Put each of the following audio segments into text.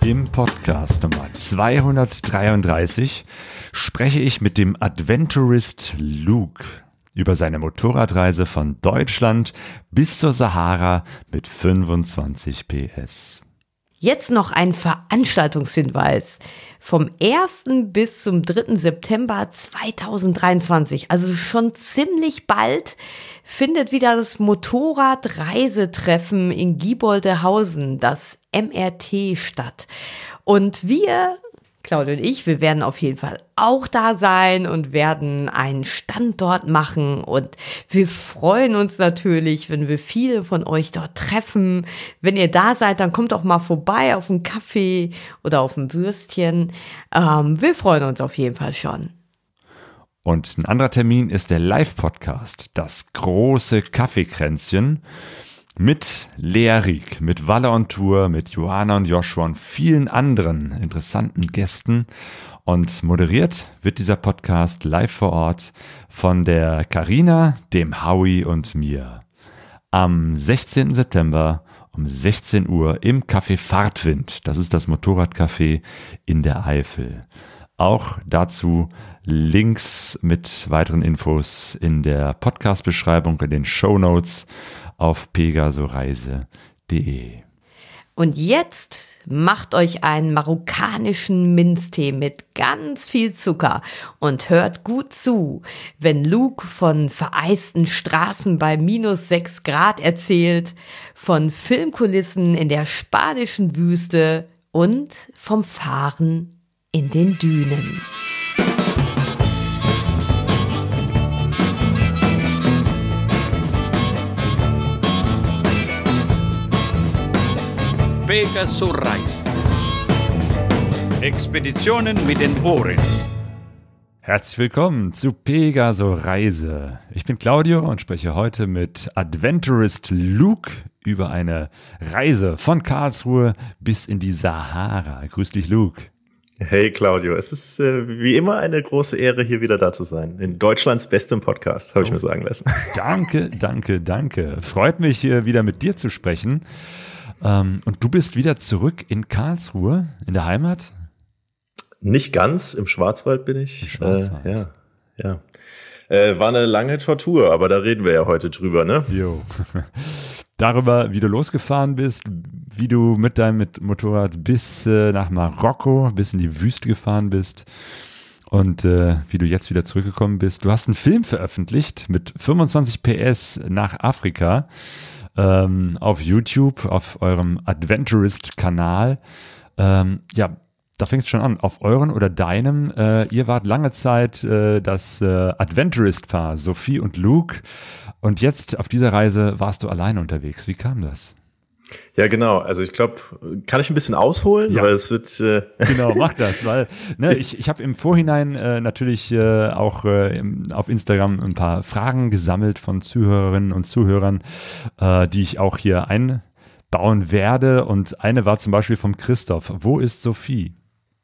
Im Podcast Nummer 233 spreche ich mit dem Adventurist Luke über seine Motorradreise von Deutschland bis zur Sahara mit 25 PS. Jetzt noch ein Veranstaltungshinweis. Vom 1. bis zum 3. September 2023, also schon ziemlich bald, findet wieder das Motorradreisetreffen in Gieboldehausen, das MRT, statt. Und wir, Claudia und ich, wir werden auf jeden Fall auch da sein und werden einen Stand dort machen. Und wir freuen uns natürlich, wenn wir viele von euch dort treffen. Wenn ihr da seid, dann kommt doch mal vorbei auf einen Kaffee oder auf ein Würstchen. Wir freuen uns auf jeden Fall schon. Und ein anderer Termin ist der Live-Podcast, das große Kaffeekränzchen mit Lea Rieck, mit Walle on Tour, mit Johanna und Joshua und vielen anderen interessanten Gästen. Und moderiert wird dieser Podcast live vor Ort von der Carina, dem Howie und mir. Am 16. September um 16 Uhr im Café Fahrtwind. Das ist das Motorradcafé in der Eifel. Auch dazu Links mit weiteren Infos in der Podcast-Beschreibung, in den Shownotes auf pegasoreise.de. Und jetzt macht euch einen marokkanischen Minztee mit ganz viel Zucker und hört gut zu, wenn Luke von vereisten Straßen bei -6 Grad erzählt, von Filmkulissen in der spanischen Wüste und vom Fahren in den Dünen. Pegaso-Reise. Expeditionen mit den Ohren. Herzlich willkommen zu Pegaso-Reise. Ich bin Claudio und spreche heute mit Adventurist Luke über eine Reise von Karlsruhe bis in die Sahara. Grüß dich, Luke. Hey Claudio, es ist wie immer eine große Ehre, hier wieder da zu sein. In Deutschlands bestem Podcast, habe ich mir sagen lassen. Danke. Freut mich, wieder mit dir zu sprechen. Und du bist wieder zurück in Karlsruhe, in der Heimat? Nicht ganz, im Schwarzwald bin ich. Im Schwarzwald. Ja. War eine lange Tortur, aber da reden wir ja heute drüber, ne? Jo. Darüber, wie du losgefahren bist, wie du mit deinem Motorrad bis nach Marokko, bis in die Wüste gefahren bist und wie du jetzt wieder zurückgekommen bist. Du hast einen Film veröffentlicht mit 25 PS nach Afrika auf YouTube, auf eurem Adventurist-Kanal. Da fängt es schon an. Auf euren oder deinem, ihr wart lange Zeit das Adventurist-Paar, Sophie und Luke. Und jetzt auf dieser Reise warst du alleine unterwegs. Wie kam das? Ja, genau. Also ich glaube, kann ich ein bisschen ausholen? Ja. Weil es wird Genau, mach das, weil ich habe im Vorhinein natürlich auch auf Instagram ein paar Fragen gesammelt von Zuhörerinnen und Zuhörern, die ich auch hier einbauen werde. Und eine war zum Beispiel vom Christoph. Wo ist Sophie?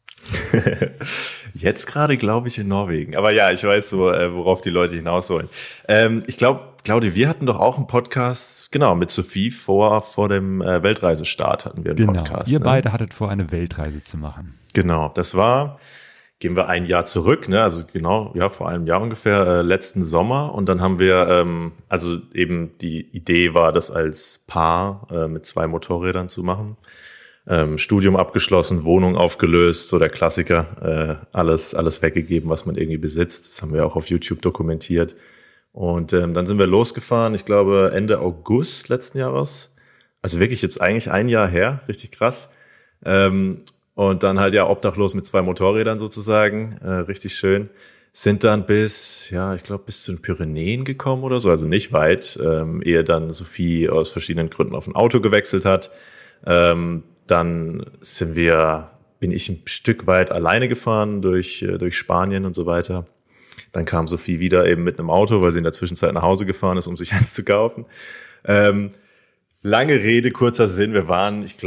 Jetzt gerade, glaube ich, in Norwegen. Aber ja, ich weiß so, worauf die Leute hinaus wollen. Ich glaube, Claudia, wir hatten doch auch einen Podcast, genau, mit Sophie vor dem Weltreisestart hatten wir einen Podcast. Ihr beide hattet vor, eine Weltreise zu machen. Genau, das war, gehen wir ein Jahr zurück, ne? Also genau, ja, vor einem Jahr ungefähr, letzten Sommer. Und dann haben wir, also eben die Idee war, das als Paar mit 2 Motorrädern zu machen. Studium abgeschlossen, Wohnung aufgelöst, so der Klassiker, alles weggegeben, was man irgendwie besitzt. Das haben wir auch auf YouTube dokumentiert. Und dann sind wir losgefahren, ich glaube Ende August letzten Jahres. Also wirklich jetzt eigentlich ein Jahr her, richtig krass. Und dann halt ja obdachlos mit 2 Motorrädern sozusagen, richtig schön. Sind dann bis zu den Pyrenäen gekommen oder so, also nicht weit, ehe dann Sophie aus verschiedenen Gründen auf ein Auto gewechselt hat. Dann bin ich ein Stück weit alleine gefahren durch Spanien und so weiter. Dann kam Sophie wieder eben mit einem Auto, weil sie in der Zwischenzeit nach Hause gefahren ist, um sich eins zu kaufen. Lange Rede, kurzer Sinn. Wir waren, ich glaube,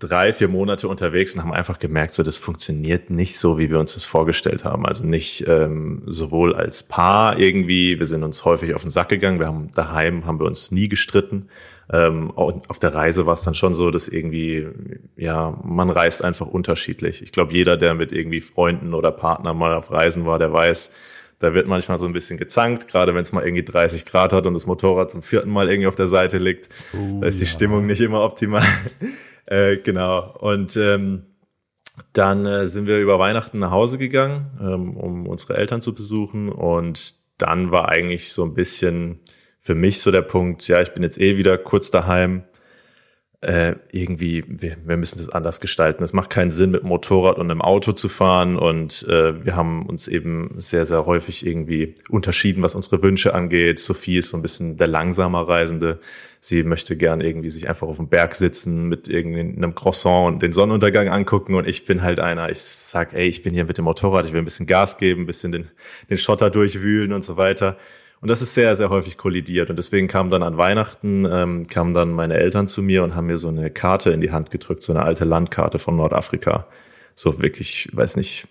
3-4 Monate unterwegs und haben einfach gemerkt, so das funktioniert nicht so, wie wir uns das vorgestellt haben. Also nicht sowohl als Paar irgendwie, wir sind uns häufig auf den Sack gegangen, haben wir uns nie gestritten. Und auf der Reise war es dann schon so, dass irgendwie, ja, man reist einfach unterschiedlich. Ich glaube, jeder, der mit irgendwie Freunden oder Partnern mal auf Reisen war, der weiß, da wird manchmal so ein bisschen gezankt, gerade wenn es mal irgendwie 30 Grad hat und das Motorrad zum 4. Mal irgendwie auf der Seite liegt. Da ist die Stimmung nicht immer optimal. Genau. Und dann sind wir über Weihnachten nach Hause gegangen, um unsere Eltern zu besuchen. Und dann war eigentlich so ein bisschen für mich so der Punkt, ja, ich bin jetzt wieder kurz daheim. Irgendwie, wir müssen das anders gestalten. Es macht keinen Sinn, mit dem Motorrad und einem Auto zu fahren. Und wir haben uns eben sehr, sehr häufig irgendwie unterschieden, was unsere Wünsche angeht. Sophie ist so ein bisschen der langsamer Reisende. Sie möchte gern irgendwie sich einfach auf dem Berg sitzen mit irgendeinem Croissant und den Sonnenuntergang angucken. Und ich bin halt einer, ich sag, ich bin hier mit dem Motorrad, ich will ein bisschen Gas geben, ein bisschen den Schotter durchwühlen und so weiter. Und das ist sehr, sehr häufig kollidiert. Und deswegen kamen dann an Weihnachten, kamen dann meine Eltern zu mir und haben mir so eine Karte in die Hand gedrückt, so eine alte Landkarte von Nordafrika. So wirklich, ich weiß nicht,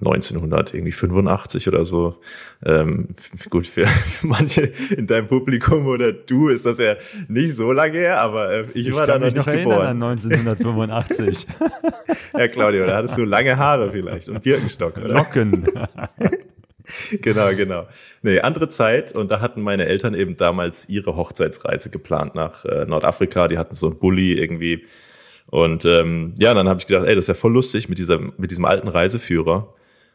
1985 oder so. Gut, für manche in deinem Publikum oder du ist das ja nicht so lange her, aber ich war da noch nicht geboren. An 1985. Ja, Claudio, da hattest du lange Haare vielleicht und Birkenstock, oder? Locken. Genau. Nee, andere Zeit. Und da hatten meine Eltern eben damals ihre Hochzeitsreise geplant nach Nordafrika. Die hatten so einen Bulli irgendwie. Und dann habe ich gedacht, das ist ja voll lustig, mit diesem alten Reiseführer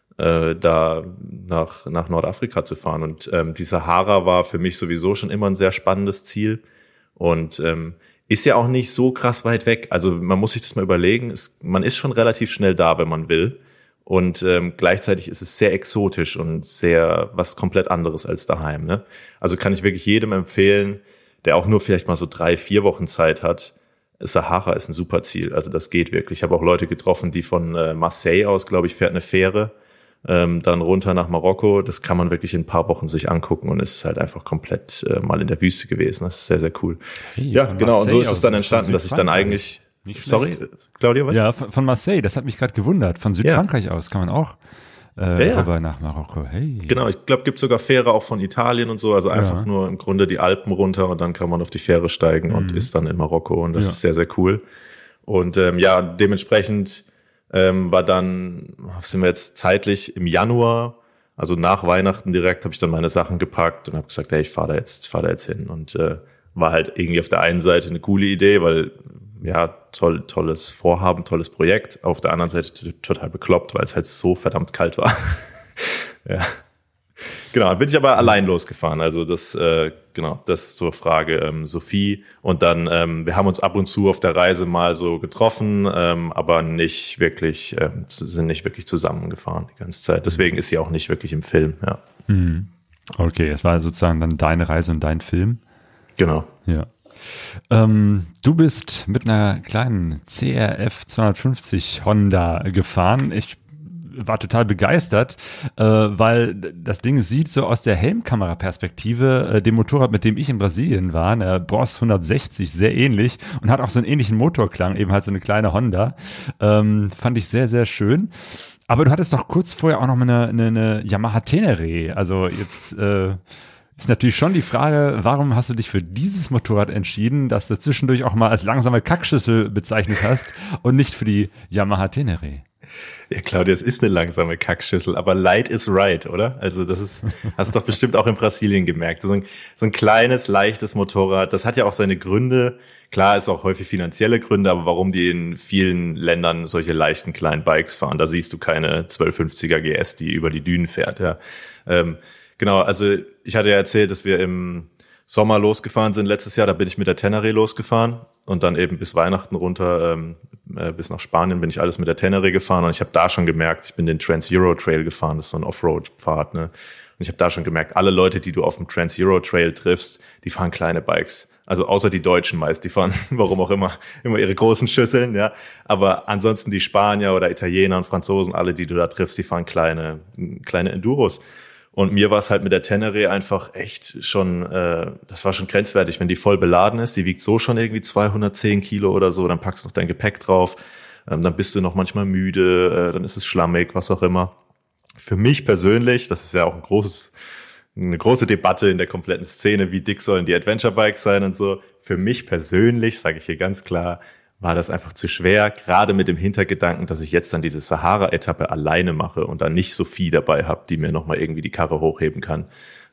da nach Nordafrika zu fahren. Und die Sahara war für mich sowieso schon immer ein sehr spannendes Ziel. Und ist ja auch nicht so krass weit weg. Also man muss sich das mal überlegen. Man ist schon relativ schnell da, wenn man will. Und gleichzeitig ist es sehr exotisch und sehr was komplett anderes als daheim. Ne? Also kann ich wirklich jedem empfehlen, der auch nur vielleicht mal so 3-4 Wochen Zeit hat. Sahara ist ein super Ziel, also das geht wirklich. Ich habe auch Leute getroffen, die von Marseille aus, glaube ich, fährt eine Fähre dann runter nach Marokko. Das kann man wirklich in ein paar Wochen sich angucken und ist halt einfach komplett mal in der Wüste gewesen. Das ist sehr, sehr cool. Hey, ja, genau. Und so ist es dann entstanden, dass ich dann eigentlich... Sorry, Claudio, was? Ja, von Marseille, das hat mich gerade gewundert. Von Südfrankreich aus kann man auch rüber nach Marokko. Hey. Genau, ich glaube, gibt sogar Fähre auch von Italien und so, also einfach nur im Grunde die Alpen runter und dann kann man auf die Fähre steigen und ist dann in Marokko und das ist sehr, sehr cool. Und dementsprechend sind wir jetzt zeitlich im Januar, also nach Weihnachten direkt, habe ich dann meine Sachen gepackt und habe gesagt, ich fahr da jetzt hin und war halt irgendwie auf der einen Seite eine coole Idee, weil tolles Vorhaben, tolles Projekt. Auf der anderen Seite total bekloppt, weil es halt so verdammt kalt war. Ja. Genau, dann bin ich aber allein losgefahren. Also das zur Frage Sophie. Und dann, wir haben uns ab und zu auf der Reise mal so getroffen, aber sind nicht wirklich zusammengefahren die ganze Zeit. Deswegen ist sie auch nicht wirklich im Film, ja. Okay, es war sozusagen dann deine Reise und dein Film. Genau. Ja. Du bist mit einer kleinen CRF 250 Honda gefahren. Ich war total begeistert, weil das Ding sieht so aus der Helmkamera-Perspektive dem Motorrad, mit dem ich in Brasilien war, eine Bros 160, sehr ähnlich und hat auch so einen ähnlichen Motorklang, eben halt so eine kleine Honda. Fand ich sehr, sehr schön. Aber du hattest doch kurz vorher auch noch mal eine Yamaha Tenere. Also jetzt ist natürlich schon die Frage, warum hast du dich für dieses Motorrad entschieden, das du zwischendurch auch mal als langsame Kackschüssel bezeichnet hast und nicht für die Yamaha Tenere? Ja, Claudia, es ist eine langsame Kackschüssel, aber light is right, oder? Also hast du doch bestimmt auch in Brasilien gemerkt. So ein kleines, leichtes Motorrad, das hat ja auch seine Gründe. Klar, ist auch häufig finanzielle Gründe, aber warum die in vielen Ländern solche leichten kleinen Bikes fahren, da siehst du keine 1250er GS, die über die Dünen fährt, ja. Genau, also ich hatte ja erzählt, dass wir im Sommer losgefahren sind letztes Jahr, da bin ich mit der Tenere losgefahren und dann eben bis Weihnachten runter, bis nach Spanien bin ich alles mit der Tenere gefahren und ich habe da schon gemerkt, ich bin den Trans-Euro Trail gefahren, das ist so ein Offroad-Pfad, ne? Und ich habe da schon gemerkt, alle Leute, die du auf dem Trans-Euro Trail triffst, die fahren kleine Bikes. Also außer die Deutschen meist, die fahren, warum auch immer ihre großen Schüsseln, ja. Aber ansonsten die Spanier oder Italiener und Franzosen, alle, die du da triffst, die fahren kleine Enduros. Und mir war es halt mit der Tenere einfach echt schon, das war schon grenzwertig, wenn die voll beladen ist, die wiegt so schon irgendwie 210 Kilo oder so, dann packst du noch dein Gepäck drauf, dann bist du noch manchmal müde, dann ist es schlammig, was auch immer. Für mich persönlich, das ist ja auch eine große Debatte in der kompletten Szene, wie dick sollen die Adventure-Bikes sein und so. Für mich persönlich, sage ich hier ganz klar, war das einfach zu schwer, gerade mit dem Hintergedanken, dass ich jetzt dann diese Sahara-Etappe alleine mache und dann nicht Sophie dabei habe, die mir nochmal irgendwie die Karre hochheben kann.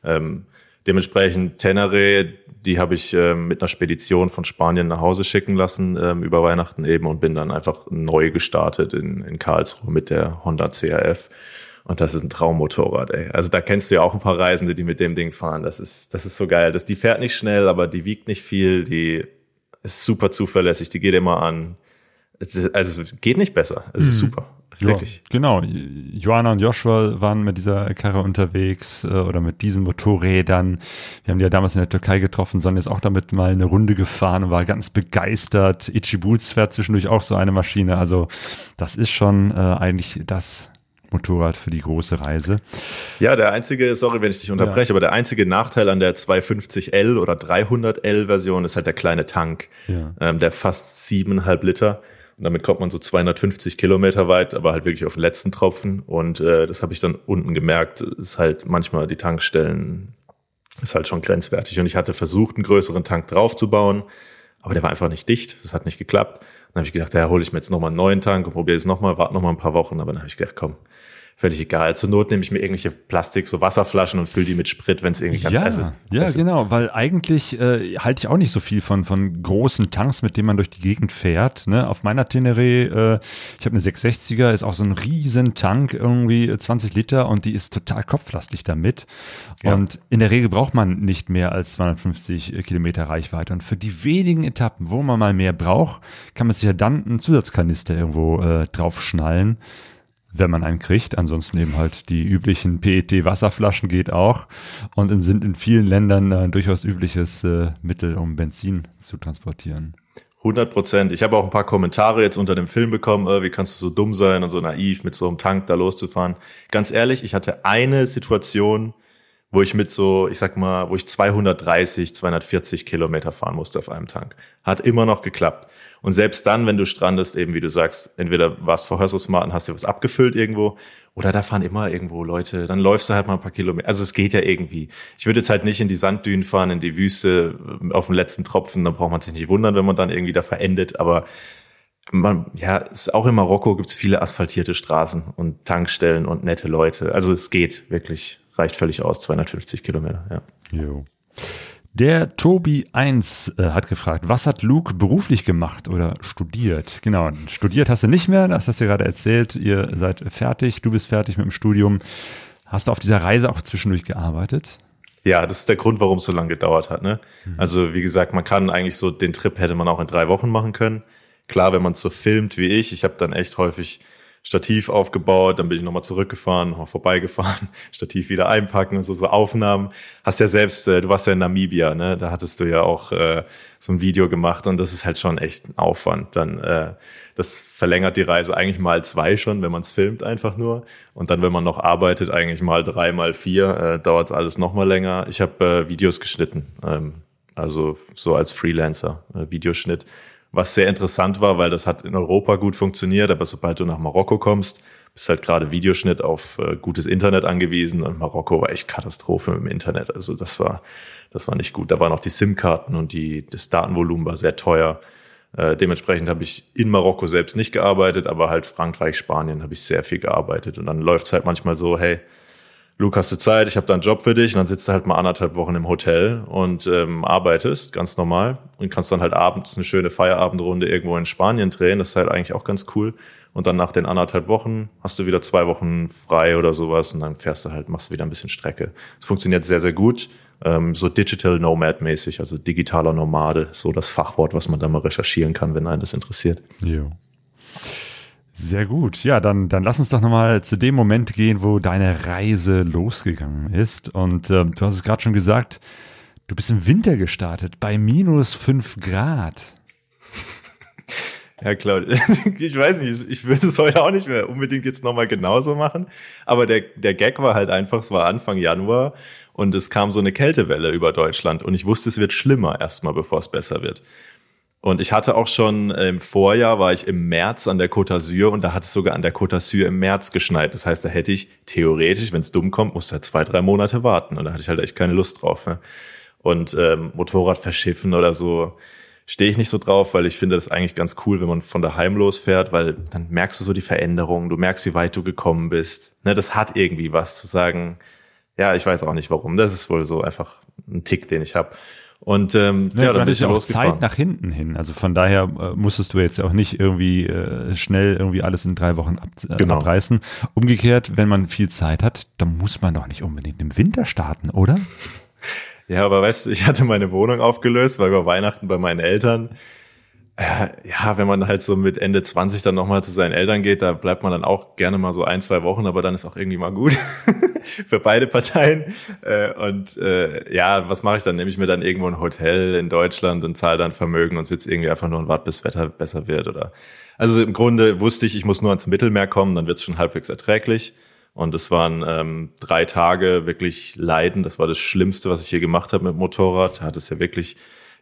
Dementsprechend Tenere, die habe ich mit einer Spedition von Spanien nach Hause schicken lassen, über Weihnachten eben, und bin dann einfach neu gestartet in Karlsruhe mit der Honda CRF. Und das ist ein Traummotorrad, ey. Also da kennst du ja auch ein paar Reisende, die mit dem Ding fahren. Das ist so geil. Die fährt nicht schnell, aber die wiegt nicht viel, die ist super zuverlässig, die geht immer an. Also geht nicht besser. Es ist super. Wirklich. Ja, genau. Joanna und Joshua waren mit dieser Karre unterwegs oder mit diesen Motorrädern. Wir haben die ja damals in der Türkei getroffen. Sonja ist auch damit mal eine Runde gefahren und war ganz begeistert. Itchy Boots fährt zwischendurch auch so eine Maschine. Also das ist schon eigentlich das Motorrad für die große Reise. Ja, der einzige, sorry, wenn ich dich unterbreche, aber der einzige Nachteil an der 250L oder 300L Version ist halt der kleine Tank, der fast 7,5 Liter. Und damit kommt man so 250 Kilometer weit, aber halt wirklich auf den letzten Tropfen. Und das habe ich dann unten gemerkt, ist halt manchmal die Tankstellen, ist halt schon grenzwertig. Und ich hatte versucht, einen größeren Tank draufzubauen, aber der war einfach nicht dicht. Das hat nicht geklappt. Dann habe ich gedacht, ja, hole ich mir jetzt nochmal einen neuen Tank und probiere es nochmal, warte nochmal ein paar Wochen. Aber dann habe ich gedacht, komm, völlig egal. Zur Not nehme ich mir irgendwelche Plastik, so Wasserflaschen und fülle die mit Sprit, wenn es irgendwie ganz heiß ist. Ja, genau, weil eigentlich halte ich auch nicht so viel von großen Tanks, mit denen man durch die Gegend fährt. Ne? Auf meiner Tenere, ich habe eine 660er, ist auch so ein riesen Tank, irgendwie 20 Liter, und die ist total kopflastig damit. Ja. Und in der Regel braucht man nicht mehr als 250 Kilometer Reichweite. Und für die wenigen Etappen, wo man mal mehr braucht, kann man sich ja dann einen Zusatzkanister irgendwo draufschnallen, wenn man einen kriegt. Ansonsten eben halt die üblichen PET-Wasserflaschen geht auch und sind in vielen Ländern ein durchaus übliches Mittel, um Benzin zu transportieren. 100%. Ich habe auch ein paar Kommentare jetzt unter dem Film bekommen, wie kannst du so dumm sein und so naiv mit so einem Tank da loszufahren. Ganz ehrlich, ich hatte eine Situation, wo ich mit so, ich sag mal, wo ich 230, 240 Kilometer fahren musste auf einem Tank. Hat immer noch geklappt. Und selbst dann, wenn du strandest, eben wie du sagst, entweder warst vorher so smart und hast dir was abgefüllt irgendwo, oder da fahren immer irgendwo Leute, dann läufst du halt mal ein paar Kilometer. Also es geht ja irgendwie. Ich würde jetzt halt nicht in die Sanddünen fahren, in die Wüste, auf den letzten Tropfen, dann braucht man sich nicht wundern, wenn man dann irgendwie da verendet. Aber es ist auch in Marokko gibt's viele asphaltierte Straßen und Tankstellen und nette Leute. Also es geht wirklich, reicht völlig aus, 250 Kilometer, ja. Jo. Der Tobi 1 hat gefragt, was hat Luke beruflich gemacht oder studiert? Genau, studiert hast du nicht mehr, das hast du gerade erzählt. Ihr seid fertig, du bist fertig mit dem Studium. Hast du auf dieser Reise auch zwischendurch gearbeitet? Ja, das ist der Grund, warum es so lange gedauert hat. Ne? Also wie gesagt, man kann eigentlich so, den Trip hätte man auch in 3 Wochen machen können. Klar, wenn man es so filmt wie ich habe dann echt häufig Stativ aufgebaut, dann bin ich nochmal zurückgefahren, nochmal vorbeigefahren, Stativ wieder einpacken und so Aufnahmen. Hast ja selbst, du warst ja in Namibia, ne? Da hattest du ja auch so ein Video gemacht und das ist halt schon echt ein Aufwand. Dann das verlängert die Reise eigentlich mal 2 schon, wenn man es filmt einfach nur. Und dann, wenn man noch arbeitet, eigentlich mal 3, mal 4, dauert es alles nochmal länger. Ich habe Videos geschnitten, also so als Freelancer, Videoschnitt. Was sehr interessant war, weil das hat in Europa gut funktioniert, aber sobald du nach Marokko kommst, bist halt gerade Videoschnitt auf gutes Internet angewiesen und Marokko war echt Katastrophe mit dem Internet. Also das war nicht gut. Da waren auch die SIM-Karten und das Datenvolumen war sehr teuer. Dementsprechend habe ich in Marokko selbst nicht gearbeitet, aber halt Frankreich, Spanien habe ich sehr viel gearbeitet. Und dann läuft's halt manchmal so, hey, Luke, hast du Zeit? Ich habe da einen Job für dich. Und dann sitzt du halt mal 1,5 Wochen im Hotel und arbeitest ganz normal und kannst dann halt abends eine schöne Feierabendrunde irgendwo in Spanien drehen. Das ist halt eigentlich auch ganz cool. Und dann nach den 1,5 Wochen hast du wieder 2 Wochen frei oder sowas und dann fährst du halt, machst du wieder ein bisschen Strecke. Es funktioniert sehr, sehr gut. So Digital Nomad-mäßig, also digitaler Nomade, so das Fachwort, was man da mal recherchieren kann, wenn einen das interessiert. Jo. Sehr gut. Ja, dann lass uns doch nochmal zu dem Moment gehen, wo deine Reise losgegangen ist. Und du hast es gerade schon gesagt, du bist im Winter gestartet, bei -5 Grad. Ja, klar. Ich weiß nicht, ich würde es heute auch nicht mehr unbedingt jetzt nochmal genauso machen. Aber der Gag war halt einfach, es war Anfang Januar und es kam so eine Kältewelle über Deutschland und ich wusste, es wird schlimmer erstmal, bevor es besser wird. Und ich hatte auch schon im Vorjahr, war ich im März an der Côte d'Azur und da hat es sogar an der Côte d'Azur im März geschneit. Das heißt, da hätte ich theoretisch, wenn es dumm kommt, musste halt 2-3 Monate warten und da hatte ich halt echt keine Lust drauf. Ne? Und Motorrad verschiffen oder so stehe ich nicht so drauf, weil ich finde das eigentlich ganz cool, wenn man von daheim losfährt, weil dann merkst du so die Veränderungen, du merkst, wie weit du gekommen bist. Ne, das hat irgendwie was zu sagen. Ja, ich weiß auch nicht warum. Das ist wohl so einfach ein Tick, den ich habe. Und dann bin ich ja auch losgefahren. Zeit nach hinten hin. Also von daher musstest du jetzt auch nicht irgendwie schnell irgendwie alles in 3 Wochen abreißen. Umgekehrt, wenn man viel Zeit hat, dann muss man doch nicht unbedingt im Winter starten, oder? Ja, aber weißt du, ich hatte meine Wohnung aufgelöst, weil über Weihnachten bei meinen Eltern, ja, wenn man halt so mit Ende 20 dann nochmal zu seinen Eltern geht, da bleibt man dann auch gerne mal so 1-2 Wochen, aber dann ist auch irgendwie mal gut für beide Parteien. Ja, was mache ich dann? Nehme ich mir dann irgendwo ein Hotel in Deutschland und zahle dann Vermögen und sitze irgendwie einfach nur und warte, bis das Wetter besser wird. Oder also im Grunde wusste ich muss nur ans Mittelmeer kommen, dann wird es schon halbwegs erträglich. Und es waren 3 Tage wirklich Leiden. Das war das Schlimmste, was ich hier gemacht habe mit dem Motorrad. Da hat es ja wirklich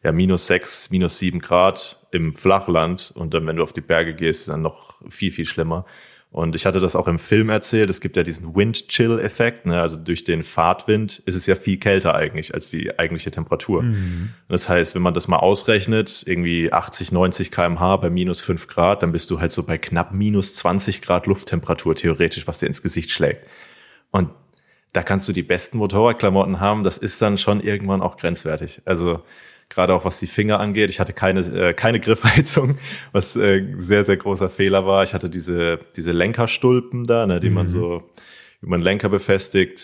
-6, -7 Grad im Flachland. Und dann, wenn du auf die Berge gehst, dann noch viel, viel schlimmer. Und ich hatte das auch im Film erzählt. Es gibt ja diesen Wind-Chill-Effekt. Ne? Also durch den Fahrtwind ist es ja viel kälter eigentlich als die eigentliche Temperatur. Mhm. Das heißt, wenn man das mal ausrechnet, irgendwie 80, 90 km/h bei -5 Grad, dann bist du halt so bei knapp -20 Grad Lufttemperatur theoretisch, was dir ins Gesicht schlägt. Und da kannst du die besten Motorradklamotten haben. Das ist dann schon irgendwann auch grenzwertig. Also gerade auch was die Finger angeht. Ich hatte keine Griffheizung, was sehr, sehr großer Fehler war. Ich hatte diese Lenkerstulpen da, ne, die man so über den Lenker befestigt.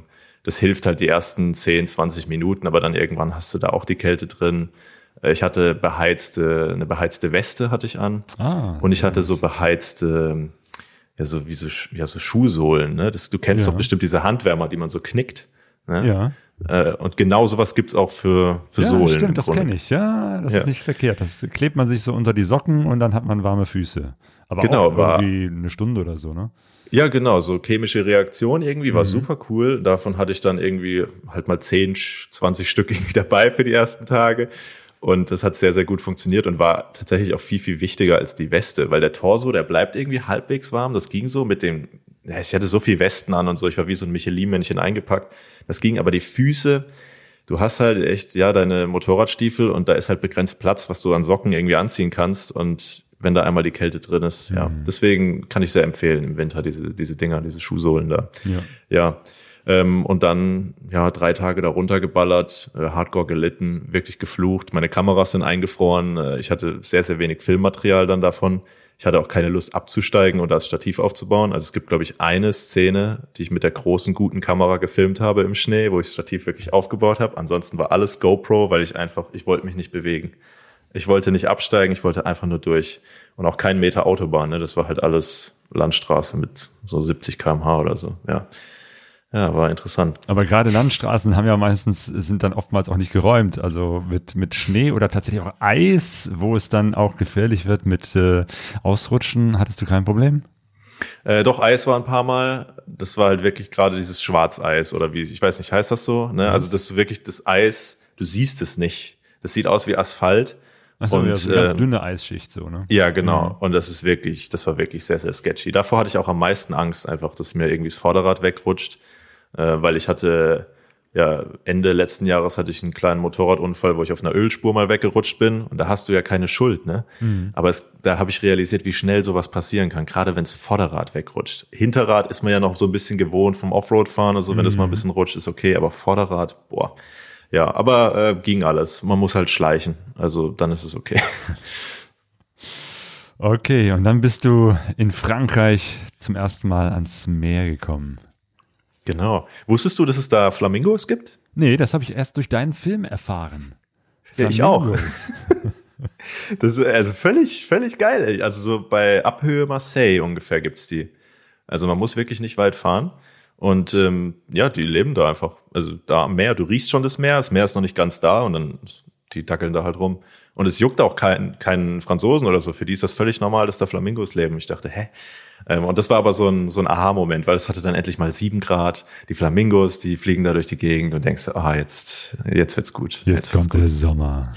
Das hilft halt die ersten 10, 20 Minuten, aber dann irgendwann hast du da auch die Kälte drin. Ich hatte eine beheizte Weste hatte ich an. Und ich hatte so beheizte, so Schuhsohlen. Ne? Du kennst doch bestimmt diese Handwärmer, die man so knickt. Ne? Ja. Und genau sowas gibt's auch für Sohlen. Ja, stimmt, das kenne ich. Ja, das ist nicht verkehrt. Das klebt man sich so unter die Socken und dann hat man warme Füße. Aber genau, auch irgendwie eine Stunde oder so, ne? Ja, genau, so chemische Reaktion irgendwie war super cool. Davon hatte ich dann irgendwie halt mal 10, 20 Stück irgendwie dabei für die ersten Tage. Und das hat sehr, sehr gut funktioniert und war tatsächlich auch viel, viel wichtiger als die Weste, weil der Torso, der bleibt irgendwie halbwegs warm. Das ging so mit dem, ich hatte so viel Westen an und so, ich war wie so ein Michelin-Männchen eingepackt. Das ging, aber die Füße, du hast halt echt, deine Motorradstiefel und da ist halt begrenzt Platz, was du an Socken irgendwie anziehen kannst und wenn da einmal die Kälte drin ist, deswegen kann ich sehr empfehlen im Winter diese Dinger, diese Schuhsohlen da. Ja. Und dann 3 Tage da runtergeballert, hardcore gelitten, wirklich geflucht. Meine Kameras sind eingefroren. Ich hatte sehr, sehr wenig Filmmaterial dann davon. Ich hatte auch keine Lust abzusteigen und das Stativ aufzubauen. Also es gibt, glaube ich, eine Szene, die ich mit der großen, guten Kamera gefilmt habe im Schnee, wo ich das Stativ wirklich aufgebaut habe. Ansonsten war alles GoPro, weil ich wollte mich nicht bewegen. Ich wollte nicht absteigen, ich wollte einfach nur durch. Und auch keinen Meter Autobahn, ne? Das war halt alles Landstraße mit so 70 km/h oder so, Ja, war interessant. Aber gerade Landstraßen sind dann oftmals auch nicht geräumt. Also mit Schnee oder tatsächlich auch Eis, wo es dann auch gefährlich wird mit Ausrutschen. Hattest du kein Problem? Doch, Eis war ein paar Mal. Das war halt wirklich gerade dieses Schwarzeis oder ich weiß nicht, heißt das so? Ne? Also das ist wirklich das Eis, du siehst es nicht. Das sieht aus wie Asphalt. Achso, ja, so eine ganz dünne Eisschicht so, ne? Ja, genau. Und das war wirklich sehr, sehr sketchy. Davor hatte ich auch am meisten Angst einfach, dass mir irgendwie das Vorderrad wegrutscht. Weil ich hatte, Ende letzten Jahres hatte ich einen kleinen Motorradunfall, wo ich auf einer Ölspur mal weggerutscht bin und da hast du ja keine Schuld, ne? Aber da habe ich realisiert, wie schnell sowas passieren kann, gerade wenn das Vorderrad wegrutscht. Hinterrad ist man ja noch so ein bisschen gewohnt vom Offroad-Fahren oder so, wenn das mal ein bisschen rutscht, ist okay, aber Vorderrad, Ja, aber ging alles. Man muss halt schleichen, also dann ist es okay. Okay, und dann bist du in Frankreich zum ersten Mal ans Meer gekommen. Genau. Wusstest du, dass es da Flamingos gibt? Nee, das habe ich erst durch deinen Film erfahren. Ja, ich auch. Das ist also völlig, völlig geil. Also so bei Abhöhe Marseille ungefähr gibt's die. Also man muss wirklich nicht weit fahren. Und die leben da einfach. Also da am Meer, du riechst schon das Meer ist noch nicht ganz da und dann die dackeln da halt rum. Und es juckt auch keinen Franzosen oder so. Für die ist das völlig normal, dass da Flamingos leben. Ich dachte, hä? Und das war aber so ein Aha-Moment, weil es hatte dann endlich mal 7 Grad. Die Flamingos, die fliegen da durch die Gegend und denkst, jetzt wird's gut. Jetzt kommt der Sommer.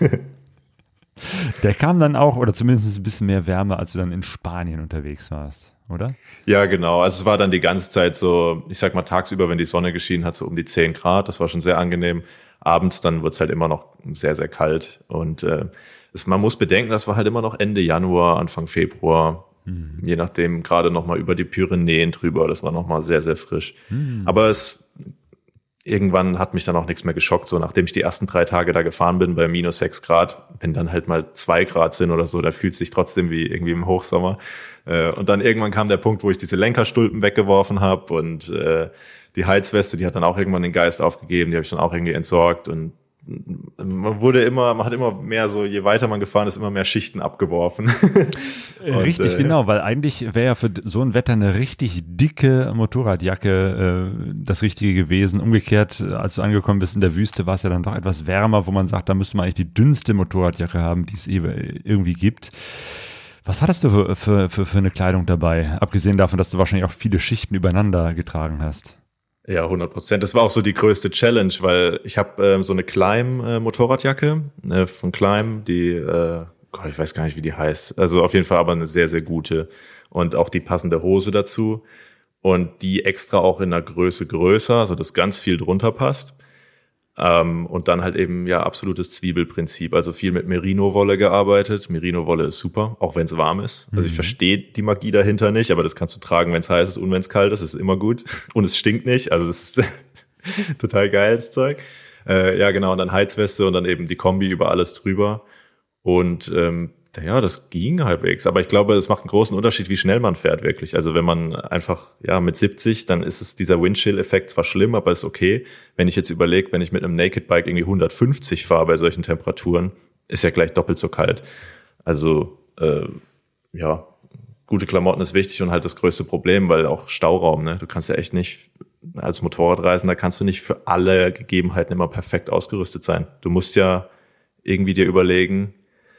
Der kam dann auch, oder zumindest ein bisschen mehr Wärme, als du dann in Spanien unterwegs warst, oder? Ja, genau. Also es war dann die ganze Zeit so, ich sag mal tagsüber, wenn die Sonne geschienen hat, so um die 10 Grad. Das war schon sehr angenehm. Abends dann wird's halt immer noch sehr, sehr kalt. Und man muss bedenken, das war halt immer noch Ende Januar, Anfang Februar. Je nachdem, gerade noch mal über die Pyrenäen drüber. Das war noch mal sehr, sehr frisch. Aber irgendwann hat mich dann auch nichts mehr geschockt. So nachdem ich die ersten 3 Tage da gefahren bin bei minus 6 Grad, wenn dann halt mal 2 Grad sind oder so, da fühlt es sich trotzdem wie irgendwie im Hochsommer. Und dann irgendwann kam der Punkt, wo ich diese Lenkerstulpen weggeworfen habe und die Heizweste, die hat dann auch irgendwann den Geist aufgegeben, die habe ich dann auch irgendwie entsorgt und man hat immer mehr so, je weiter man gefahren ist, immer mehr Schichten abgeworfen. Richtig, genau, weil eigentlich wäre ja für so ein Wetter eine richtig dicke Motorradjacke das Richtige gewesen. Umgekehrt, als du angekommen bist in der Wüste, war es ja dann doch etwas wärmer, wo man sagt, da müsste man eigentlich die dünnste Motorradjacke haben, die es irgendwie gibt. Was hattest du für eine Kleidung dabei? Abgesehen davon, dass du wahrscheinlich auch viele Schichten übereinander getragen hast. Ja, 100%. Das war auch so die größte Challenge, weil ich habe so eine Climb-Motorradjacke von Climb, die, ich weiß gar nicht, wie die heißt. Also auf jeden Fall aber eine sehr, sehr gute und auch die passende Hose dazu und die extra auch in einer Größe größer, sodass ganz viel drunter passt. Und dann halt eben ja absolutes Zwiebelprinzip, also viel mit Merino-Wolle gearbeitet. Merino-Wolle ist super, auch wenn es warm ist. Also ich verstehe die Magie dahinter nicht, aber das kannst du tragen, wenn es heiß ist und wenn es kalt ist, ist immer gut. Und es stinkt nicht, also das ist total geiles Zeug. Ja genau, und dann Heizweste und dann eben die Kombi über alles drüber. Und ja, das ging halbwegs. Aber ich glaube, es macht einen großen Unterschied, wie schnell man fährt wirklich. Also wenn man einfach, ja, mit 70, dann ist es dieser Windchill-Effekt zwar schlimm, aber ist okay. Wenn ich jetzt überlege, wenn ich mit einem Naked Bike irgendwie 150 fahre bei solchen Temperaturen, ist ja gleich doppelt so kalt. Also, ja, gute Klamotten ist wichtig und halt das größte Problem, weil auch Stauraum, ne? Du kannst ja echt nicht, als Motorradreisender kannst du nicht für alle Gegebenheiten immer perfekt ausgerüstet sein. Du musst ja irgendwie dir überlegen,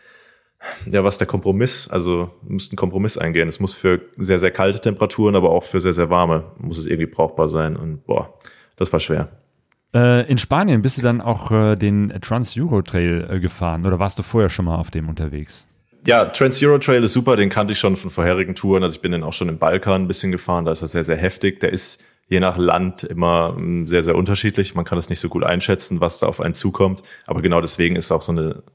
ja, was der Kompromiss, also du musst einen Kompromiss eingehen. Es muss für sehr, sehr kalte Temperaturen, aber auch für sehr, sehr warme, muss es irgendwie brauchbar sein. Und das war schwer. In Spanien bist du dann auch den Trans-Euro-Trail gefahren oder warst du vorher schon mal auf dem unterwegs? Ja, Trans-Euro-Trail ist super, den kannte ich schon von vorherigen Touren. Also ich bin den auch schon im Balkan ein bisschen gefahren, da ist er sehr, sehr heftig. Der ist je nach Land immer sehr, sehr unterschiedlich. Man kann es nicht so gut einschätzen, was da auf einen zukommt. Aber genau deswegen ist auch so eine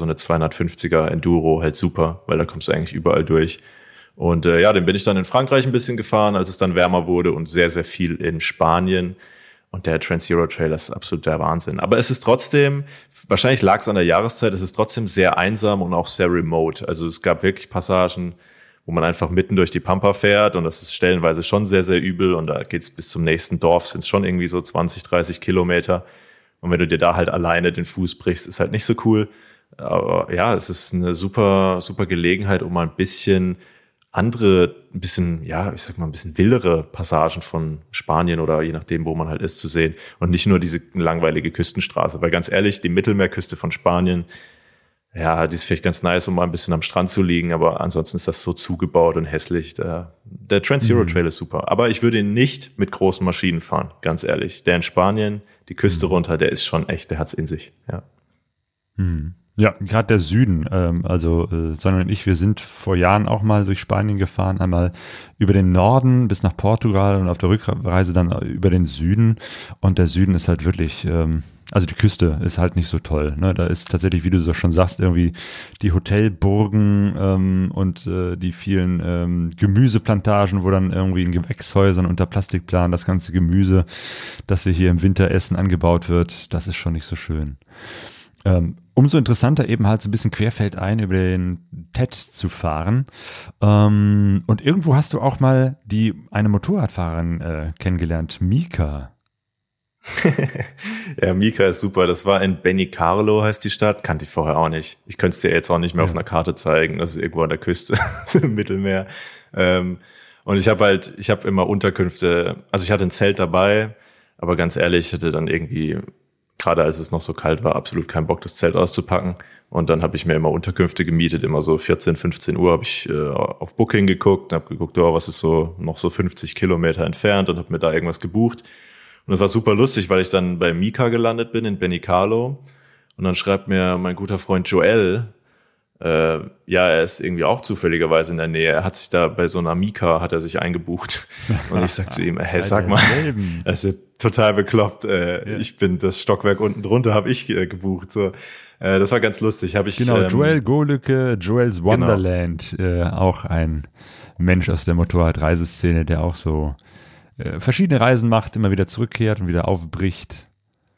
250er Enduro halt super, weil da kommst du eigentlich überall durch. Und ja, den bin ich dann in Frankreich ein bisschen gefahren, als es dann wärmer wurde und sehr, sehr viel in Spanien. Und der Trans-Euro-Trail ist absolut der Wahnsinn. Aber es ist trotzdem, wahrscheinlich lag es an der Jahreszeit, es ist trotzdem sehr einsam und auch sehr remote. Also es gab wirklich Passagen, wo man einfach mitten durch die Pampa fährt und das ist stellenweise schon sehr, sehr übel und da geht's bis zum nächsten Dorf, sind es schon irgendwie so 20, 30 Kilometer. Und wenn du dir da halt alleine den Fuß brichst, ist halt nicht so cool. Aber ja, es ist eine super, super Gelegenheit, um mal ein bisschen wildere Passagen von Spanien oder je nachdem, wo man halt ist, zu sehen. Und nicht nur diese langweilige Küstenstraße. Weil ganz ehrlich, die Mittelmeerküste von Spanien, ja, die ist vielleicht ganz nice, um mal ein bisschen am Strand zu liegen, aber ansonsten ist das so zugebaut und hässlich. Der Trans-Euro-Trail ist super. Aber ich würde ihn nicht mit großen Maschinen fahren, ganz ehrlich. Der in Spanien, die Küste runter, der ist schon echt, der hat's in sich, ja. Ja, gerade der Süden, Sonja und ich, wir sind vor Jahren auch mal durch Spanien gefahren, einmal über den Norden bis nach Portugal und auf der Rückreise dann über den Süden und der Süden ist halt wirklich, also die Küste ist halt nicht so toll, ne? Da ist tatsächlich, wie du so schon sagst, irgendwie die Hotelburgen und die vielen Gemüseplantagen, wo dann irgendwie in Gewächshäusern unter Plastikplan das ganze Gemüse, das wir hier im Winter essen, angebaut wird, das ist schon nicht so schön. Umso interessanter eben halt so ein bisschen querfeldein über den TED zu fahren. Und irgendwo hast du auch mal eine Motorradfahrerin kennengelernt, Mika. Ja, Mika ist super. Das war in Benicarlo, heißt die Stadt. Kannte ich vorher auch nicht. Ich könnte es dir jetzt auch nicht mehr auf einer Karte zeigen. Das ist irgendwo an der Küste, im Mittelmeer. Und ich habe immer Unterkünfte, also ich hatte ein Zelt dabei, aber ganz ehrlich, ich hatte dann irgendwie gerade als es noch so kalt war, absolut keinen Bock, das Zelt auszupacken. Und dann habe ich mir immer Unterkünfte gemietet, immer so 14, 15 Uhr habe ich auf Booking geguckt, habe geguckt, was ist so noch so 50 Kilometer entfernt und habe mir da irgendwas gebucht. Und das war super lustig, weil ich dann bei Mika gelandet bin in Benicarlo. Und dann schreibt mir mein guter Freund Joel, er ist irgendwie auch zufälligerweise in der Nähe. Er hat sich da bei so einer Mika, hat er sich eingebucht. Und ich sag zu ihm, hey, sag mal, das ist total bekloppt. Ich bin das Stockwerk unten drunter, habe ich gebucht. So, das war ganz lustig. Genau, Joel Golücke, Joel's Wonderland, auch ein Mensch aus der Motorradreiseszene, der auch so verschiedene Reisen macht, immer wieder zurückkehrt und wieder aufbricht.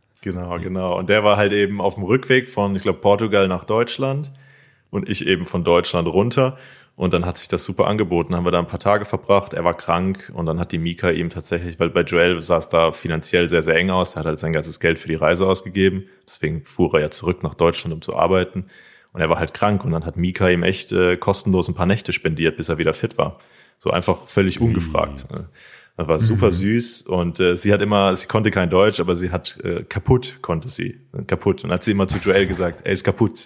Genau. Und der war halt eben auf dem Rückweg von, ich glaube, Portugal nach Deutschland. Und ich eben von Deutschland runter. Und dann hat sich das super angeboten. Haben wir da ein paar Tage verbracht. Er war krank. Und dann hat die Mika ihm tatsächlich, weil bei Joel sah es da finanziell sehr, sehr eng aus. Er hat halt sein ganzes Geld für die Reise ausgegeben. Deswegen fuhr er ja zurück nach Deutschland, um zu arbeiten. Und er war halt krank. Und dann hat Mika ihm echt kostenlos ein paar Nächte spendiert, bis er wieder fit war. So einfach völlig ungefragt. Das war super süß und sie konnte kein Deutsch, aber sie hat kaputt. Und hat sie immer zu Joel gesagt, er ist kaputt.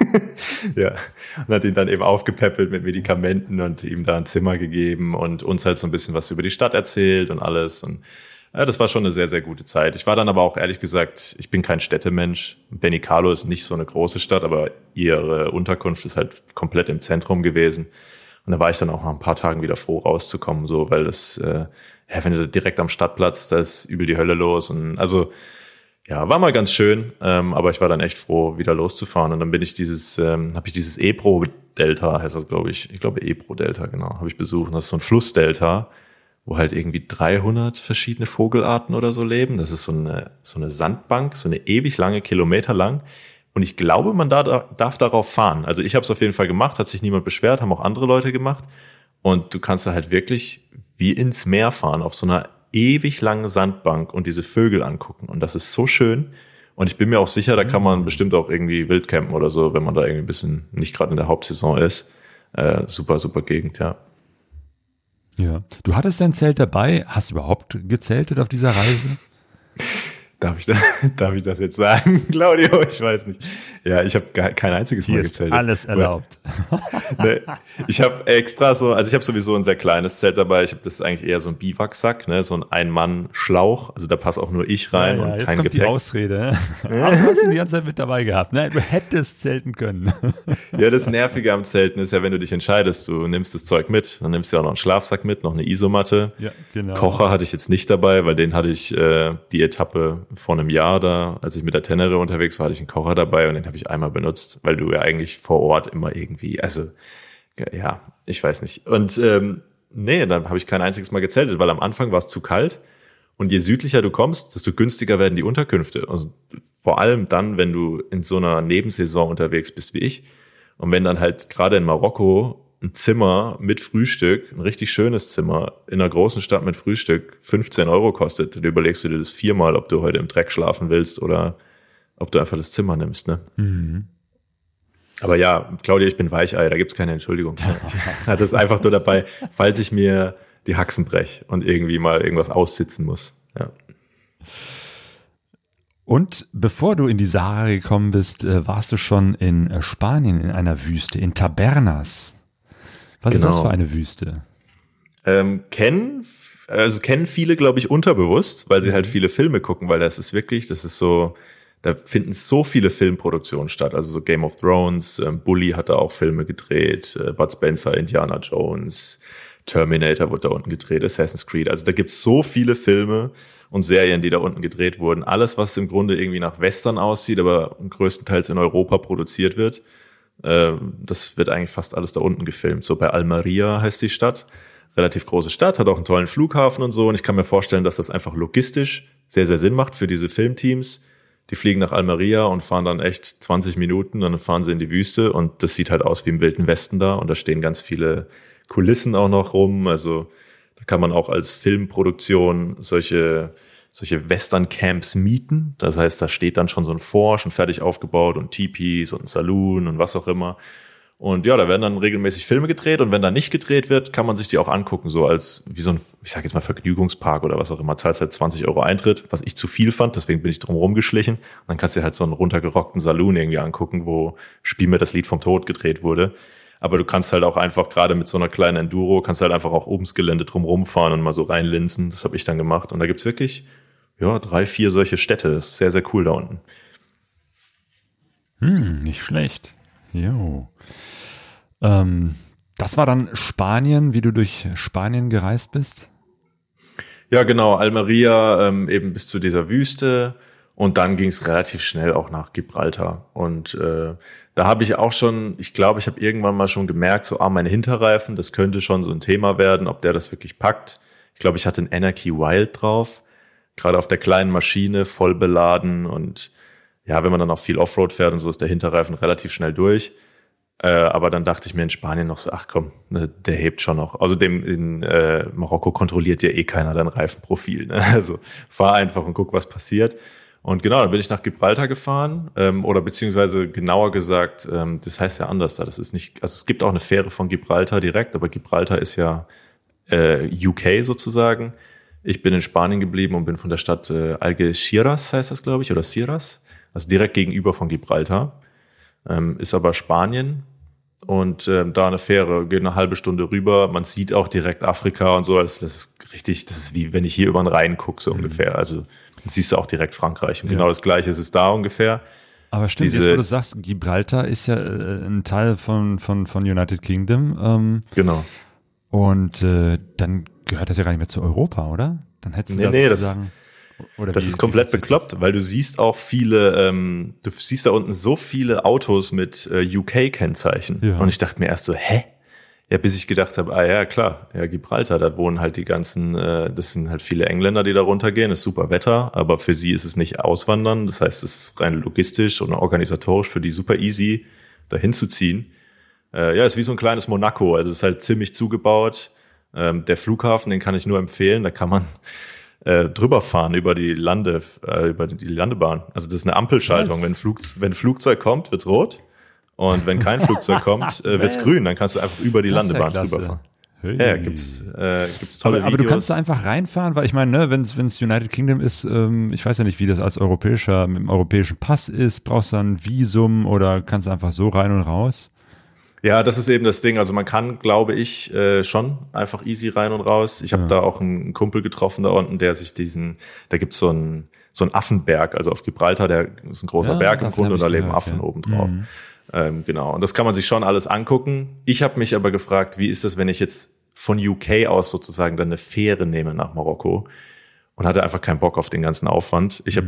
Ja, und hat ihn dann eben aufgepäppelt mit Medikamenten und ihm da ein Zimmer gegeben und uns halt so ein bisschen was über die Stadt erzählt und alles. Und ja, das war schon eine sehr, sehr gute Zeit. Ich war dann aber auch ehrlich gesagt, ich bin kein Städtemensch. Benicarlo ist nicht so eine große Stadt, aber ihre Unterkunft ist halt komplett im Zentrum gewesen. Und da war ich dann auch nach ein paar Tagen wieder froh, rauszukommen, so, weil das, wenn du direkt am Stadtplatz, da ist übel die Hölle los. Und also, ja, war mal ganz schön, aber ich war dann echt froh, wieder loszufahren. Und dann bin ich dieses Ebro-Delta, heißt das, glaube ich. Ich glaube, Ebro-Delta, genau, habe ich besucht. Und das ist so ein Flussdelta, wo halt irgendwie 300 verschiedene Vogelarten oder so leben. Das ist so eine Sandbank, so eine ewig lange, Kilometer lang. Und ich glaube, man darf darauf fahren. Also ich habe es auf jeden Fall gemacht, hat sich niemand beschwert, haben auch andere Leute gemacht. Und du kannst da halt wirklich wie ins Meer fahren, auf so einer ewig langen Sandbank und diese Vögel angucken. Und das ist so schön. Und ich bin mir auch sicher, da kann man bestimmt auch irgendwie wildcampen oder so, wenn man da irgendwie ein bisschen nicht gerade in der Hauptsaison ist. Super, super Gegend, ja. Ja. Du hattest dein Zelt dabei. Hast du überhaupt gezeltet auf dieser Reise? Darf ich das jetzt sagen, Claudio? Ich weiß nicht. Ja, ich habe kein einziges Mal gezeltet. Alles erlaubt. Ne, ich habe extra ich habe sowieso ein sehr kleines Zelt dabei. Ich habe das eigentlich eher so ein Biwaksack, ne, so ein Ein-Mann-Schlauch. Also da passt auch nur ich rein und jetzt kein kommt Gepäck. Die Ausrede. Aber du hast ihn die ganze Zeit mit dabei gehabt. Ne? Du hättest zelten können. Ja, das Nervige am Zelten ist ja, wenn du dich entscheidest, du nimmst das Zeug mit, dann nimmst du ja auch noch einen Schlafsack mit, noch eine Isomatte. Ja, genau. Kocher hatte ich jetzt nicht dabei, weil den hatte ich die Etappe vor einem Jahr da, als ich mit der Tenere unterwegs war, hatte ich einen Kocher dabei und den habe ich einmal benutzt, weil du ja eigentlich vor Ort immer irgendwie, also ja, ich weiß nicht. Und dann habe ich kein einziges Mal gezeltet, weil am Anfang war es zu kalt und je südlicher du kommst, desto günstiger werden die Unterkünfte. Also vor allem dann, wenn du in so einer Nebensaison unterwegs bist wie ich und wenn dann halt gerade in Marokko ein Zimmer mit Frühstück, ein richtig schönes Zimmer in einer großen Stadt mit Frühstück 15 € kostet, dann überlegst du dir das viermal, ob du heute im Dreck schlafen willst oder ob du einfach das Zimmer nimmst, ne? Mhm. Aber ja, Claudia, ich bin Weichei, da gibt's keine Entschuldigung. Ich hatte es einfach nur dabei, falls ich mir die Haxen brech und irgendwie mal irgendwas aussitzen muss. Ja. Und bevor du in die Sahara gekommen bist, warst du schon in Spanien in einer Wüste, in Tabernas. Was ist das für eine Wüste? Kennen viele, glaube ich, unterbewusst, weil sie halt viele Filme gucken, weil das ist so, da finden so viele Filmproduktionen statt. Also so Game of Thrones, Bully hat da auch Filme gedreht, Bud Spencer, Indiana Jones, Terminator wurde da unten gedreht, Assassin's Creed. Also da gibt's so viele Filme und Serien, die da unten gedreht wurden. Alles, was im Grunde irgendwie nach Western aussieht, aber größtenteils in Europa produziert wird. Das wird eigentlich fast alles da unten gefilmt. So bei Almeria heißt die Stadt. Relativ große Stadt, hat auch einen tollen Flughafen und so. Und ich kann mir vorstellen, dass das einfach logistisch sehr, sehr Sinn macht für diese Filmteams. Die fliegen nach Almeria und fahren dann echt 20 Minuten, dann fahren sie in die Wüste und das sieht halt aus wie im Wilden Westen da. Und da stehen ganz viele Kulissen auch noch rum. Also da kann man auch als Filmproduktion solche Western-Camps mieten. Das heißt, da steht dann schon so ein Fort, schon fertig aufgebaut und Tipis und ein Saloon und was auch immer. Und ja, da werden dann regelmäßig Filme gedreht und wenn da nicht gedreht wird, kann man sich die auch angucken, so als wie so ein, ich sag jetzt mal Vergnügungspark oder was auch immer, zahlst halt 20 € Eintritt, was ich zu viel fand, deswegen bin ich drum rumgeschlichen. Und dann kannst du dir halt so einen runtergerockten Saloon irgendwie angucken, wo Spiel mir das Lied vom Tod gedreht wurde. Aber du kannst halt auch einfach, gerade mit so einer kleinen Enduro, kannst halt einfach auch ums Gelände drum rumfahren und mal so reinlinsen. Das habe ich dann gemacht. Und da gibt's wirklich, 3, 4 solche Städte. Das ist sehr, sehr cool da unten. Nicht schlecht. Jo. Das war dann Spanien, wie du durch Spanien gereist bist? Ja, genau. Almeria eben bis zu dieser Wüste. Und dann ging es relativ schnell auch nach Gibraltar. Und da habe ich auch schon, ich glaube, ich habe irgendwann mal schon gemerkt, so, meine Hinterreifen, das könnte schon so ein Thema werden, ob der das wirklich packt. Ich glaube, ich hatte einen Anarchy Wild drauf, gerade auf der kleinen Maschine, voll beladen. Und ja, wenn man dann auch viel Offroad fährt und so, ist der Hinterreifen relativ schnell durch. Aber dann dachte ich mir in Spanien noch so, ach komm, ne, der hebt schon noch. Außerdem in Marokko kontrolliert ja eh keiner dein Reifenprofil. Ne? Also fahr einfach und guck, was passiert. Und genau, dann bin ich nach Gibraltar gefahren, oder beziehungsweise genauer gesagt, das heißt ja anders da. Das ist nicht, also es gibt auch eine Fähre von Gibraltar direkt, aber Gibraltar ist ja UK sozusagen. Ich bin in Spanien geblieben und bin von der Stadt Algeciras, heißt das, glaube ich, oder Sierras, also direkt gegenüber von Gibraltar. Ist aber Spanien. Und da eine Fähre, geht eine halbe Stunde rüber. Man sieht auch direkt Afrika und so. Das ist richtig, das ist wie wenn ich hier über den Rhein gucke, so ungefähr. Also siehst du auch direkt Frankreich. Und genau das Gleiche ist es da ungefähr. Aber stimmt, jetzt wo du sagst, Gibraltar ist ja ein Teil von United Kingdom. Genau. Und dann gehört das ja gar nicht mehr zu Europa, oder? Dann hättest du das ist komplett bekloppt, weil du siehst auch viele, du siehst da unten so viele Autos mit UK-Kennzeichen. Ja. Und ich dachte mir erst so, hä? Ja, bis ich gedacht habe, ja klar, ja, Gibraltar, da wohnen halt die ganzen, das sind halt viele Engländer, die da runtergehen, ist super Wetter, aber für sie ist es nicht Auswandern. Das heißt, es ist rein logistisch und organisatorisch für die super easy, da hinzuziehen. Ja, ist wie so ein kleines Monaco, also es ist halt ziemlich zugebaut. Der Flughafen, den kann ich nur empfehlen, da kann man drüber fahren über die Landebahn. Also das ist eine Ampelschaltung. Wenn ein Flugzeug kommt, wird's rot. Und wenn kein Flugzeug kommt, wird's grün. Dann kannst du einfach über die Landebahn drüber fahren. Hey. Ja, gibt's tolle Videos. Aber du kannst da einfach reinfahren, weil ich meine, ne, wenn's United Kingdom ist, ich weiß ja nicht, wie das mit dem europäischen Pass ist, brauchst du dann ein Visum oder kannst du einfach so rein und raus? Ja, das ist eben das Ding. Also man kann, glaube ich, schon einfach easy rein und raus. Ich habe da auch einen Kumpel getroffen da unten, der sich da gibt's so einen Affenberg, also auf Gibraltar, der ist ein großer Berg im Grunde und da leben Affen oben drauf. Genau. Und das kann man sich schon alles angucken. Ich habe mich aber gefragt, wie ist das, wenn ich jetzt von UK aus sozusagen dann eine Fähre nehme nach Marokko und hatte einfach keinen Bock auf den ganzen Aufwand. Ich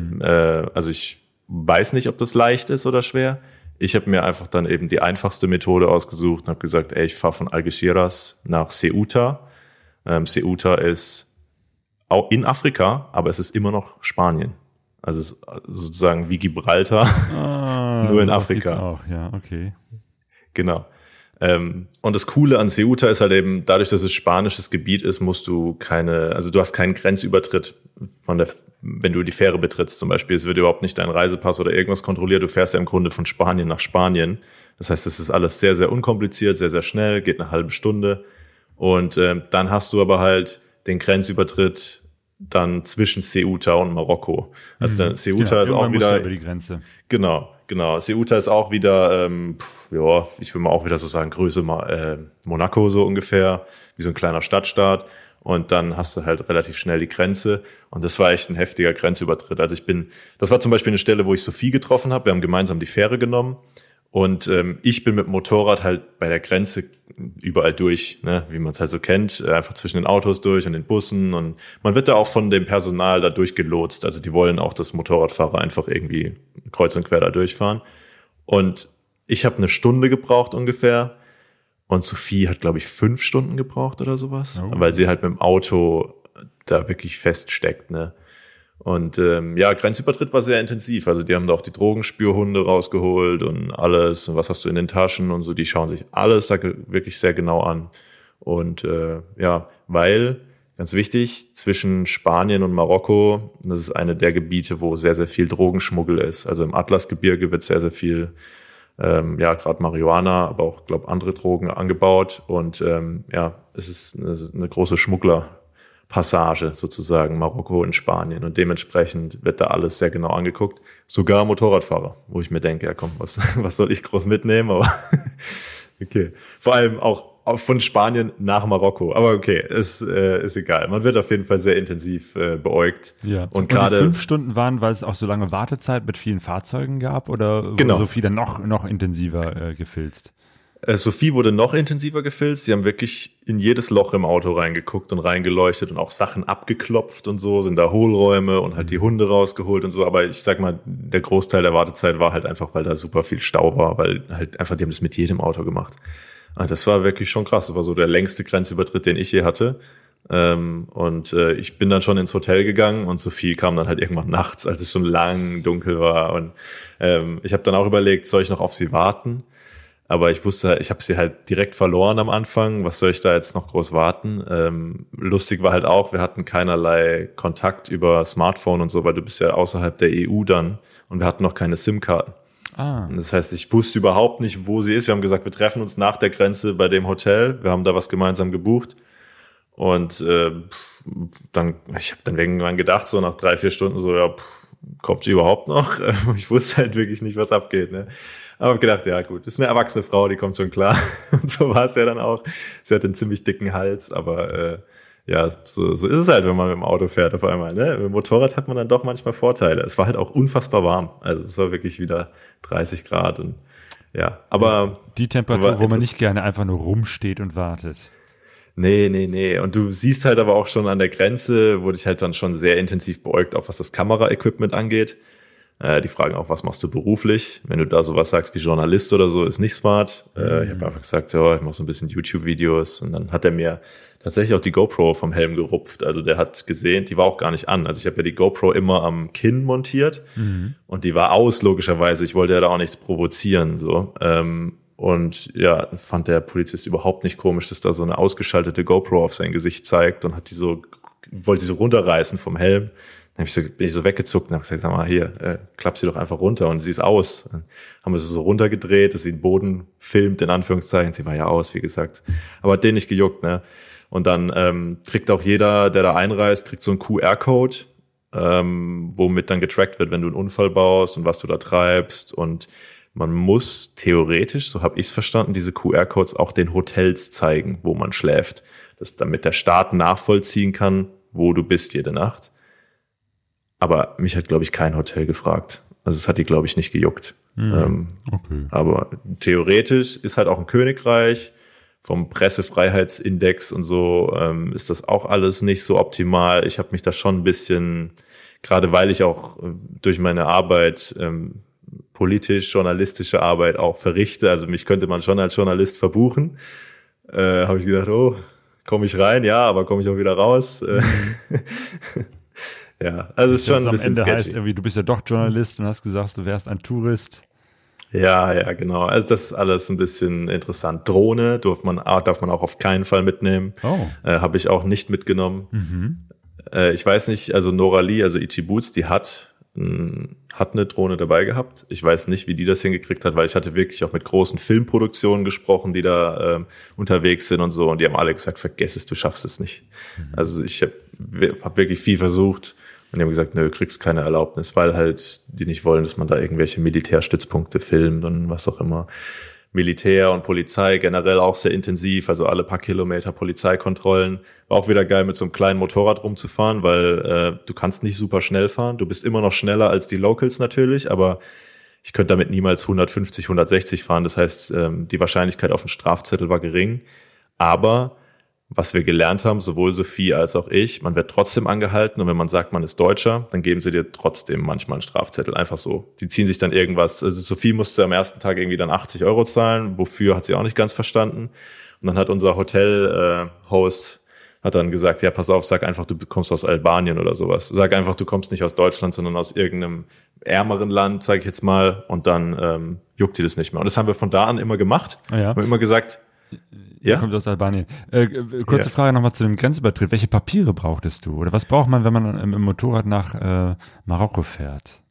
weiß nicht, ob das leicht ist oder schwer. Ich habe mir einfach dann eben die einfachste Methode ausgesucht und habe gesagt, ich fahre von Algeciras nach Ceuta. Ceuta ist auch in Afrika, aber es ist immer noch Spanien. Also es ist sozusagen wie Gibraltar, nur in Afrika. Auch, ja, okay. Genau. Und das Coole an Ceuta ist halt eben, dadurch, dass es spanisches Gebiet ist, du hast keinen Grenzübertritt wenn du die Fähre betrittst zum Beispiel. Es wird überhaupt nicht dein Reisepass oder irgendwas kontrolliert. Du fährst ja im Grunde von Spanien nach Spanien. Das heißt, es ist alles sehr, sehr unkompliziert, sehr, sehr schnell, geht eine halbe Stunde. Und dann hast du aber halt den Grenzübertritt dann zwischen Ceuta und Marokko. Also Ceuta ist auch wieder über die Grenze. Genau. Ceuta ist auch wieder, ich will mal auch wieder so sagen, Größe Monaco so ungefähr, wie so ein kleiner Stadtstaat. Und dann hast du halt relativ schnell die Grenze. Und das war echt ein heftiger Grenzübertritt. Also das war zum Beispiel eine Stelle, wo ich Sophie getroffen habe. Wir haben gemeinsam die Fähre genommen. Und ich bin mit dem Motorrad halt bei der Grenze überall durch, ne, wie man es halt so kennt, einfach zwischen den Autos durch und den Bussen. Und man wird da auch von dem Personal da durchgelotst. Also die wollen auch, dass Motorradfahrer einfach irgendwie kreuz und quer da durchfahren. Und ich habe eine Stunde gebraucht ungefähr. Und Sophie hat, glaube ich, 5 Stunden gebraucht oder sowas, weil sie halt mit dem Auto da wirklich feststeckt, ne. Und Grenzübertritt war sehr intensiv. Also die haben da auch die Drogenspürhunde rausgeholt und alles. Und was hast du in den Taschen und so. Die schauen sich alles da wirklich sehr genau an. Und weil, ganz wichtig, zwischen Spanien und Marokko, das ist eine der Gebiete, wo sehr, sehr viel Drogenschmuggel ist. Also im Atlasgebirge wird sehr, sehr viel ja, gerade Marihuana, aber auch, glaube andere Drogen angebaut. Und ja, es ist eine große Schmugglerpassage sozusagen, Marokko und Spanien. Und dementsprechend wird da alles sehr genau angeguckt. Sogar Motorradfahrer, wo ich mir denke, ja komm, was soll ich groß mitnehmen? Aber okay. Vor allem auch von Spanien nach Marokko. Aber okay, ist egal. Man wird auf jeden Fall sehr intensiv beäugt. Ja. Und gerade 5 Stunden waren, weil es auch so lange Wartezeit mit vielen Fahrzeugen gab, oder Genau. wurde Sophie dann noch intensiver gefilzt? Sophie wurde noch intensiver gefilzt. Sie haben wirklich in jedes Loch im Auto reingeguckt und reingeleuchtet und auch Sachen abgeklopft und so, sind da Hohlräume und halt die Hunde rausgeholt und so. Aber ich sag mal, der Großteil der Wartezeit war halt einfach, weil da super viel Stau war, weil halt einfach, die haben das mit jedem Auto gemacht. Und das war wirklich schon krass. Das war so der längste Grenzübertritt, den ich je hatte. Und ich bin dann schon ins Hotel gegangen und Sophie kam dann halt irgendwann nachts, als es schon lang dunkel war. Und ich habe dann auch überlegt, soll ich noch auf sie warten? Aber ich wusste, ich habe sie halt direkt verloren am Anfang. Was soll ich da jetzt noch groß warten? Lustig war halt auch, wir hatten keinerlei Kontakt über Smartphone und so, weil du bist ja außerhalb der EU dann und wir hatten noch keine SIM-Karten. Das heißt, ich wusste überhaupt nicht, wo sie ist. Wir haben gesagt, wir treffen uns nach der Grenze bei dem Hotel. Wir haben da was gemeinsam gebucht. Und ich habe dann irgendwann gedacht, so nach 3-4 Stunden, so, ja, kommt sie überhaupt noch? Ich wusste halt wirklich nicht, was abgeht. Ne? Aber ich habe gedacht, ja gut, das ist eine erwachsene Frau, die kommt schon klar. Und so war es ja dann auch. Sie hat einen ziemlich dicken Hals, aber ja, so ist es halt, wenn man mit dem Auto fährt auf einmal. Ne? Mit dem Motorrad hat man dann doch manchmal Vorteile. Es war halt auch unfassbar warm. Also es war wirklich wieder 30 Grad. Und ja, aber die Temperatur, wo man nicht gerne einfach nur rumsteht und wartet. Nee. Und du siehst halt aber auch schon an der Grenze, wurde ich halt dann schon sehr intensiv beäugt, auch was das Kameraequipment angeht. Die fragen auch, was machst du beruflich? Wenn du da sowas sagst wie Journalist oder so, ist nicht smart. Ich habe einfach gesagt, ja, ich mache so ein bisschen YouTube-Videos. Und dann hat er mir tatsächlich auch die GoPro vom Helm gerupft. Also der hat gesehen, die war auch gar nicht an. Also ich habe ja die GoPro immer am Kinn montiert und die war aus, logischerweise. Ich wollte ja da auch nichts provozieren. So. Und ja, fand der Polizist überhaupt nicht komisch, dass da so eine ausgeschaltete GoPro auf sein Gesicht zeigt und hat wollte die so runterreißen vom Helm. Dann bin ich so weggezuckt und habe gesagt, sag mal, hier, klapp sie doch einfach runter und sie ist aus. Dann haben wir sie so runtergedreht, dass sie den Boden filmt, in Anführungszeichen. Sie war ja aus, wie gesagt. Aber hat den nicht gejuckt, ne? Und dann kriegt auch jeder, der da einreist, kriegt so einen QR-Code, womit dann getrackt wird, wenn du einen Unfall baust und was du da treibst. Und man muss theoretisch, so habe ich es verstanden, diese QR-Codes auch den Hotels zeigen, wo man schläft. Damit der Staat nachvollziehen kann, wo du bist jede Nacht. Aber mich hat, glaube ich, kein Hotel gefragt. Also es hat die, glaube ich, nicht gejuckt. Okay. Aber theoretisch ist halt auch ein Königreich. Vom Pressefreiheitsindex und so ist das auch alles nicht so optimal. Ich habe mich da schon ein bisschen, gerade weil ich auch durch meine Arbeit, politisch-journalistische Arbeit auch verrichte, also mich könnte man schon als Journalist verbuchen, habe ich gedacht, oh, komme ich rein? Ja, aber komme ich auch wieder raus? Ja, also es ist schon ein bisschen sketchy. Heißt irgendwie, du bist ja doch Journalist und hast gesagt, du wärst ein Tourist. Ja, genau. Also das ist alles ein bisschen interessant. Drohne darf man auch auf keinen Fall mitnehmen. Habe ich auch nicht mitgenommen. Ich weiß nicht, also Nora Lee, also Itchy Boots, die hat eine Drohne dabei gehabt. Ich weiß nicht, wie die das hingekriegt hat, weil ich hatte wirklich auch mit großen Filmproduktionen gesprochen, die da unterwegs sind und so. Und die haben alle gesagt, vergiss es, du schaffst es nicht. Also ich habe wirklich viel versucht. Und die haben gesagt, nö, du kriegst keine Erlaubnis, weil halt die nicht wollen, dass man da irgendwelche Militärstützpunkte filmt und was auch immer. Militär und Polizei generell auch sehr intensiv, also alle paar Kilometer Polizeikontrollen. War auch wieder geil, mit so einem kleinen Motorrad rumzufahren, weil du kannst nicht super schnell fahren. Du bist immer noch schneller als die Locals natürlich, aber ich könnte damit niemals 150, 160 fahren. Das heißt, die Wahrscheinlichkeit auf einen Strafzettel war gering. Aber was wir gelernt haben, sowohl Sophie als auch ich, man wird trotzdem angehalten und wenn man sagt, man ist Deutscher, dann geben sie dir trotzdem manchmal einen Strafzettel, einfach so. Die ziehen sich dann irgendwas, also Sophie musste am ersten Tag irgendwie dann 80 € zahlen, wofür hat sie auch nicht ganz verstanden. Und dann hat unser Hotel-Host hat dann gesagt, ja, pass auf, sag einfach, du kommst aus Albanien oder sowas. Sag einfach, du kommst nicht aus Deutschland, sondern aus irgendeinem ärmeren Land, sage ich jetzt mal, und dann juckt die das nicht mehr. Und das haben wir von da an immer gemacht. Wir haben immer gesagt, ja? Kommt aus Albanien. Kurze Frage nochmal zu dem Grenzübertritt. Welche Papiere brauchtest du? Oder was braucht man, wenn man im Motorrad nach Marokko fährt?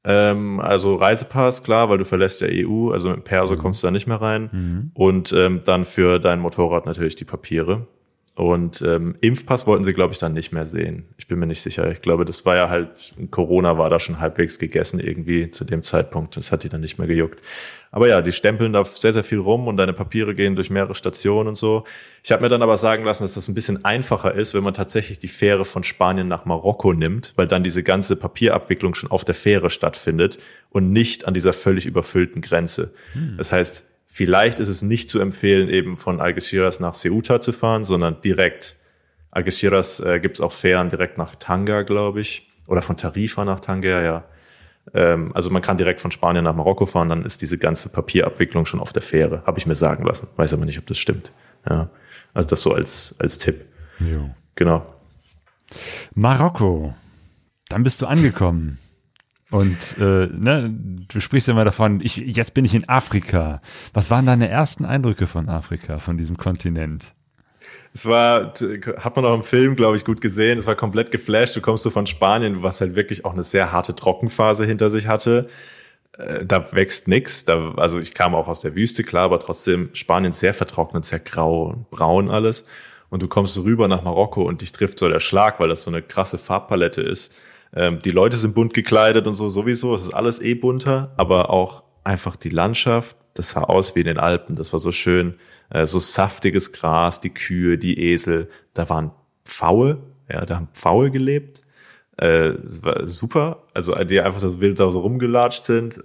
Also Reisepass, klar, weil du verlässt ja EU, also mit Perso kommst du da nicht mehr rein. Und dann für dein Motorrad natürlich die Papiere. Und Impfpass wollten sie, glaube ich, dann nicht mehr sehen. Ich bin mir nicht sicher. Ich glaube, das war ja halt, Corona war da schon halbwegs gegessen irgendwie zu dem Zeitpunkt. Das hat die dann nicht mehr gejuckt. Aber ja, die stempeln da sehr, sehr viel rum und deine Papiere gehen durch mehrere Stationen und so. Ich habe mir dann aber sagen lassen, dass das ein bisschen einfacher ist, wenn man tatsächlich die Fähre von Spanien nach Marokko nimmt, weil dann diese ganze Papierabwicklung schon auf der Fähre stattfindet und nicht an dieser völlig überfüllten Grenze. Das heißt, vielleicht ist es nicht zu empfehlen, eben von Algeciras nach Ceuta zu fahren, sondern direkt. Algeciras gibt es auch Fähren direkt nach Tanger, glaube ich. Oder von Tarifa nach Tanger, ja. Also man kann direkt von Spanien nach Marokko fahren, dann ist diese ganze Papierabwicklung schon auf der Fähre. Habe ich mir sagen lassen. Weiß aber nicht, ob das stimmt. Ja. Also das so als Tipp. Jo. Genau. Marokko. Dann bist du angekommen. Und du sprichst ja immer davon, jetzt bin ich in Afrika. Was waren deine ersten Eindrücke von Afrika, von diesem Kontinent? Es war, hat man auch im Film, glaube ich, gut gesehen. Es war komplett geflasht. Du kommst so von Spanien, was halt wirklich auch eine sehr harte Trockenphase hinter sich hatte. Da wächst nix. Also ich kam auch aus der Wüste, klar, aber trotzdem Spanien sehr vertrocknet, sehr grau und braun alles. Und du kommst so rüber nach Marokko und dich trifft so der Schlag, weil das so eine krasse Farbpalette ist. Die Leute sind bunt gekleidet und so sowieso. Es ist alles bunter, aber auch einfach die Landschaft. Das sah aus wie in den Alpen. Das war so schön. So saftiges Gras, die Kühe, die Esel. Da waren Pfaue. Ja, da haben Pfaue gelebt. Das war super. Also die einfach so wild da so rumgelatscht sind.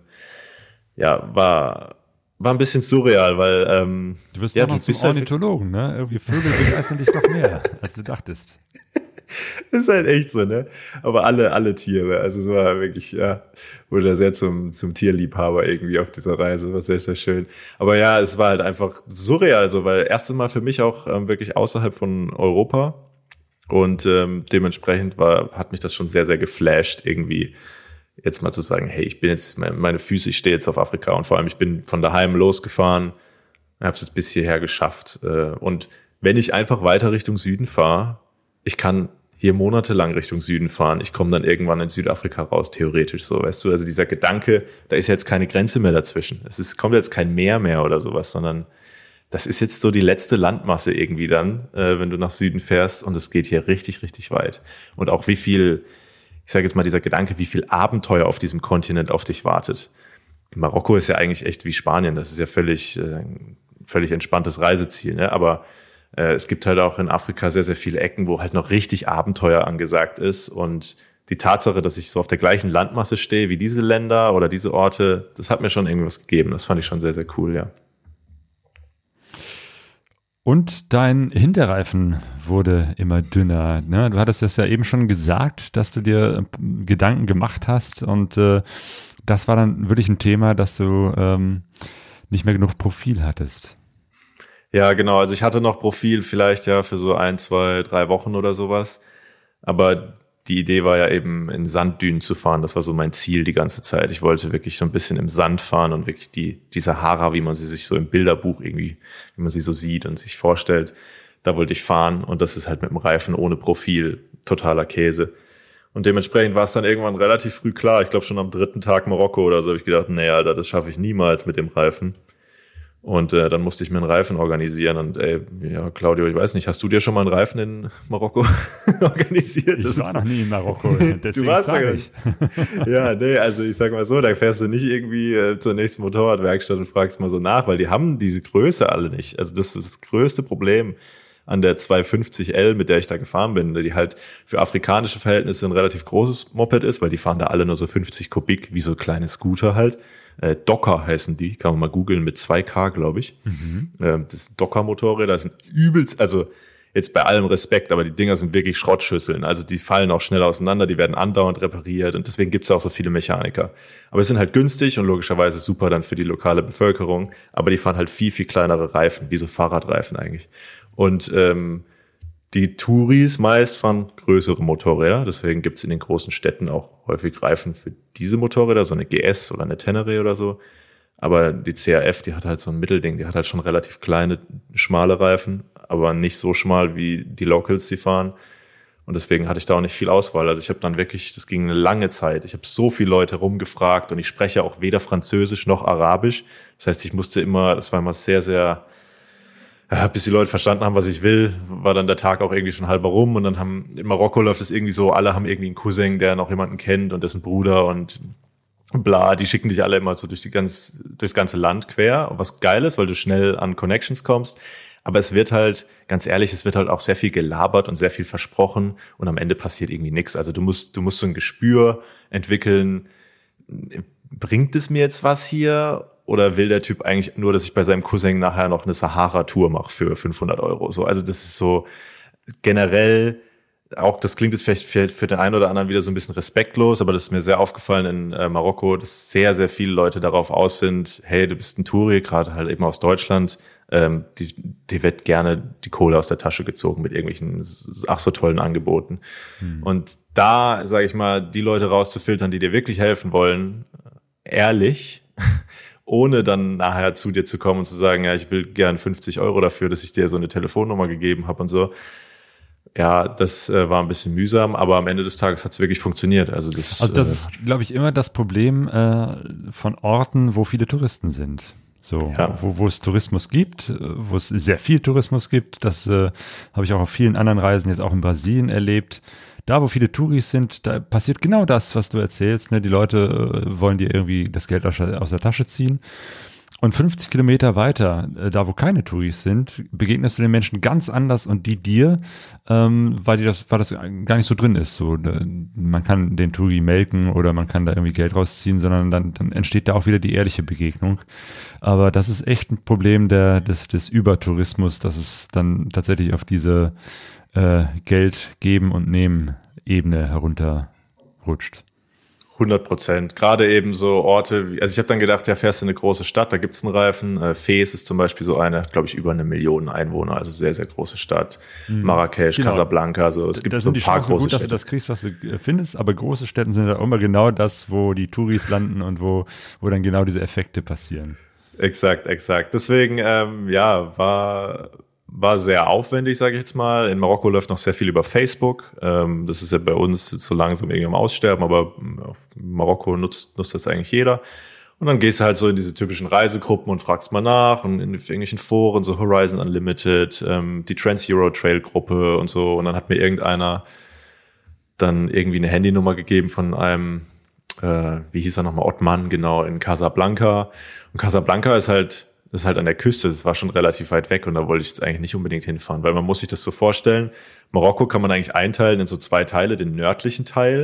War ein bisschen surreal, weil du wirst ja noch zum Ornithologen, ne? Irgendwie Vögel begeistern dich doch mehr, als du dachtest. Ist halt echt so, ne? Aber alle Tiere, also es war wirklich, ja, wurde da sehr zum Tierliebhaber irgendwie auf dieser Reise, war sehr, sehr schön. Aber ja, es war halt einfach surreal, so, weil erste Mal für mich auch wirklich außerhalb von Europa und dementsprechend hat mich das schon sehr, sehr geflasht, irgendwie jetzt mal zu sagen, hey, ich bin jetzt, meine Füße, ich stehe jetzt auf Afrika und vor allem ich bin von daheim losgefahren, habe es jetzt bis hierher geschafft und wenn ich einfach weiter Richtung Süden fahre, ich kann hier monatelang Richtung Süden fahren. Ich komme dann irgendwann in Südafrika raus, theoretisch so, weißt du. Also dieser Gedanke, da ist jetzt keine Grenze mehr dazwischen. Kommt jetzt kein Meer mehr oder sowas, sondern das ist jetzt so die letzte Landmasse irgendwie dann, wenn du nach Süden fährst und es geht hier richtig, richtig weit. Und auch wie viel, ich sage jetzt mal dieser Gedanke, wie viel Abenteuer auf diesem Kontinent auf dich wartet. Marokko ist ja eigentlich echt wie Spanien. Das ist ja völlig entspanntes Reiseziel, ne? Aber es gibt halt auch in Afrika sehr, sehr viele Ecken, wo halt noch richtig Abenteuer angesagt ist. Und die Tatsache, dass ich so auf der gleichen Landmasse stehe wie diese Länder oder diese Orte, das hat mir schon irgendwas gegeben. Das fand ich schon sehr, sehr cool, ja. Und dein Hinterreifen wurde immer dünner, ne? Du hattest das ja eben schon gesagt, dass du dir Gedanken gemacht hast. Und das war dann wirklich ein Thema, dass du nicht mehr genug Profil hattest. Ja, genau. Also ich hatte noch Profil vielleicht ja für so 1, 2, 3 Wochen oder sowas. Aber die Idee war ja eben in Sanddünen zu fahren. Das war so mein Ziel die ganze Zeit. Ich wollte wirklich so ein bisschen im Sand fahren und wirklich die Sahara, wie man sie sich so im Bilderbuch irgendwie, wie man sie so sieht und sich vorstellt, da wollte ich fahren. Und das ist halt mit dem Reifen ohne Profil totaler Käse. Und dementsprechend war es dann irgendwann relativ früh klar. Ich glaube schon am 3. Tag Marokko oder so habe ich gedacht, nee, Alter, das schaffe ich niemals mit dem Reifen. Und dann musste ich mir einen Reifen organisieren. Und Claudio, ich weiß nicht, hast du dir schon mal einen Reifen in Marokko organisiert? Ich war noch nie in Marokko, deswegen du warst ja nicht. Ja, nee, also ich sag mal so, da fährst du nicht irgendwie zur nächsten Motorradwerkstatt und fragst mal so nach, weil die haben diese Größe alle nicht. Also das ist das größte Problem an der 250L, mit der ich da gefahren bin, die halt für afrikanische Verhältnisse ein relativ großes Moped ist, weil die fahren da alle nur so 50 Kubik, wie so kleine Scooter halt. Docker heißen die, kann man mal googeln, mit 2K, glaube ich. Das Docker-Motorräder sind übelst, also jetzt bei allem Respekt, aber die Dinger sind wirklich Schrottschüsseln. Also die fallen auch schnell auseinander, die werden andauernd repariert und deswegen gibt's auch so viele Mechaniker. Aber es sind halt günstig und logischerweise super dann für die lokale Bevölkerung, aber die fahren halt viel, viel kleinere Reifen, wie so Fahrradreifen eigentlich. Und die Touris meist fahren größere Motorräder, deswegen gibt's in den großen Städten auch häufig Reifen für diese Motorräder, so eine GS oder eine Tenere oder so. Aber die CRF, die hat halt so ein Mittelding, die hat halt schon relativ kleine, schmale Reifen, aber nicht so schmal wie die Locals, die fahren. Und deswegen hatte ich da auch nicht viel Auswahl. Also ich habe dann wirklich, das ging eine lange Zeit. Ich habe so viele Leute rumgefragt und ich spreche auch weder Französisch noch Arabisch. Das heißt, ich musste immer, das war immer sehr, sehr, bis die Leute verstanden haben, was ich will, war dann der Tag auch irgendwie schon halber rum. Und dann in Marokko läuft es irgendwie so, alle haben irgendwie einen Cousin, der noch jemanden kennt und dessen Bruder und bla, die schicken dich alle immer so durchs ganze Land quer. Was geil ist, weil du schnell an Connections kommst. Aber es wird halt, ganz ehrlich, es wird halt auch sehr viel gelabert und sehr viel versprochen und am Ende passiert irgendwie nichts. Also du musst so ein Gespür entwickeln, bringt es mir jetzt was hier oder will der Typ eigentlich nur, dass ich bei seinem Cousin nachher noch eine Sahara-Tour mache für 500 Euro? So, also das ist so generell auch, das klingt jetzt vielleicht für den einen oder anderen wieder so ein bisschen respektlos, aber das ist mir sehr aufgefallen in Marokko, dass sehr, sehr viele Leute darauf aus sind, hey, du bist ein Touri, gerade halt eben aus Deutschland, die wird gerne die Kohle aus der Tasche gezogen mit irgendwelchen ach so tollen Angeboten. Und da, sage ich mal, die Leute rauszufiltern, die dir wirklich helfen wollen, ehrlich, ohne dann nachher zu dir zu kommen und zu sagen, ja, ich will gern 50 Euro dafür, dass ich dir so eine Telefonnummer gegeben habe und so. Ja, das war ein bisschen mühsam, aber am Ende des Tages hat es wirklich funktioniert. Also das ist, glaube ich, immer das Problem von Orten, wo viele Touristen sind. So, ja. Wo es Tourismus gibt, wo es sehr viel Tourismus gibt. Das habe ich auch auf vielen anderen Reisen, jetzt auch in Brasilien erlebt. Da, wo viele Touris sind, da passiert genau das, was du erzählst. Ne? Die Leute wollen dir irgendwie das Geld aus der Tasche ziehen. Und 50 Kilometer weiter, da wo keine Touris sind, begegnest du den Menschen ganz anders und die dir, weil das gar nicht so drin ist. So, man kann den Touri melken oder man kann da irgendwie Geld rausziehen, sondern dann entsteht da auch wieder die ehrliche Begegnung. Aber das ist echt ein Problem des Übertourismus, dass es dann tatsächlich auf diese Geld geben und nehmen Ebene herunterrutscht. 100%. Gerade eben so Orte, also ich habe dann gedacht, ja, fährst du in eine große Stadt, da gibt's einen Reifen. Fez ist zum Beispiel so eine, glaube ich, über 1 Million Einwohner, also sehr, sehr große Stadt. Marrakesch, genau. Casablanca, also es gibt so ein paar große Städte. Dass du das kriegst, was du findest, aber große Städte sind ja immer genau das, wo die Touris landen und wo dann genau diese Effekte passieren. Exakt. Deswegen, war sehr aufwendig, sage ich jetzt mal. In Marokko läuft noch sehr viel über Facebook. Das ist ja bei uns so langsam irgendwie am Aussterben, aber auf Marokko nutzt das eigentlich jeder. Und dann gehst du halt so in diese typischen Reisegruppen und fragst mal nach und in irgendwelchen Foren, so Horizon Unlimited, die Trans-Euro-Trail-Gruppe und so. Und dann hat mir irgendeiner dann irgendwie eine Handynummer gegeben von einem, wie hieß er nochmal, Othman, genau, in Casablanca. Und Casablanca ist halt an der Küste, das war schon relativ weit weg und da wollte ich jetzt eigentlich nicht unbedingt hinfahren, weil man muss sich das so vorstellen, Marokko kann man eigentlich einteilen in so 2 Teile, den nördlichen Teil,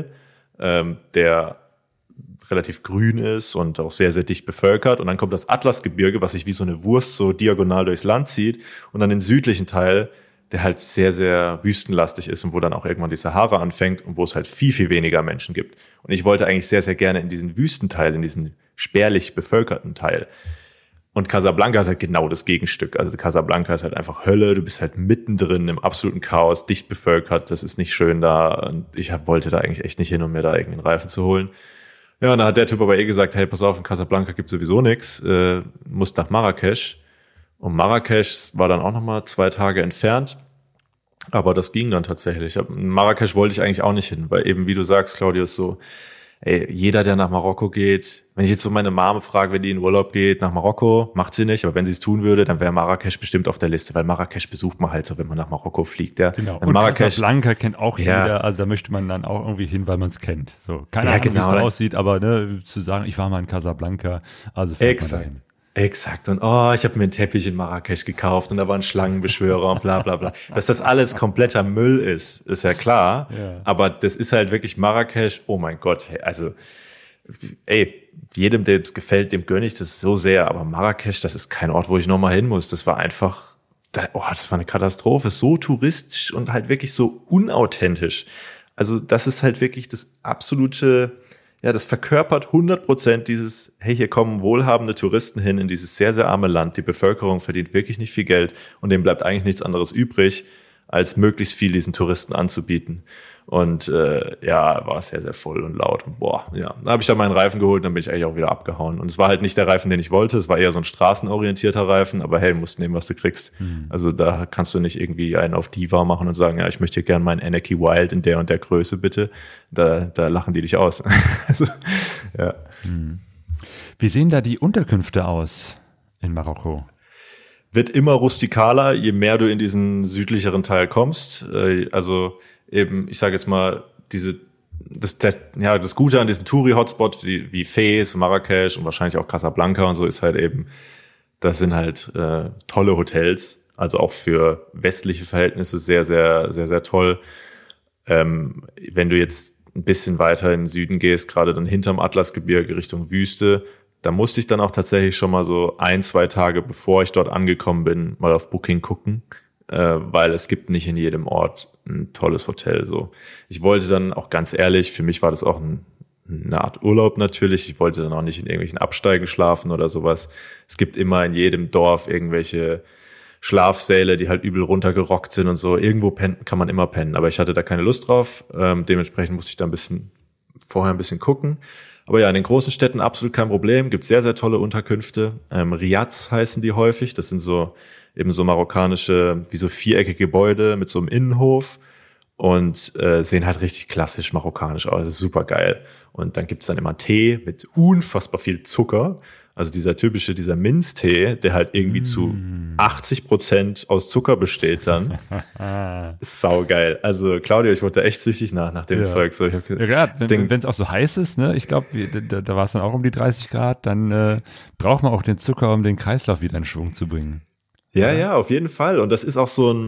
der relativ grün ist und auch sehr, sehr dicht bevölkert und dann kommt das Atlasgebirge, was sich wie so eine Wurst so diagonal durchs Land zieht und dann den südlichen Teil, der halt sehr, sehr wüstenlastig ist und wo dann auch irgendwann die Sahara anfängt und wo es halt viel, viel weniger Menschen gibt. Und ich wollte eigentlich sehr, sehr gerne in diesen Wüstenteil, in diesen spärlich bevölkerten Teil. Und Casablanca ist halt genau das Gegenstück. Also Casablanca ist halt einfach Hölle. Du bist halt mittendrin im absoluten Chaos, dicht bevölkert. Das ist nicht schön da. Und ich wollte da eigentlich echt nicht hin, um mir da irgendwie einen Reifen zu holen. Ja, und dann hat der Typ aber gesagt, hey, pass auf, in Casablanca gibt's sowieso nichts. Musst nach Marrakesch. Und Marrakesch war dann auch nochmal 2 Tage entfernt. Aber das ging dann tatsächlich. In Marrakesch wollte ich eigentlich auch nicht hin, weil eben, wie du sagst, Claudius, so, ey, jeder, der nach Marokko geht, wenn ich jetzt so meine Mama frage, wenn die in Urlaub geht nach Marokko, macht sie nicht, aber wenn sie es tun würde, dann wäre Marrakesch bestimmt auf der Liste, weil Marrakesch besucht man halt so, wenn man nach Marokko fliegt. Ja. Genau. Und Casablanca kennt auch jeder, also da möchte man dann auch irgendwie hin, weil man es kennt. So, keine Ahnung, wie es da aussieht, aber ne, zu sagen, ich war mal in Casablanca, also fährt man dahin. Exakt. Und ich habe mir einen Teppich in Marrakesch gekauft und da waren Schlangenbeschwörer und bla bla bla. Dass das alles kompletter Müll ist ja klar. Ja. Aber das ist halt wirklich Marrakesch, oh mein Gott, hey, also jedem, dem es gefällt, dem gönne ich das so sehr. Aber Marrakesch, das ist kein Ort, wo ich nochmal hin muss. Das war einfach, das war eine Katastrophe. So touristisch und halt wirklich so unauthentisch. Also das ist halt wirklich das absolute... Ja, das verkörpert 100% dieses, hey, hier kommen wohlhabende Touristen hin in dieses sehr, sehr arme Land. Die Bevölkerung verdient wirklich nicht viel Geld und dem bleibt eigentlich nichts anderes übrig, als möglichst viel diesen Touristen anzubieten. Und war sehr, sehr voll und laut. Und da habe ich dann meinen Reifen geholt und dann bin ich eigentlich auch wieder abgehauen. Und es war halt nicht der Reifen, den ich wollte, es war eher so ein straßenorientierter Reifen, aber hey, du musst nehmen, was du kriegst. Also da kannst du nicht irgendwie einen auf Diva machen und sagen, ja, ich möchte gerne meinen Anarchy Wild in der und der Größe, bitte. Da lachen die dich aus. Also, ja. Wie sehen da die Unterkünfte aus in Marokko? Wird immer rustikaler, je mehr du in diesen südlicheren Teil kommst. Also eben, ich sage jetzt mal, das Gute an diesen Touri-Hotspots wie Fez, Marrakesch und wahrscheinlich auch Casablanca und so ist halt eben, das sind halt tolle Hotels, also auch für westliche Verhältnisse sehr, sehr, sehr, sehr toll. Wenn du jetzt ein bisschen weiter in den Süden gehst, gerade dann hinterm Atlasgebirge Richtung Wüste, da musste ich dann auch tatsächlich schon mal so 1-2 Tage, bevor ich dort angekommen bin, mal auf Booking gucken, weil es gibt nicht in jedem Ort ein tolles Hotel. So, ich wollte dann auch ganz ehrlich, für mich war das auch eine Art Urlaub natürlich. Ich wollte dann auch nicht in irgendwelchen Absteigen schlafen oder sowas. Es gibt immer in jedem Dorf irgendwelche Schlafsäle, die halt übel runtergerockt sind und so. Irgendwo kann man immer pennen, aber ich hatte da keine Lust drauf. Dementsprechend musste ich da vorher ein bisschen gucken. Aber ja, in den großen Städten absolut kein Problem. Gibt sehr, sehr tolle Unterkünfte. Riads heißen die häufig. Das sind so eben so marokkanische, wie so viereckige Gebäude mit so einem Innenhof und sehen halt richtig klassisch marokkanisch aus. Das ist super geil. Und dann gibt's dann immer Tee mit unfassbar viel Zucker. Also dieser Minztee, der halt irgendwie zu 80% aus Zucker besteht dann. Ist saugeil. Also Claudio, ich wurde da echt süchtig nach dem Zeug. So, wenn es auch so heiß ist, ne? Ich glaube, da war es dann auch um die 30 Grad, dann braucht man auch den Zucker, um den Kreislauf wieder in Schwung zu bringen. Ja, auf jeden Fall. Und das ist auch so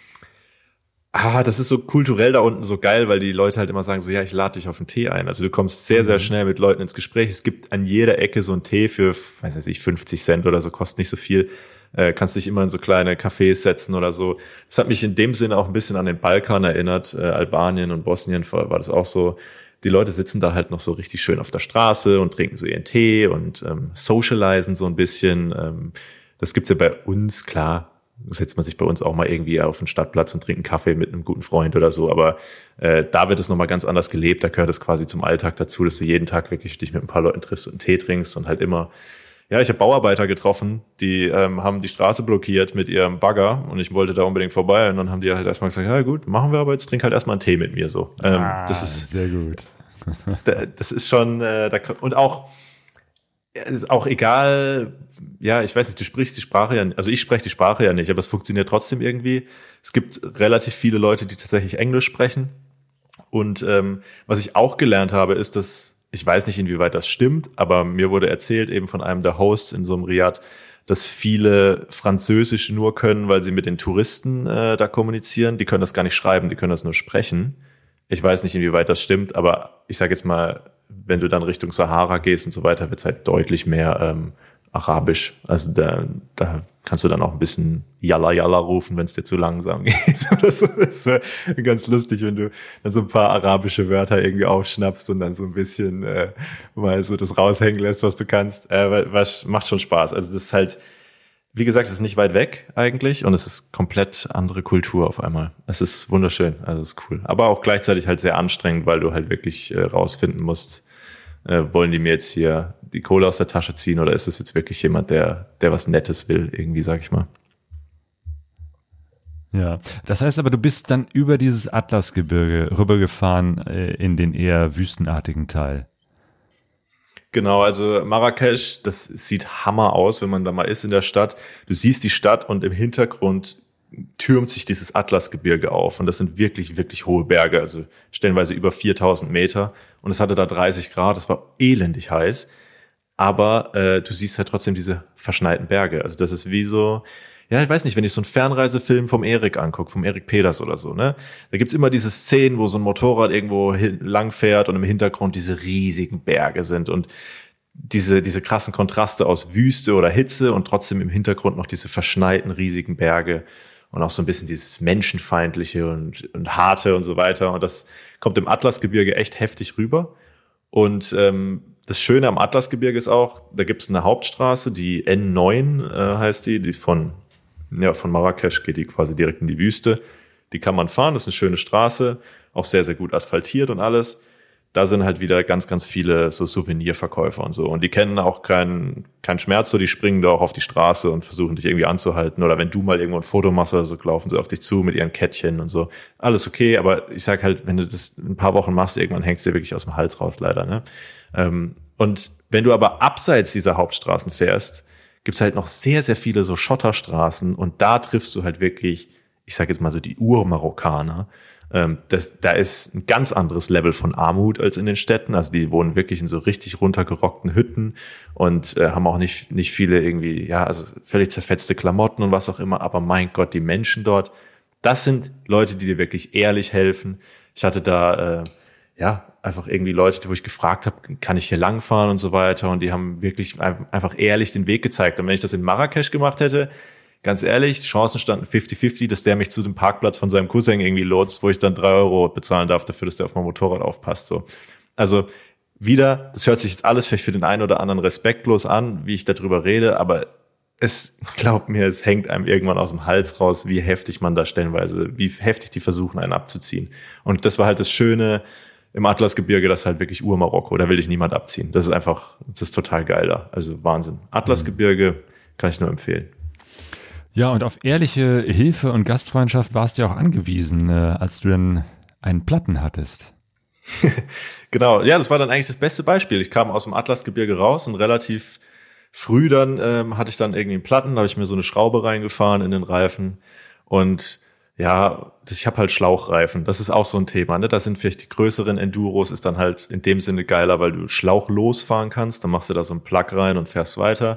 das ist so kulturell da unten so geil, weil die Leute halt immer sagen so, ja, ich lade dich auf einen Tee ein. Also du kommst sehr, sehr schnell mit Leuten ins Gespräch. Es gibt an jeder Ecke so einen Tee für, 50 Cent oder so, kostet nicht so viel. Kannst dich immer in so kleine Cafés setzen oder so. Das hat mich in dem Sinne auch ein bisschen an den Balkan erinnert. Albanien und Bosnien war das auch so. Die Leute sitzen da halt noch so richtig schön auf der Straße und trinken so ihren Tee und socialisen so ein bisschen. Das gibt's ja bei uns, klar. Setzt man sich bei uns auch mal irgendwie auf den Stadtplatz und trinkt einen Kaffee mit einem guten Freund oder so. Aber da wird es nochmal ganz anders gelebt. Da gehört es quasi zum Alltag dazu, dass du jeden Tag wirklich dich mit ein paar Leuten triffst und einen Tee trinkst und halt immer. Ja, ich habe Bauarbeiter getroffen, die haben die Straße blockiert mit ihrem Bagger und ich wollte da unbedingt vorbei. Und dann haben die halt erstmal gesagt, ja gut, machen wir, aber jetzt trink halt erstmal einen Tee mit mir so. Das ist sehr gut. Das ist schon, und auch, ist auch egal, ja, ich weiß nicht, du sprichst die Sprache ja, also ich spreche die Sprache ja nicht, aber es funktioniert trotzdem irgendwie. Es gibt relativ viele Leute, die tatsächlich Englisch sprechen. Und was ich auch gelernt habe, ist, dass, ich weiß nicht, inwieweit das stimmt, aber mir wurde erzählt eben von einem der Hosts in so einem Riad, dass viele Französisch nur können, weil sie mit den Touristen da kommunizieren. Die können das gar nicht schreiben, die können das nur sprechen. Ich weiß nicht, inwieweit das stimmt, aber ich sage jetzt mal, wenn du dann Richtung Sahara gehst und so weiter, wird es halt deutlich mehr Arabisch. Also da kannst du dann auch ein bisschen Yalla Yalla rufen, wenn es dir zu langsam geht. Oder so. Das wäre ganz lustig, wenn du dann so ein paar arabische Wörter irgendwie aufschnappst und dann so ein bisschen mal so das raushängen lässt, was du kannst. Was macht schon Spaß. Also das ist halt, wie gesagt, es ist nicht weit weg eigentlich und es ist komplett andere Kultur auf einmal. Es ist wunderschön, also es ist cool. Aber auch gleichzeitig halt sehr anstrengend, weil du halt wirklich rausfinden musst, wollen die mir jetzt hier die Kohle aus der Tasche ziehen oder ist es jetzt wirklich jemand, der was Nettes will, irgendwie, sag ich mal. Ja, das heißt aber, du bist dann über dieses Atlasgebirge rübergefahren in den eher wüstenartigen Teil. Genau, also Marrakesch, das sieht Hammer aus, wenn man da mal ist in der Stadt. Du siehst die Stadt und im Hintergrund türmt sich dieses Atlasgebirge auf und das sind wirklich, wirklich hohe Berge, also stellenweise über 4000 Meter und es hatte da 30 Grad, es war elendig heiß, aber du siehst halt trotzdem diese verschneiten Berge, also das ist wie so, ja, ich weiß nicht, wenn ich so einen Fernreisefilm vom Erik angucke, vom Erik Peters oder so, ne, da gibt's immer diese Szenen, wo so ein Motorrad irgendwo lang fährt und im Hintergrund diese riesigen Berge sind und diese krassen Kontraste aus Wüste oder Hitze und trotzdem im Hintergrund noch diese verschneiten riesigen Berge. Und auch so ein bisschen dieses Menschenfeindliche und Harte und so weiter. Und das kommt im Atlasgebirge echt heftig rüber. Und das Schöne am Atlasgebirge ist auch, da gibt es eine Hauptstraße, die N9 heißt die von Marrakesch geht die quasi direkt in die Wüste. Die kann man fahren, das ist eine schöne Straße, auch sehr, sehr gut asphaltiert und alles. Da sind halt wieder ganz, ganz viele so Souvenirverkäufer und so. Und die kennen auch keinen Schmerz, so die springen da auch auf die Straße und versuchen dich irgendwie anzuhalten. Oder wenn du mal irgendwo ein Foto machst oder so, laufen sie auf dich zu mit ihren Kettchen und so. Alles okay, aber ich sag halt, wenn du das ein paar Wochen machst, irgendwann hängst du dir wirklich aus dem Hals raus, leider, ne? Und wenn du aber abseits dieser Hauptstraßen fährst, gibt's halt noch sehr, sehr viele so Schotterstraßen und da triffst du halt wirklich, ich sag jetzt mal so die Urmarokkaner. Da ist ein ganz anderes Level von Armut als in den Städten. Also die wohnen wirklich in so richtig runtergerockten Hütten und haben auch nicht viele irgendwie, ja, also völlig zerfetzte Klamotten und was auch immer. Aber mein Gott, die Menschen dort, das sind Leute, die dir wirklich ehrlich helfen. Ich hatte da, einfach irgendwie Leute, wo ich gefragt habe, kann ich hier langfahren und so weiter. Und die haben wirklich einfach ehrlich den Weg gezeigt. Und wenn ich das in Marrakesch gemacht hätte, ganz ehrlich, Chancen standen 50-50, dass der mich zu dem Parkplatz von seinem Cousin irgendwie lotst, wo ich dann 3 Euro bezahlen darf dafür, dass der auf mein Motorrad aufpasst. So. Also wieder, das hört sich jetzt alles vielleicht für den einen oder anderen respektlos an, wie ich darüber rede, aber glaubt mir, es hängt einem irgendwann aus dem Hals raus, wie heftig man da stellenweise, wie heftig die versuchen, einen abzuziehen. Und das war halt das Schöne im Atlasgebirge, das ist halt wirklich Urmarokko, da will dich niemand abziehen. Das ist total geil da. Also Wahnsinn. Atlasgebirge kann ich nur empfehlen. Ja, und auf ehrliche Hilfe und Gastfreundschaft warst du ja auch angewiesen, als du dann einen Platten hattest. Genau, ja, das war dann eigentlich das beste Beispiel. Ich kam aus dem Atlasgebirge raus und relativ früh dann hatte ich dann irgendwie einen Platten, da habe ich mir so eine Schraube reingefahren in den Reifen und ja, ich habe halt Schlauchreifen. Das ist auch so ein Thema, ne? Das sind vielleicht die größeren Enduros, ist dann halt in dem Sinne geiler, weil du schlauchlos fahren kannst. Dann machst du da so einen Plug rein und fährst weiter.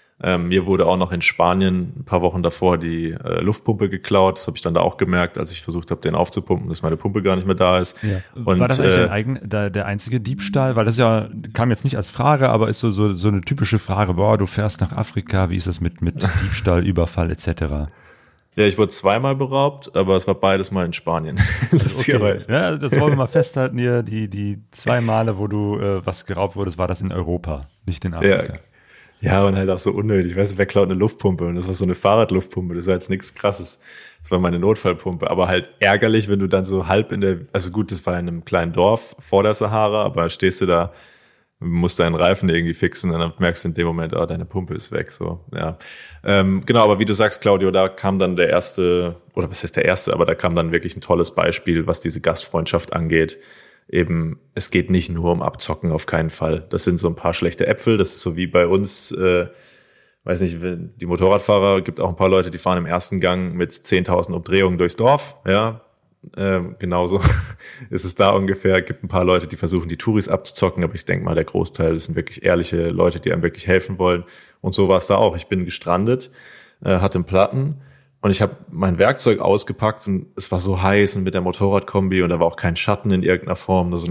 Mir wurde auch noch in Spanien ein paar Wochen davor die Luftpumpe geklaut. Das habe ich dann da auch gemerkt, als ich versucht habe, den aufzupumpen, dass meine Pumpe gar nicht mehr da ist. Ja. Und, war das eigentlich der einzige Diebstahl? Weil das ja kam jetzt nicht als Frage, aber ist so eine typische Frage. Boah, du fährst nach Afrika, wie ist das mit Diebstahl, Überfall etc.? Ja, ich wurde zweimal beraubt, aber es war beides mal in Spanien. Lustigerweise. Okay. Ja, das wollen wir mal festhalten hier. Die 2 Male, wo du was geraubt wurdest, war das in Europa, nicht in Afrika. Ja, und halt auch so unnötig. Weißt du, wer klaut eine Luftpumpe? Und das war so eine Fahrradluftpumpe. Das war jetzt nichts Krasses. Das war meine Notfallpumpe. Aber halt ärgerlich, wenn du dann so halb also gut, das war in einem kleinen Dorf vor der Sahara, aber stehst du da, musst deinen Reifen irgendwie fixen und dann merkst du in dem Moment, deine Pumpe ist weg. So, ja. Genau, aber wie du sagst, Claudio, da kam dann der erste, oder was heißt der erste, aber da kam dann wirklich ein tolles Beispiel, was diese Gastfreundschaft angeht. Eben, es geht nicht nur um Abzocken, auf keinen Fall. Das sind so ein paar schlechte Äpfel. Das ist so wie bei uns, weiß nicht, die Motorradfahrer, gibt auch ein paar Leute, die fahren im ersten Gang mit 10.000 Umdrehungen durchs Dorf. Ja, genauso ist es da ungefähr. Gibt ein paar Leute, die versuchen, die Touris abzuzocken, aber ich denke mal, der Großteil, das sind wirklich ehrliche Leute, die einem wirklich helfen wollen. Und so war es da auch. Ich bin gestrandet, hatte einen Platten. Und ich habe mein Werkzeug ausgepackt und es war so heiß und mit der Motorradkombi und da war auch kein Schatten in irgendeiner Form, nur so eine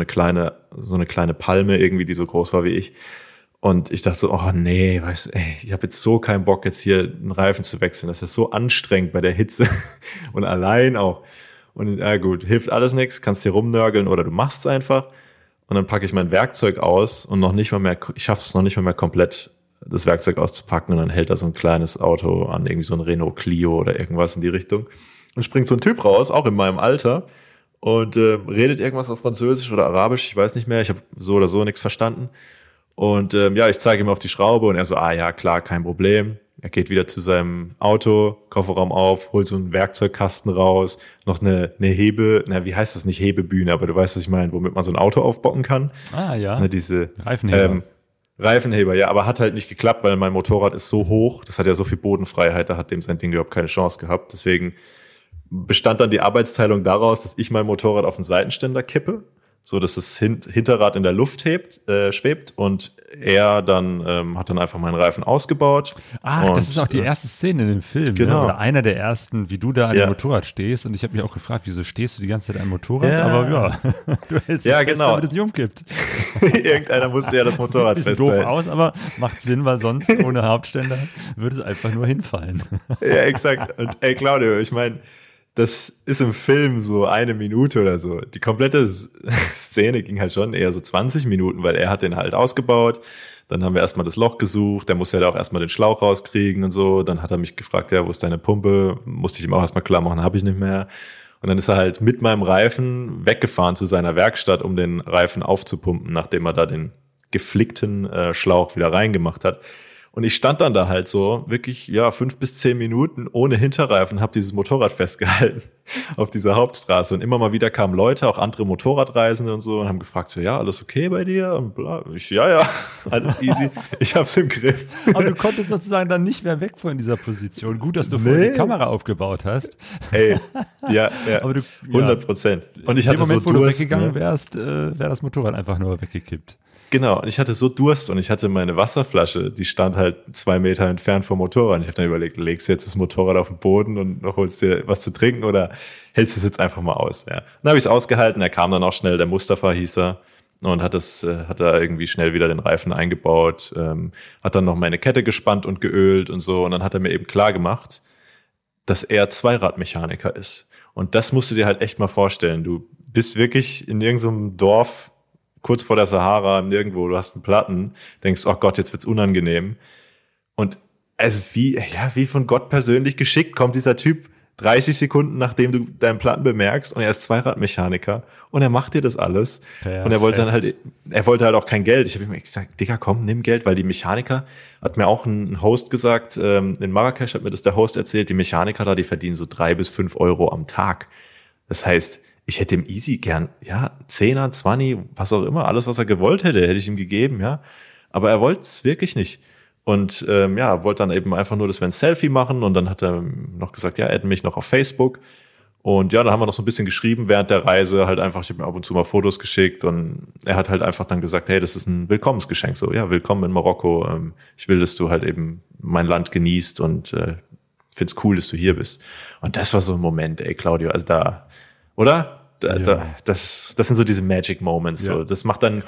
kleine Palme irgendwie, die so groß war wie ich. Und ich dachte so, oh nee, ich habe jetzt so keinen Bock, jetzt hier einen Reifen zu wechseln. Das ist so anstrengend bei der Hitze und allein auch. Und ja gut, hilft alles nichts, kannst hier rumnörgeln oder du machst es einfach. Und dann packe ich mein Werkzeug aus und ich schaffe es noch nicht mal mehr komplett, das Werkzeug auszupacken und dann hält da so ein kleines Auto an, irgendwie so ein Renault Clio oder irgendwas in die Richtung. Und springt so ein Typ raus, auch in meinem Alter, und redet irgendwas auf Französisch oder Arabisch, ich weiß nicht mehr, ich habe so oder so nichts verstanden. Und ich zeige ihm auf die Schraube und er so, ja, klar, kein Problem. Er geht wieder zu seinem Auto, Kofferraum auf, holt so einen Werkzeugkasten raus, noch eine wie heißt das, nicht Hebebühne, aber du weißt, was ich meine, womit man so ein Auto aufbocken kann. Ah, ja. Diese Reifenheber, ja, aber hat halt nicht geklappt, weil mein Motorrad ist so hoch, das hat ja so viel Bodenfreiheit, da hat dem sein Ding überhaupt keine Chance gehabt. Deswegen bestand dann die Arbeitsteilung daraus, dass ich mein Motorrad auf den Seitenständer kippe, so dass das Hinterrad in der Luft schwebt und er dann hat dann einfach meinen Reifen ausgebaut. Ach, das ist auch die erste Szene in dem Film, genau. Ne? Oder einer der ersten, wie du da an dem Motorrad stehst. Und ich habe mich auch gefragt, wieso stehst du die ganze Zeit an Motorrad? Ja. Aber du hältst es fest, damit es nicht umkippt. Irgendeiner musste ja das Motorrad festhalten. Sieht doof aus, aber macht Sinn, weil sonst ohne Hauptständer würde es einfach nur hinfallen. Ja, exakt. Und Claudio, ich meine, das ist im Film so 1 Minute oder so. Die komplette Szene ging halt schon eher so 20 Minuten, weil er hat den halt ausgebaut. Dann haben wir erstmal das Loch gesucht. Der musste ja auch erstmal den Schlauch rauskriegen und so. Dann hat er mich gefragt, ja, wo ist deine Pumpe? Musste ich ihm auch erstmal klar machen, habe ich nicht mehr. Und dann ist er halt mit meinem Reifen weggefahren zu seiner Werkstatt, um den Reifen aufzupumpen, nachdem er da den geflickten Schlauch wieder reingemacht hat. Und ich stand dann da halt so wirklich 5 bis 10 Minuten ohne Hinterreifen, habe dieses Motorrad festgehalten auf dieser Hauptstraße. Und immer mal wieder kamen Leute, auch andere Motorradreisende und so, und haben gefragt so, ja, alles okay bei dir? Und bla. Ich, ja, alles easy. Ich hab's im Griff. Aber du konntest sozusagen dann nicht mehr weg von dieser Position. Gut, dass du vorher die Kamera aufgebaut hast. Ey, ja, aber du, 100%. Und ich hatte Moment, so wo Durst. Du weggegangen wärst, wäre das Motorrad einfach nur weggekippt. Genau, und ich hatte so Durst und ich hatte meine Wasserflasche, die stand halt 2 Meter entfernt vom Motorrad. Und ich habe dann überlegt, legst du jetzt das Motorrad auf den Boden und noch holst dir was zu trinken oder hältst du es jetzt einfach mal aus? Ja. Dann habe ich es ausgehalten, er kam dann auch schnell, der Mustafa hieß er, und hat da irgendwie schnell wieder den Reifen eingebaut, hat dann noch meine Kette gespannt und geölt und so. Und dann hat er mir eben klar gemacht, dass er Zweiradmechaniker ist. Und das musst du dir halt echt mal vorstellen. Du bist wirklich in irgendeinem Dorf, kurz vor der Sahara, nirgendwo, du hast einen Platten, denkst, oh Gott, jetzt wird's unangenehm. Und also wie von Gott persönlich geschickt kommt dieser Typ 30 Sekunden, nachdem du deinen Platten bemerkst, und er ist Zweiradmechaniker und er macht dir das alles. Perfekt. Und er wollte halt auch kein Geld. Ich habe ihm gesagt, Digga, komm, nimm Geld, weil die Mechaniker, hat mir auch ein Host gesagt, in Marrakesch hat mir das der Host erzählt, die Mechaniker da, die verdienen so 3 bis 5 Euro am Tag. Das heißt, ich hätte ihm easy gern, 10er, 20, was auch immer, alles, was er gewollt hätte ich ihm gegeben, ja. Aber er wollte es wirklich nicht. Und wollte dann eben einfach nur, dass wir ein Selfie machen. Und dann hat er noch gesagt, adden mich noch auf Facebook. Und ja, da haben wir noch so ein bisschen geschrieben während der Reise, halt einfach, ich habe mir ab und zu mal Fotos geschickt. Und er hat halt einfach dann gesagt, hey, das ist ein Willkommensgeschenk. So, ja, willkommen in Marokko. Ich will, dass du halt eben mein Land genießt und find's cool, dass du hier bist. Und das war so ein Moment, ey, Claudio, also oder? Das sind so diese Magic Moments. Ja. So. Das macht dann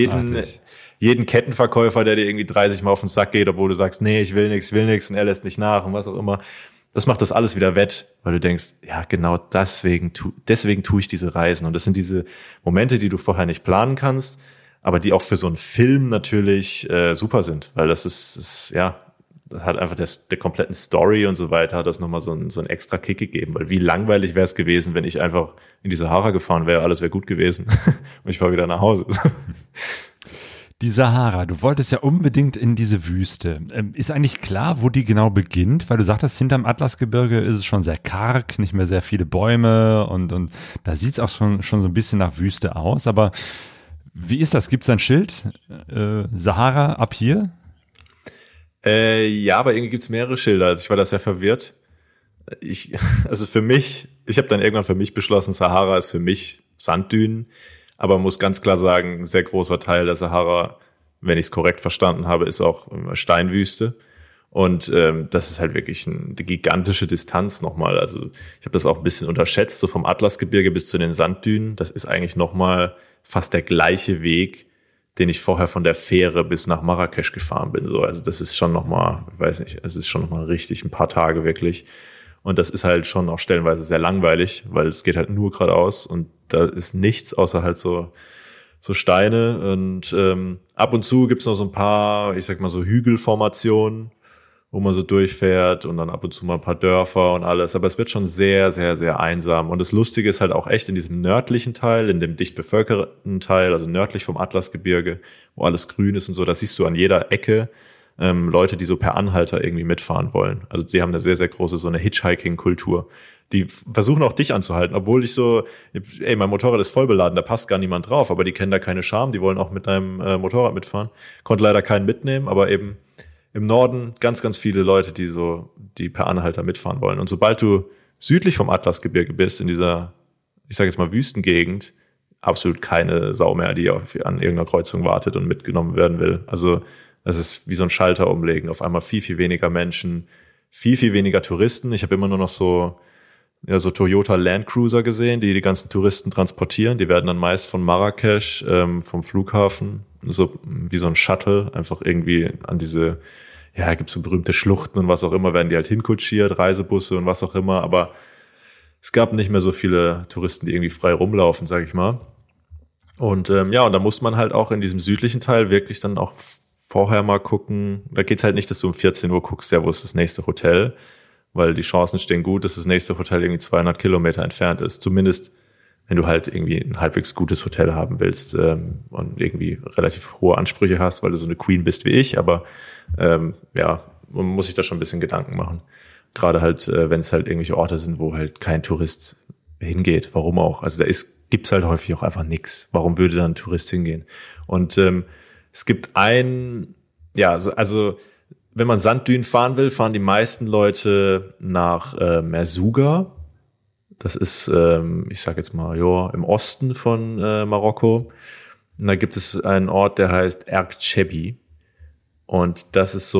jeden Kettenverkäufer, der dir irgendwie 30 Mal auf den Sack geht, obwohl du sagst, nee, ich will nichts und er lässt nicht nach und was auch immer. Das macht das alles wieder wett, weil du denkst, ja, genau deswegen tue ich diese Reisen. Und das sind diese Momente, die du vorher nicht planen kannst, aber die auch für so einen Film natürlich super sind, weil das hat einfach der kompletten Story und so weiter, hat das nochmal so einen extra Kick gegeben, weil wie langweilig wäre es gewesen, wenn ich einfach in die Sahara gefahren wäre, alles wäre gut gewesen und ich fahre wieder nach Hause. Die Sahara, du wolltest ja unbedingt in diese Wüste. Ist eigentlich klar, wo die genau beginnt? Weil du sagtest, hinterm Atlasgebirge ist es schon sehr karg, nicht mehr sehr viele Bäume und da sieht es auch schon so ein bisschen nach Wüste aus. Aber wie ist das? Gibt es ein Schild? Sahara ab hier? Ja, aber irgendwie gibt's mehrere Schilder. Also ich war da sehr verwirrt. Also für mich, ich habe dann irgendwann für mich beschlossen, Sahara ist für mich Sanddünen. Aber man muss ganz klar sagen, ein sehr großer Teil der Sahara, wenn ich es korrekt verstanden habe, ist auch Steinwüste. Und das ist halt wirklich eine gigantische Distanz nochmal. Also ich habe das auch ein bisschen unterschätzt, so vom Atlasgebirge bis zu den Sanddünen. Das ist eigentlich nochmal fast der gleiche Weg, den ich vorher von der Fähre bis nach Marrakesch gefahren bin. So, also das ist schon nochmal, es ist schon nochmal richtig ein paar Tage wirklich. Und das ist halt schon auch stellenweise sehr langweilig, weil es geht halt nur geradeaus und da ist nichts außer halt so Steine. Und ab und zu gibt's noch so ein paar, ich sag mal so Hügelformationen, wo man so durchfährt und dann ab und zu mal ein paar Dörfer und alles. Aber es wird schon sehr, sehr, sehr einsam. Und das Lustige ist halt auch echt in diesem nördlichen Teil, in dem dicht bevölkerten Teil, also nördlich vom Atlasgebirge, wo alles grün ist und so, da siehst du an jeder Ecke Leute, die so per Anhalter irgendwie mitfahren wollen. Also die haben eine sehr, sehr große so eine Hitchhiking-Kultur. Die versuchen auch dich anzuhalten, obwohl mein Motorrad ist voll beladen, da passt gar niemand drauf, aber die kennen da keine Scham, die wollen auch mit deinem Motorrad mitfahren. Konnte leider keinen mitnehmen, aber eben im Norden ganz, ganz viele Leute, die per Anhalter mitfahren wollen. Und sobald du südlich vom Atlasgebirge bist, in dieser, ich sage jetzt mal Wüstengegend, absolut keine Sau mehr, die an irgendeiner Kreuzung wartet und mitgenommen werden will. Also das ist wie so ein Schalter umlegen. Auf einmal viel, viel weniger Menschen, viel, viel weniger Touristen. Ich habe immer nur noch so Toyota Land Cruiser gesehen, die ganzen Touristen transportieren. Die werden dann meist von Marrakesch, vom Flughafen, so wie so ein Shuttle, einfach irgendwie an diese, gibt's so berühmte Schluchten und was auch immer, werden die halt hinkutschiert, Reisebusse und was auch immer. Aber es gab nicht mehr so viele Touristen, die irgendwie frei rumlaufen, sag ich mal. Und und da muss man halt auch in diesem südlichen Teil wirklich dann auch vorher mal gucken. Da geht's halt nicht, dass du um 14 Uhr guckst, wo ist das nächste Hotel, weil die Chancen stehen gut, dass das nächste Hotel irgendwie 200 Kilometer entfernt ist. Zumindest, wenn du halt irgendwie ein halbwegs gutes Hotel haben willst und irgendwie relativ hohe Ansprüche hast, weil du so eine Queen bist wie ich. Aber ja, man muss sich da schon ein bisschen Gedanken machen. Gerade halt, wenn es halt irgendwelche Orte sind, wo halt kein Tourist hingeht. Warum auch? Also gibt's halt häufig auch einfach nichts. Warum würde da ein Tourist hingehen? Und es gibt also wenn man Sanddünen fahren will, fahren die meisten Leute nach Merzouga. Das ist, ich sag jetzt mal, ja, im Osten von Marokko. Und da gibt es einen Ort, der heißt Erkchebi. Und das ist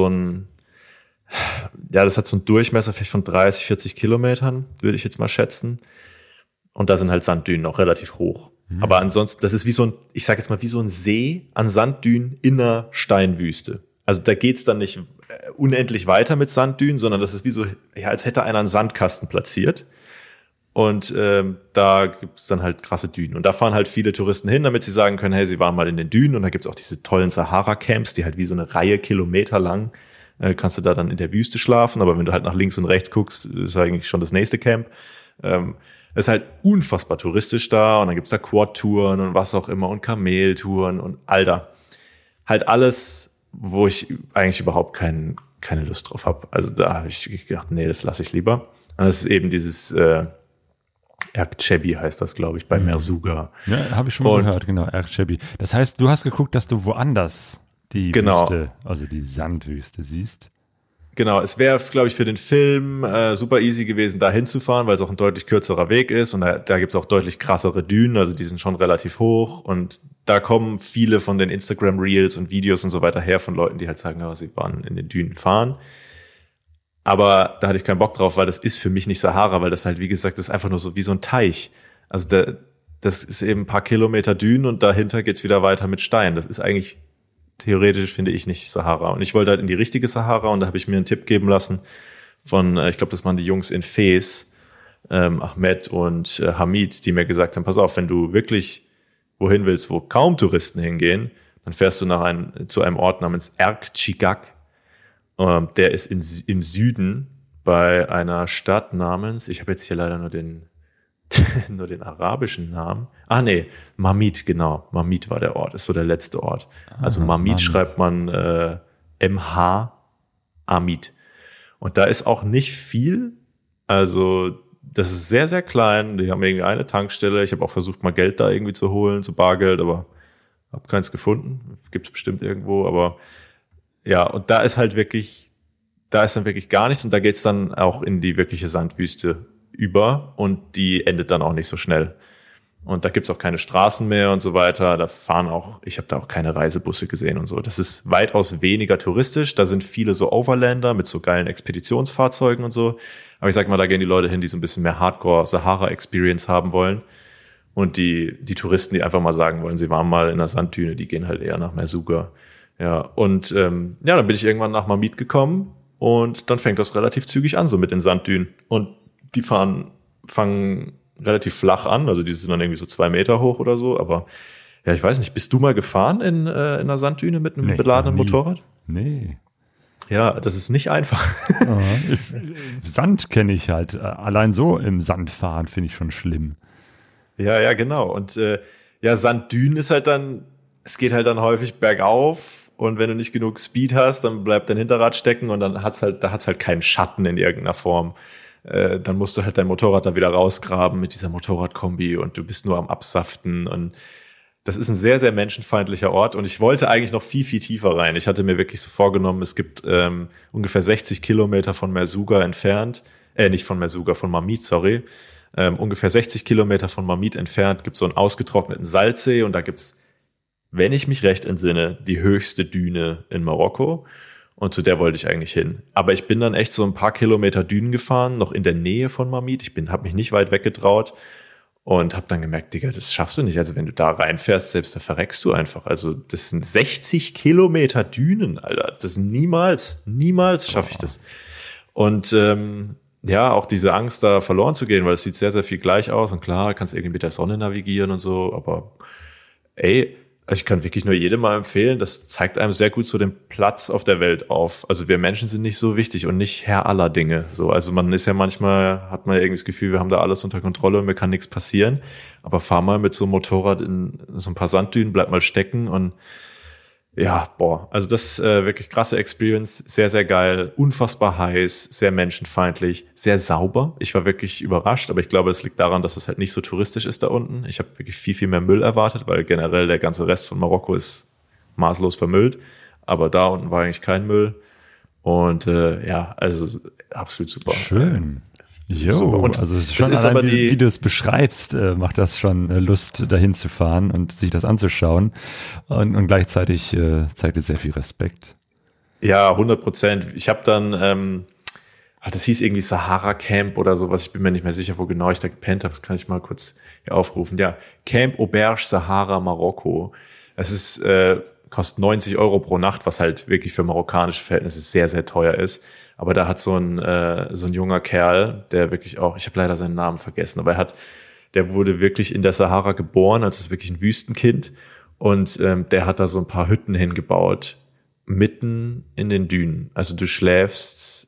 das hat so einen Durchmesser vielleicht von 30, 40 Kilometern, würde ich jetzt mal schätzen. Und da sind halt Sanddünen auch relativ hoch. Aber ansonsten, das ist wie so ein See an Sanddünen in einer Steinwüste. Also da geht's dann nicht unendlich weiter mit Sanddünen, sondern das ist wie so, ja, als hätte einer einen Sandkasten platziert. Und da gibt's dann halt krasse Dünen. Und da fahren halt viele Touristen hin, damit sie sagen können, hey, sie waren mal in den Dünen. Und da gibt's auch diese tollen Sahara-Camps, die halt wie so eine Reihe Kilometer lang kannst du da dann in der Wüste schlafen. Aber wenn du halt nach links und rechts guckst, ist eigentlich schon das nächste Camp. Es ist halt unfassbar touristisch da. Und dann gibt's da Quad-Touren und was auch immer und Kameltouren und Alter. Halt alles, wo ich eigentlich überhaupt keine Lust drauf habe. Also da habe ich gedacht, nee, das lasse ich lieber. Und das ist eben dieses Erkchebi heißt das, glaube ich, bei Merzouga. Ja, habe ich schon mal gehört, genau, Erkchebi. Das heißt, du hast geguckt, dass du woanders die Wüste, also die Sandwüste siehst. Genau, es wäre, glaube ich, für den Film super easy gewesen, da hinzufahren, weil es auch ein deutlich kürzerer Weg ist und da gibt es auch deutlich krassere Dünen, also die sind schon relativ hoch und da kommen viele von den Instagram-Reels und Videos und so weiter her von Leuten, die halt sagen, ja, sie waren in den Dünen fahren. Aber da hatte ich keinen Bock drauf, weil das ist für mich nicht Sahara, weil das halt, wie gesagt, das ist einfach nur so wie so ein Teich. Also das ist eben ein paar Kilometer Dünen und dahinter geht's wieder weiter mit Stein. Das ist eigentlich theoretisch, finde ich, nicht Sahara. Und ich wollte halt in die richtige Sahara und da habe ich mir einen Tipp geben lassen von, ich glaube, das waren die Jungs in Fez, Ahmed und Hamid, die mir gesagt haben, pass auf, wenn du wirklich wohin willst, wo kaum Touristen hingehen, dann fährst du zu einem Ort namens Erkchigak. Der ist im Süden bei einer Stadt namens, ich habe jetzt hier leider nur den arabischen Namen. Mamit, genau. Mamit war der Ort, ist so der letzte Ort. Also Mamit schreibt man MH Amit. Und da ist auch nicht viel. Also das ist sehr, sehr klein. Die haben irgendwie eine Tankstelle. Ich habe auch versucht, mal Geld da irgendwie zu holen, so Bargeld, aber habe keins gefunden. Gibt es bestimmt irgendwo, aber ja, und da ist dann wirklich gar nichts und da geht's dann auch in die wirkliche Sandwüste über und die endet dann auch nicht so schnell. Und da gibt's auch keine Straßen mehr und so weiter. Ich habe da auch keine Reisebusse gesehen und so. Das ist weitaus weniger touristisch. Da sind viele so Overlander mit so geilen Expeditionsfahrzeugen und so. Aber ich sag mal, da gehen die Leute hin, die so ein bisschen mehr Hardcore-Sahara-Experience haben wollen. Und die Touristen, die einfach mal sagen wollen, sie waren mal in der Sanddüne, die gehen halt eher nach Merzouga. Ja, und dann bin ich irgendwann nach Mamit gekommen und dann fängt das relativ zügig an, so mit den Sanddünen. Und die fangen relativ flach an, also die sind dann irgendwie so 2 Meter hoch oder so, aber ja, ich weiß nicht, bist du mal gefahren in einer Sanddüne mit einem beladenen Motorrad? Nee. Ja, das ist nicht einfach. Sand kenne ich halt, allein so im Sand fahren finde ich schon schlimm. Ja, genau. Und Sanddünen ist halt dann, es geht halt dann häufig bergauf und wenn du nicht genug Speed hast, dann bleibt dein Hinterrad stecken und dann hat's halt keinen Schatten in irgendeiner Form. Dann musst du halt dein Motorrad da wieder rausgraben mit dieser Motorradkombi und du bist nur am Absaften und das ist ein sehr, sehr menschenfeindlicher Ort und ich wollte eigentlich noch viel, viel tiefer rein. Ich hatte mir wirklich so vorgenommen, es gibt ungefähr 60 Kilometer von Merzouga entfernt, nicht von Merzouga, von Mamit, sorry. Ungefähr 60 Kilometer von Mamit entfernt gibt's so einen ausgetrockneten Salzsee und da gibt's, wenn ich mich recht entsinne, die höchste Düne in Marokko. Und zu der wollte ich eigentlich hin. Aber ich bin dann echt so ein paar Kilometer Dünen gefahren, noch in der Nähe von Mamit. Habe mich nicht weit weggetraut und habe dann gemerkt, Digga, das schaffst du nicht. Also wenn du da reinfährst, selbst da verreckst du einfach. Also das sind 60 Kilometer Dünen, Alter. Das sind niemals schaffe ich das. Und auch diese Angst, da verloren zu gehen, weil es sieht sehr, sehr viel gleich aus. Und klar, kannst irgendwie mit der Sonne navigieren und so. Aber Also ich kann wirklich nur jedem mal empfehlen, das zeigt einem sehr gut so den Platz auf der Welt auf. Also wir Menschen sind nicht so wichtig und nicht Herr aller Dinge. So, also man ist ja manchmal, hat man ja irgendwie das Gefühl, wir haben da alles unter Kontrolle und mir kann nichts passieren. Aber fahr mal mit so einem Motorrad in so ein paar Sanddünen, bleib mal stecken und ja, also das wirklich krasse Experience, sehr, sehr geil, unfassbar heiß, sehr menschenfeindlich, sehr sauber. Ich war wirklich überrascht, aber ich glaube, es liegt daran, dass es halt nicht so touristisch ist da unten. Ich habe wirklich viel, viel mehr Müll erwartet, weil generell der ganze Rest von Marokko ist maßlos vermüllt. Aber da unten war eigentlich kein Müll. Und also absolut super. Schön. Jo, super. Und also es ist schon ist allein, aber wie du es beschreibst, macht das schon Lust, dahin zu fahren und sich das anzuschauen. Und gleichzeitig zeigt es sehr viel Respekt. Ja, 100%. Ich habe dann, das hieß irgendwie Sahara Camp oder sowas. Ich bin mir nicht mehr sicher, wo genau ich da gepennt habe. Das kann ich mal kurz hier aufrufen. Ja, Camp Auberge Sahara Marokko. Es ist kostet 90 Euro pro Nacht, was halt wirklich für marokkanische Verhältnisse sehr, sehr teuer ist. Aber da hat so ein junger Kerl, der wirklich auch, ich habe leider seinen Namen vergessen, aber der wurde wirklich in der Sahara geboren, also ist wirklich ein Wüstenkind. Und der hat da so ein paar Hütten hingebaut, mitten in den Dünen. Also du schläfst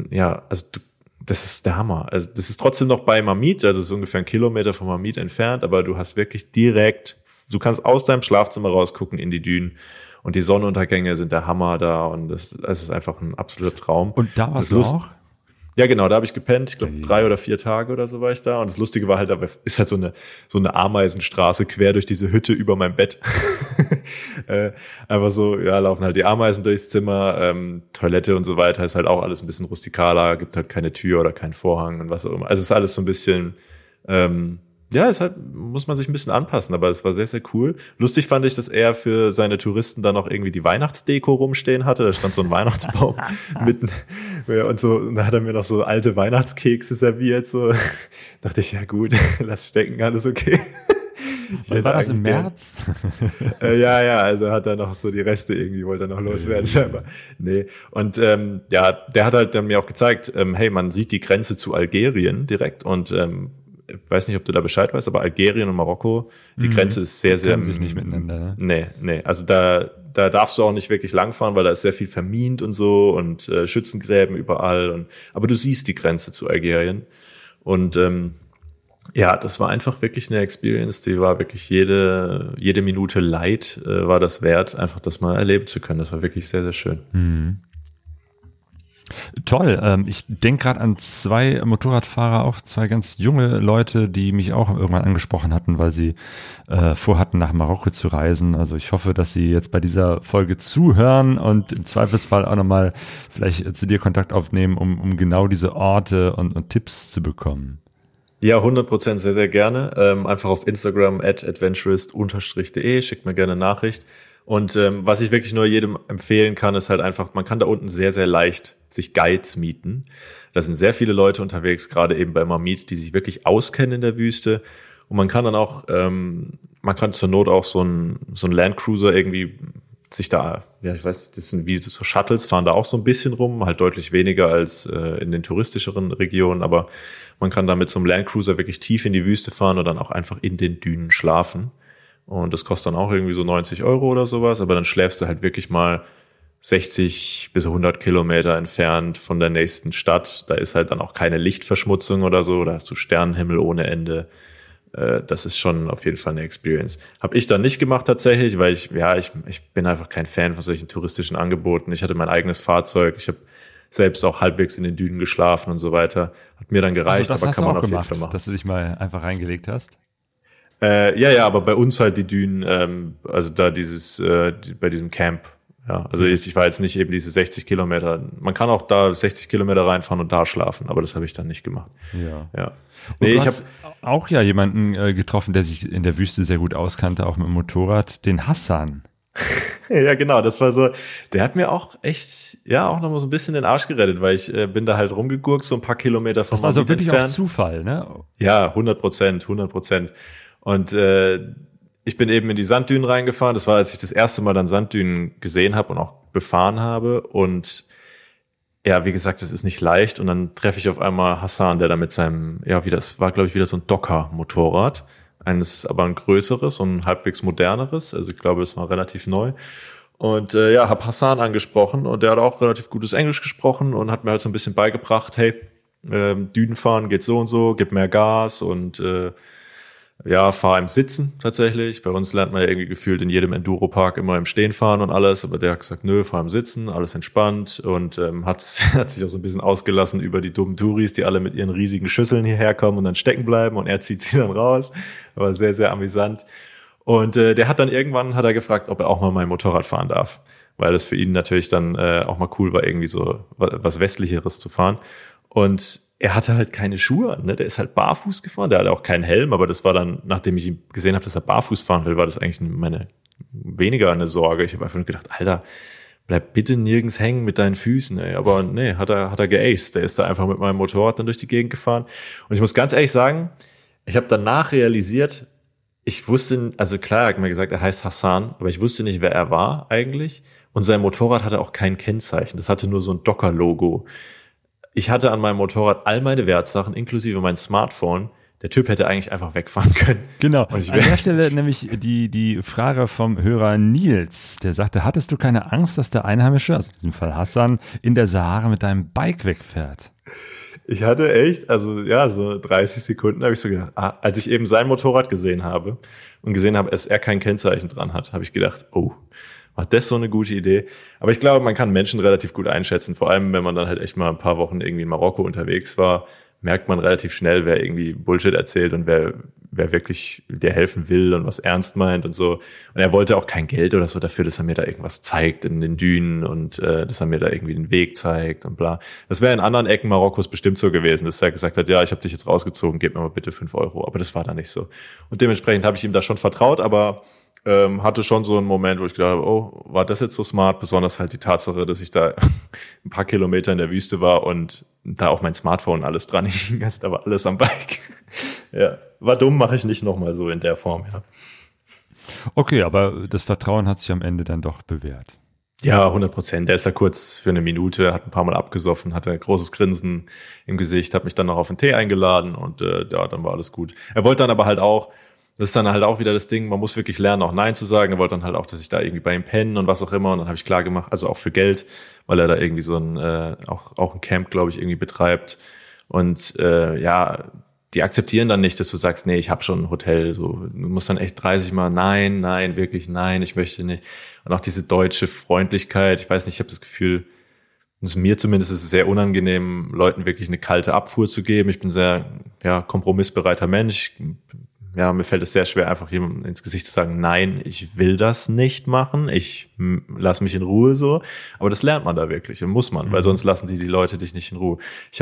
das ist der Hammer. Also das ist trotzdem noch bei Mamit, also es ist ungefähr 1 Kilometer von Mamit entfernt, aber du hast wirklich du kannst aus deinem Schlafzimmer rausgucken in die Dünen. Und die Sonnenuntergänge sind der Hammer da und es ist einfach ein absoluter Traum. Und da warst du auch? Ja, genau, da habe ich gepennt. Ich glaube, 3 oder 4 Tage oder so war ich da. Und das Lustige war halt, da ist halt so eine Ameisenstraße quer durch diese Hütte über meinem Bett. Einfach so, ja, laufen halt die Ameisen durchs Zimmer. Toilette und so weiter ist halt auch alles ein bisschen rustikaler. Gibt halt keine Tür oder keinen Vorhang und was auch immer. Also ist alles so ein bisschen ist halt, muss man sich ein bisschen anpassen, aber es war sehr, sehr cool. Lustig fand ich, dass er für seine Touristen dann noch irgendwie die Weihnachtsdeko rumstehen hatte. Da stand so ein Weihnachtsbaum mitten und so. Und da hat er mir noch so alte Weihnachtskekse serviert. So dachte ich, ja gut, lass stecken, alles okay. War das im März? Also hat er noch so die Reste irgendwie, wollte er noch loswerden scheinbar. Nee. Und der hat halt dann mir auch gezeigt, hey, man sieht die Grenze zu Algerien direkt und ich weiß nicht, ob du da Bescheid weißt, aber Algerien und Marokko, die Grenze ist sehr, sehr... sich nicht miteinander. Ne? Nee. Also da darfst du auch nicht wirklich langfahren, weil da ist sehr viel vermint und so und Schützengräben überall. Aber du siehst die Grenze zu Algerien. Und das war einfach wirklich eine Experience, die war wirklich jede Minute Leid war das wert, einfach das mal erleben zu können. Das war wirklich sehr, sehr schön. Mhm. Toll. Ich denke gerade an 2 Motorradfahrer, auch 2 ganz junge Leute, die mich auch irgendwann angesprochen hatten, weil sie vorhatten, nach Marokko zu reisen. Also ich hoffe, dass sie jetzt bei dieser Folge zuhören und im Zweifelsfall auch nochmal vielleicht zu dir Kontakt aufnehmen, um genau diese Orte und Tipps zu bekommen. Ja, 100% sehr, sehr gerne. Einfach auf Instagram @adventurist_de, schickt mir gerne eine Nachricht. Und was ich wirklich nur jedem empfehlen kann, ist halt einfach, man kann da unten sehr, sehr leicht sich Guides mieten. Da sind sehr viele Leute unterwegs, gerade eben bei Mamit, die sich wirklich auskennen in der Wüste. Und man kann dann auch, man kann zur Not auch so ein Landcruiser irgendwie sich da, ja, ich weiß nicht, das sind wie so Shuttles, fahren da auch so ein bisschen rum, halt deutlich weniger als in den touristischeren Regionen, aber man kann da mit so einem Landcruiser wirklich tief in die Wüste fahren und dann auch einfach in den Dünen schlafen. Und das kostet dann auch irgendwie so 90 Euro oder sowas, aber dann schläfst du halt wirklich mal 60 bis 100 Kilometer entfernt von der nächsten Stadt. Da ist halt dann auch keine Lichtverschmutzung oder so, da hast du Sternenhimmel ohne Ende. Das ist schon auf jeden Fall eine Experience. Habe ich dann nicht gemacht tatsächlich, weil ich bin einfach kein Fan von solchen touristischen Angeboten. Ich hatte mein eigenes Fahrzeug, ich habe selbst auch halbwegs in den Dünen geschlafen und so weiter. Hat mir dann gereicht, also aber kann man auf jeden Fall machen. Dass du dich mal einfach reingelegt hast? Aber bei uns halt die Dünen, also da bei diesem Camp. Ja, also ich war jetzt nicht eben diese 60 Kilometer. Man kann auch da 60 Kilometer reinfahren und da schlafen, aber das habe ich dann nicht gemacht. Ja. Nee, ich habe auch ja jemanden getroffen, der sich in der Wüste sehr gut auskannte, auch mit dem Motorrad, den Hassan. Ja, genau, das war so, der hat mir auch echt, auch noch mal so ein bisschen den Arsch gerettet, weil ich bin da halt rumgegurkt, so ein paar Kilometer von Mamit entfernt. Das war so wirklich entfernt. auch Zufall, ne? Ja, 100%. Und ich bin eben in die Sanddünen reingefahren. Das war, als ich das erste Mal dann Sanddünen gesehen habe und auch befahren habe. Und ja, wie gesagt, das ist nicht leicht. Und dann treffe ich auf einmal Hassan, der da mit seinem, das war, glaube ich, wieder so ein Docker-Motorrad. aber ein größeres und ein halbwegs moderneres. Also ich glaube, es war relativ neu. Und habe Hassan angesprochen und der hat auch relativ gutes Englisch gesprochen und hat mir halt so ein bisschen beigebracht, hey, Dünenfahren geht so und so, gib mehr Gas und fahr im Sitzen tatsächlich. Bei uns lernt man ja irgendwie gefühlt in jedem Enduropark immer im Stehen fahren und alles, aber der hat gesagt, nö, fahr im Sitzen, alles entspannt und hat sich auch so ein bisschen ausgelassen über die dummen Touris, die alle mit ihren riesigen Schüsseln hierher kommen und dann stecken bleiben und er zieht sie dann raus. Aber sehr, sehr amüsant. Und der hat dann irgendwann gefragt, ob er auch mal mein Motorrad fahren darf, weil das für ihn natürlich dann auch mal cool war, irgendwie so was Westlicheres zu fahren. Und er hatte halt keine Schuhe an, ne? Der ist halt barfuß gefahren, der hatte auch keinen Helm, aber das war dann, nachdem ich ihn gesehen habe, dass er barfuß fahren will, war das eigentlich weniger eine Sorge. Ich habe einfach nur gedacht, Alter, bleib bitte nirgends hängen mit deinen Füßen, ey. Aber nee, hat er geaced. Der ist da einfach mit meinem Motorrad dann durch die Gegend gefahren. Und ich muss ganz ehrlich sagen, ich habe danach realisiert, ich wusste, also klar, er hat mir gesagt, er heißt Hassan, aber ich wusste nicht, wer er war eigentlich. Und sein Motorrad hatte auch kein Kennzeichen. Das hatte nur so ein Docker-Logo. Ich hatte an meinem Motorrad all meine Wertsachen, inklusive mein Smartphone. Der Typ hätte eigentlich einfach wegfahren können. Genau. An der Stelle nämlich die Frage vom Hörer Nils. Der sagte, hattest du keine Angst, dass der Einheimische, also in diesem Fall Hassan, in der Sahara mit deinem Bike wegfährt? Ich hatte echt, also ja, so 30 Sekunden habe ich so gedacht, als ich eben sein Motorrad gesehen habe und gesehen habe, dass er kein Kennzeichen dran hat, habe ich gedacht, oh, war das so eine gute Idee? Aber ich glaube, man kann Menschen relativ gut einschätzen, vor allem wenn man dann halt echt mal ein paar Wochen irgendwie in Marokko unterwegs war, merkt man relativ schnell, wer irgendwie Bullshit erzählt und wer wirklich dir helfen will und was ernst meint und so. Und er wollte auch kein Geld oder so dafür, dass er mir da irgendwas zeigt in den Dünen und dass er mir da irgendwie den Weg zeigt und bla. Das wäre in anderen Ecken Marokkos bestimmt so gewesen, dass er gesagt hat, ja, ich habe dich jetzt rausgezogen, gib mir mal bitte 5 Euro. Aber das war da nicht so. Und dementsprechend habe ich ihm da schon vertraut, aber hatte schon so einen Moment, wo ich gedacht habe, oh, war das jetzt so smart? Besonders halt die Tatsache, dass ich da ein paar Kilometer in der Wüste war und da auch mein Smartphone alles dran hing, da war alles am Bike. Ja, war dumm, mache ich nicht nochmal so in der Form, ja. Okay, aber das Vertrauen hat sich am Ende dann doch bewährt. Ja, 100%. Der ist da kurz für eine Minute, hat ein paar Mal abgesoffen, hatte ein großes Grinsen im Gesicht, hat mich dann noch auf einen Tee eingeladen und dann war alles gut. Er wollte dann aber halt auch, das ist dann halt auch wieder das Ding, man muss wirklich lernen, auch Nein zu sagen. Er wollte dann halt auch, dass ich da irgendwie bei ihm penne und was auch immer. Und dann habe ich klar gemacht, also auch für Geld, weil er da irgendwie so ein, auch ein Camp, glaube ich, irgendwie betreibt. Und die akzeptieren dann nicht, dass du sagst, nee, ich habe schon ein Hotel. So, du musst dann echt 30 Mal, nein, wirklich, nein, ich möchte nicht. Und auch diese deutsche Freundlichkeit, ich weiß nicht, ich habe das Gefühl, mir zumindest ist es sehr unangenehm, Leuten wirklich eine kalte Abfuhr zu geben. Ich bin sehr kompromissbereiter Mensch. Ja, mir fällt es sehr schwer, einfach jemandem ins Gesicht zu sagen, nein, ich will das nicht machen, ich lass mich in Ruhe so. Aber das lernt man da wirklich und muss man, weil sonst lassen die Leute dich nicht in Ruhe.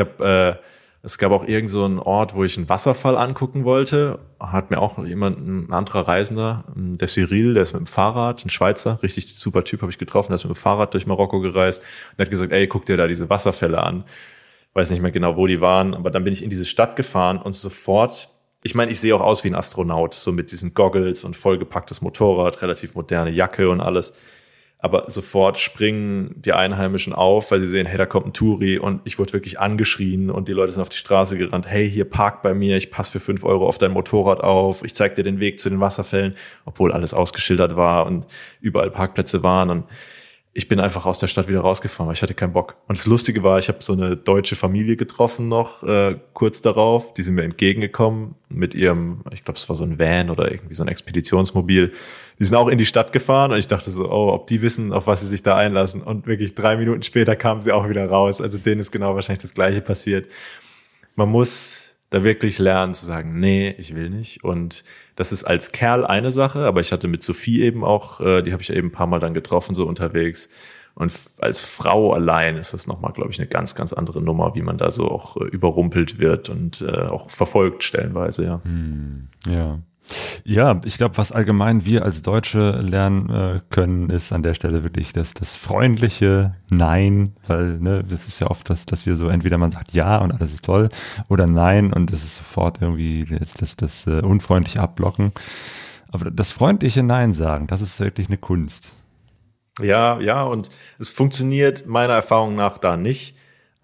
Es gab auch irgend so einen Ort, wo ich einen Wasserfall angucken wollte, hat mir auch ein anderer Reisender, der Cyril, der ist mit dem Fahrrad, ein Schweizer, richtig super Typ, habe ich getroffen, der ist mit dem Fahrrad durch Marokko gereist und hat gesagt, ey, guck dir da diese Wasserfälle an. Weiß nicht mehr genau, wo die waren, aber dann bin ich in diese Stadt gefahren und sofort, ich meine, ich sehe auch aus wie ein Astronaut, so mit diesen Goggles und vollgepacktes Motorrad, relativ moderne Jacke und alles. Aber sofort springen die Einheimischen auf, weil sie sehen, hey, da kommt ein Touri und ich wurde wirklich angeschrien und die Leute sind auf die Straße gerannt. Hey, hier park bei mir, ich passe für 5 Euro auf dein Motorrad auf, ich zeig dir den Weg zu den Wasserfällen, obwohl alles ausgeschildert war und überall Parkplätze waren und ich bin einfach aus der Stadt wieder rausgefahren, weil ich hatte keinen Bock. Und das Lustige war, ich habe so eine deutsche Familie getroffen noch kurz darauf. Die sind mir entgegengekommen mit ihrem, ich glaube, es war so ein Van oder irgendwie so ein Expeditionsmobil. Die sind auch in die Stadt gefahren und ich dachte so, oh, ob die wissen, auf was sie sich da einlassen. Und wirklich 3 Minuten später kamen sie auch wieder raus. Also denen ist genau wahrscheinlich das Gleiche passiert. Man muss da wirklich lernen zu sagen, nee, ich will nicht. Und das ist als Kerl eine Sache, aber ich hatte mit Sophie eben auch, die habe ich ja eben ein paar Mal dann getroffen, so unterwegs. Und als Frau allein ist das nochmal, glaube ich, eine ganz, ganz andere Nummer, wie man da so auch überrumpelt wird und auch verfolgt stellenweise, ja. Ja. Ja, ich glaube, was allgemein wir als Deutsche lernen können, ist an der Stelle wirklich das freundliche Nein, weil das ist ja oft, dass wir so, entweder man sagt ja und alles ist toll oder nein und das ist sofort irgendwie das unfreundliche Abblocken. Aber das freundliche Nein sagen, das ist wirklich eine Kunst. Ja, und es funktioniert meiner Erfahrung nach da nicht.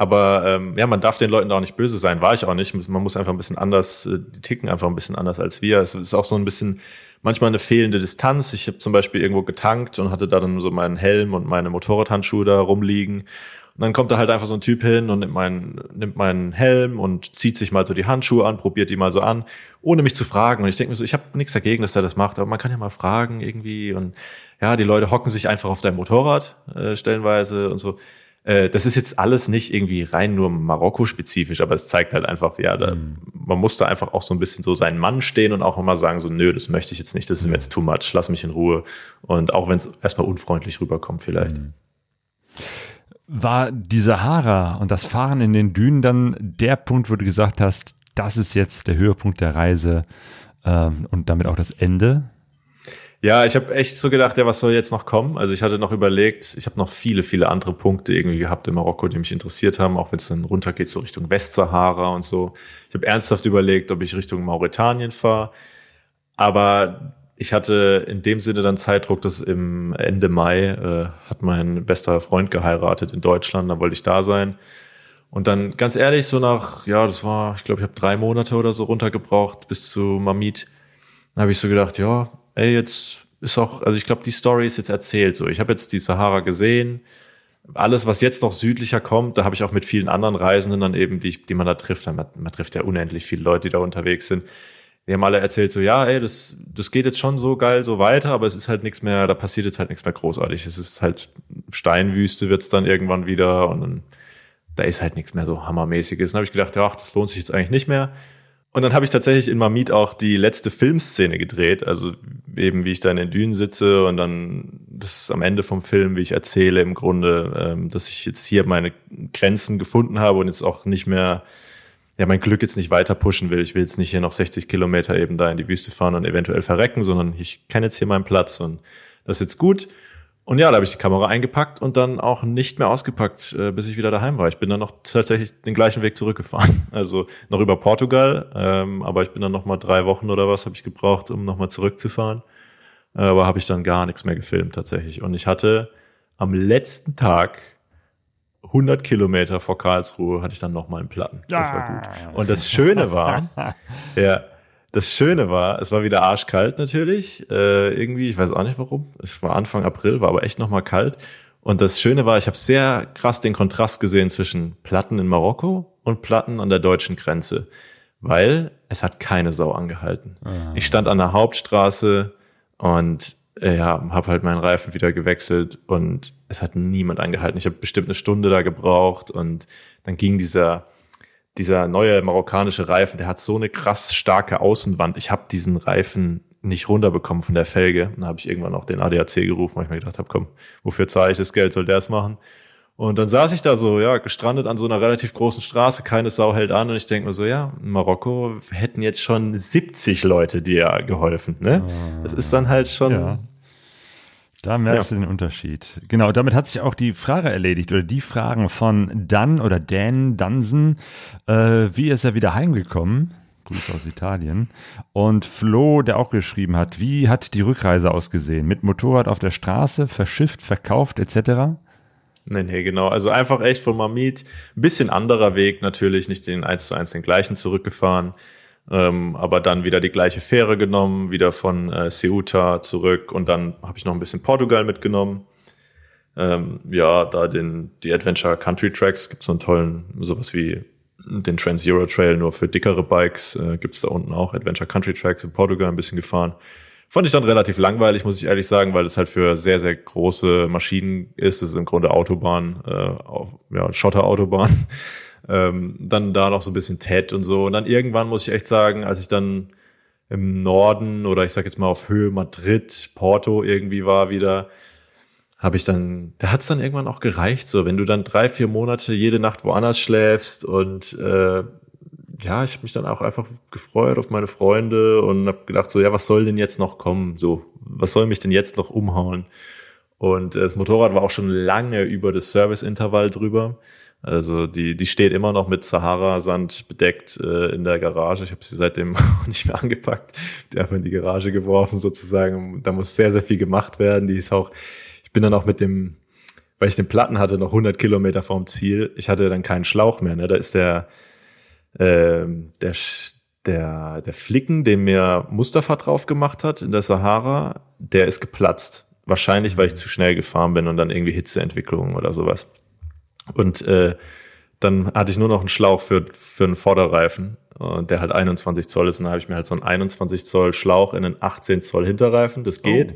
Aber ja, man darf den Leuten da auch nicht böse sein, war ich auch nicht. Man muss einfach ein bisschen anders, die ticken einfach ein bisschen anders als wir. Es ist auch so ein bisschen manchmal eine fehlende Distanz. Ich habe zum Beispiel irgendwo getankt und hatte da dann so meinen Helm und meine Motorradhandschuhe da rumliegen. Und dann kommt da halt einfach so ein Typ hin und nimmt meinen Helm und zieht sich mal so die Handschuhe an, probiert die mal so an, ohne mich zu fragen. Und ich denke mir so, ich habe nichts dagegen, dass er das macht, aber man kann ja mal fragen irgendwie. Und ja, die Leute hocken sich einfach auf dein Motorrad stellenweise und so. Das ist jetzt alles nicht irgendwie rein nur Marokko-spezifisch, aber es zeigt halt einfach, ja, man muss da einfach auch so ein bisschen so seinen Mann stehen und auch mal sagen so, nö, das möchte ich jetzt nicht, das ist mir jetzt too much, lass mich in Ruhe. Und auch wenn es erstmal unfreundlich rüberkommt vielleicht. War die Sahara und das Fahren in den Dünen dann der Punkt, wo du gesagt hast, das ist jetzt der Höhepunkt der Reise und damit auch das Ende? Ja, ich habe echt so gedacht, ja, was soll jetzt noch kommen? Also ich hatte noch überlegt, ich habe noch viele, viele andere Punkte irgendwie gehabt in Marokko, die mich interessiert haben, auch wenn es dann runtergeht so Richtung Westsahara und so. Ich habe ernsthaft überlegt, ob ich Richtung Mauretanien fahre, aber ich hatte in dem Sinne dann Zeitdruck, dass im Ende Mai hat mein bester Freund geheiratet in Deutschland, da wollte ich da sein. Und dann ganz ehrlich, so nach, ja, das war, ich glaube, ich habe 3 Monate oder so runtergebraucht bis zu Mamit. Dann habe ich so gedacht, ja, ey, jetzt ist auch, also ich glaube, die Story ist jetzt erzählt so. Ich habe jetzt die Sahara gesehen. Alles, was jetzt noch südlicher kommt, da habe ich auch mit vielen anderen Reisenden dann eben, die man da trifft. Man trifft ja unendlich viele Leute, die da unterwegs sind. Die haben alle erzählt so, ja, ey, das geht jetzt schon so geil so weiter, aber es ist halt nichts mehr, da passiert jetzt halt nichts mehr großartig. Es ist halt Steinwüste wird's dann irgendwann wieder und dann, da ist halt nichts mehr so Hammermäßiges. Dann habe ich gedacht, ja, ach, das lohnt sich jetzt eigentlich nicht mehr. Und dann habe ich tatsächlich in Mamit auch die letzte Filmszene gedreht, also eben wie ich da in den Dünen sitze und dann das ist am Ende vom Film, wie ich erzähle im Grunde, dass ich jetzt hier meine Grenzen gefunden habe und jetzt auch nicht mehr, ja, mein Glück jetzt nicht weiter pushen will. Ich will jetzt nicht hier noch 60 Kilometer eben da in die Wüste fahren und eventuell verrecken, sondern ich kenne jetzt hier meinen Platz und das ist jetzt gut. Und ja, da habe ich die Kamera eingepackt und dann auch nicht mehr ausgepackt, bis ich wieder daheim war. Ich bin dann noch tatsächlich den gleichen Weg zurückgefahren. Also noch über Portugal, aber ich bin dann noch mal 3 Wochen oder was habe ich gebraucht, um noch mal zurückzufahren. Aber habe ich dann gar nichts mehr gefilmt tatsächlich. Und ich hatte am letzten Tag 100 Kilometer vor Karlsruhe hatte ich dann noch mal einen Platten. Das war gut. Und das Schöne war, es war wieder arschkalt natürlich, irgendwie, ich weiß auch nicht warum, es war Anfang April, war aber echt nochmal kalt und das Schöne war, ich habe sehr krass den Kontrast gesehen zwischen Platten in Marokko und Platten an der deutschen Grenze, weil es hat keine Sau angehalten. Ich stand an der Hauptstraße und habe halt meinen Reifen wieder gewechselt und es hat niemand angehalten. Ich habe bestimmt 1 Stunde da gebraucht und dann ging dieser neue marokkanische Reifen, der hat so eine krass starke Außenwand. Ich habe diesen Reifen nicht runterbekommen von der Felge. Dann habe ich irgendwann auch den ADAC gerufen, weil ich mir gedacht habe, komm, wofür zahle ich das Geld, soll der es machen? Und dann saß ich da so, ja, gestrandet an so einer relativ großen Straße, keine Sau hält an und ich denke mir so, ja, in Marokko hätten jetzt schon 70 Leute dir geholfen, ne? Das ist dann halt schon... Ja. Da merkst du den Unterschied. Genau, damit hat sich auch die Frage erledigt oder die Fragen von Dan oder Dan Dansen. Wie ist er wieder heimgekommen? Grüße aus Italien. Und Flo, der auch geschrieben hat, wie hat die Rückreise ausgesehen? Mit Motorrad auf der Straße, verschifft, verkauft etc.? Nee, genau. Also einfach echt von Mamit. Ein bisschen anderer Weg natürlich, nicht den 1:1 den gleichen zurückgefahren. Aber dann wieder die gleiche Fähre genommen, wieder von Ceuta zurück und dann habe ich noch ein bisschen Portugal mitgenommen. Da die Adventure Country Tracks, gibt's so einen tollen, sowas wie den Trans-Euro Trail, nur für dickere Bikes, gibt's da unten auch Adventure Country Tracks in Portugal ein bisschen gefahren. Fand ich dann relativ langweilig, muss ich ehrlich sagen, weil es halt für sehr, sehr große Maschinen ist. Es ist im Grunde Autobahn, Schotterautobahn. Dann da noch so ein bisschen TED und so. Und dann irgendwann muss ich echt sagen, als ich dann im Norden oder ich sag jetzt mal auf Höhe Madrid, Porto irgendwie war wieder, da hat's dann irgendwann auch gereicht, so wenn du dann 3-4 Monate jede Nacht woanders schläfst und ich habe mich dann auch einfach gefreut auf meine Freunde und habe gedacht so, ja, was soll denn jetzt noch kommen? So, was soll mich denn jetzt noch umhauen? Und das Motorrad war auch schon lange über das Serviceintervall drüber. Also die steht immer noch mit Sahara-Sand bedeckt in der Garage. Ich habe sie seitdem nicht mehr angepackt. Die einfach in die Garage geworfen sozusagen. Da muss sehr, sehr viel gemacht werden. Ich bin dann auch mit dem weil ich den Platten hatte, noch 100 Kilometer vorm Ziel. Ich hatte dann keinen Schlauch mehr. Ne? Da ist der Flicken, den mir Mustafa drauf gemacht hat in der Sahara, der ist geplatzt. Wahrscheinlich, weil ich zu schnell gefahren bin und dann irgendwie Hitzeentwicklung oder sowas. Und dann hatte ich nur noch einen Schlauch für einen Vorderreifen, der halt 21 Zoll ist. Und dann habe ich mir halt so einen 21 Zoll Schlauch in einen 18 Zoll Hinterreifen. Das geht,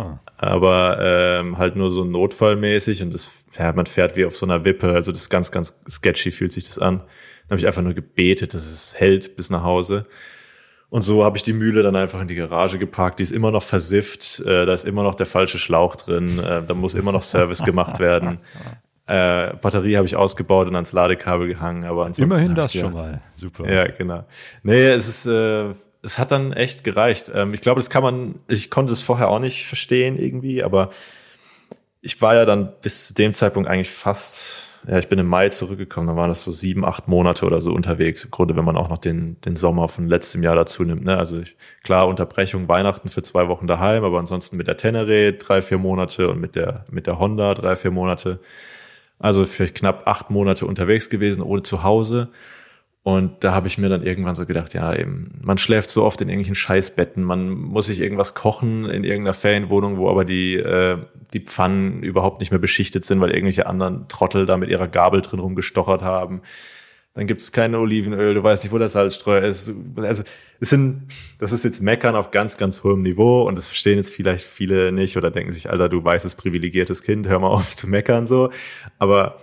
aber halt nur so notfallmäßig. Und man fährt wie auf so einer Wippe. Also das ist ganz, ganz sketchy fühlt sich das an. Dann habe ich einfach nur gebetet, dass es hält bis nach Hause. Und so habe ich die Mühle dann einfach in die Garage geparkt. Die ist immer noch versifft. Da ist immer noch der falsche Schlauch drin. Da muss immer noch Service gemacht werden. Batterie habe ich ausgebaut und ans Ladekabel gehangen. Aber ansonsten immerhin das schon mal. Super. Ja, genau. Nee, es hat dann echt gereicht. Ich glaube, ich konnte es vorher auch nicht verstehen irgendwie, aber ich war ja dann bis zu dem Zeitpunkt eigentlich ich bin im Mai zurückgekommen, dann waren das so 7, 8 Monate oder so unterwegs. Im Grunde, wenn man auch noch den Sommer von letztem Jahr dazu nimmt. Ne? Also klar, Unterbrechung, Weihnachten für 2 Wochen daheim, aber ansonsten mit der Tenere 3, 4 Monate und mit der Honda 3, 4 Monate. Also vielleicht knapp 8 Monate unterwegs gewesen, ohne Zuhause. Und da habe ich mir dann irgendwann so gedacht, ja eben, man schläft so oft in irgendwelchen Scheißbetten, man muss sich irgendwas kochen in irgendeiner Ferienwohnung, wo aber die Pfannen überhaupt nicht mehr beschichtet sind, weil irgendwelche anderen Trottel da mit ihrer Gabel drin rumgestochert haben. Dann gibt es kein Olivenöl, du weißt nicht, wo der Salzstreuer ist. Also das ist jetzt Meckern auf ganz, ganz hohem Niveau und das verstehen jetzt vielleicht viele nicht oder denken sich, Alter, du weißes, privilegiertes Kind, hör mal auf zu meckern so. Aber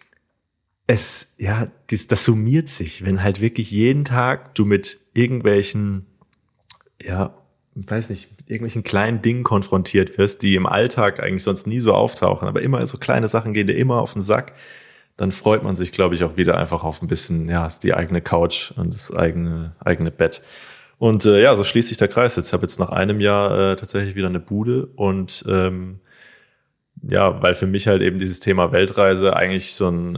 das summiert sich, wenn halt wirklich jeden Tag du mit irgendwelchen, irgendwelchen kleinen Dingen konfrontiert wirst, die im Alltag eigentlich sonst nie so auftauchen, aber immer so kleine Sachen gehen dir immer auf den Sack, dann freut man sich, glaube ich, auch wieder einfach auf ein bisschen, die eigene Couch und das eigene Bett. Und so schließt sich der Kreis. Ich habe jetzt nach einem Jahr tatsächlich wieder eine Bude und weil für mich halt eben dieses Thema Weltreise eigentlich so ein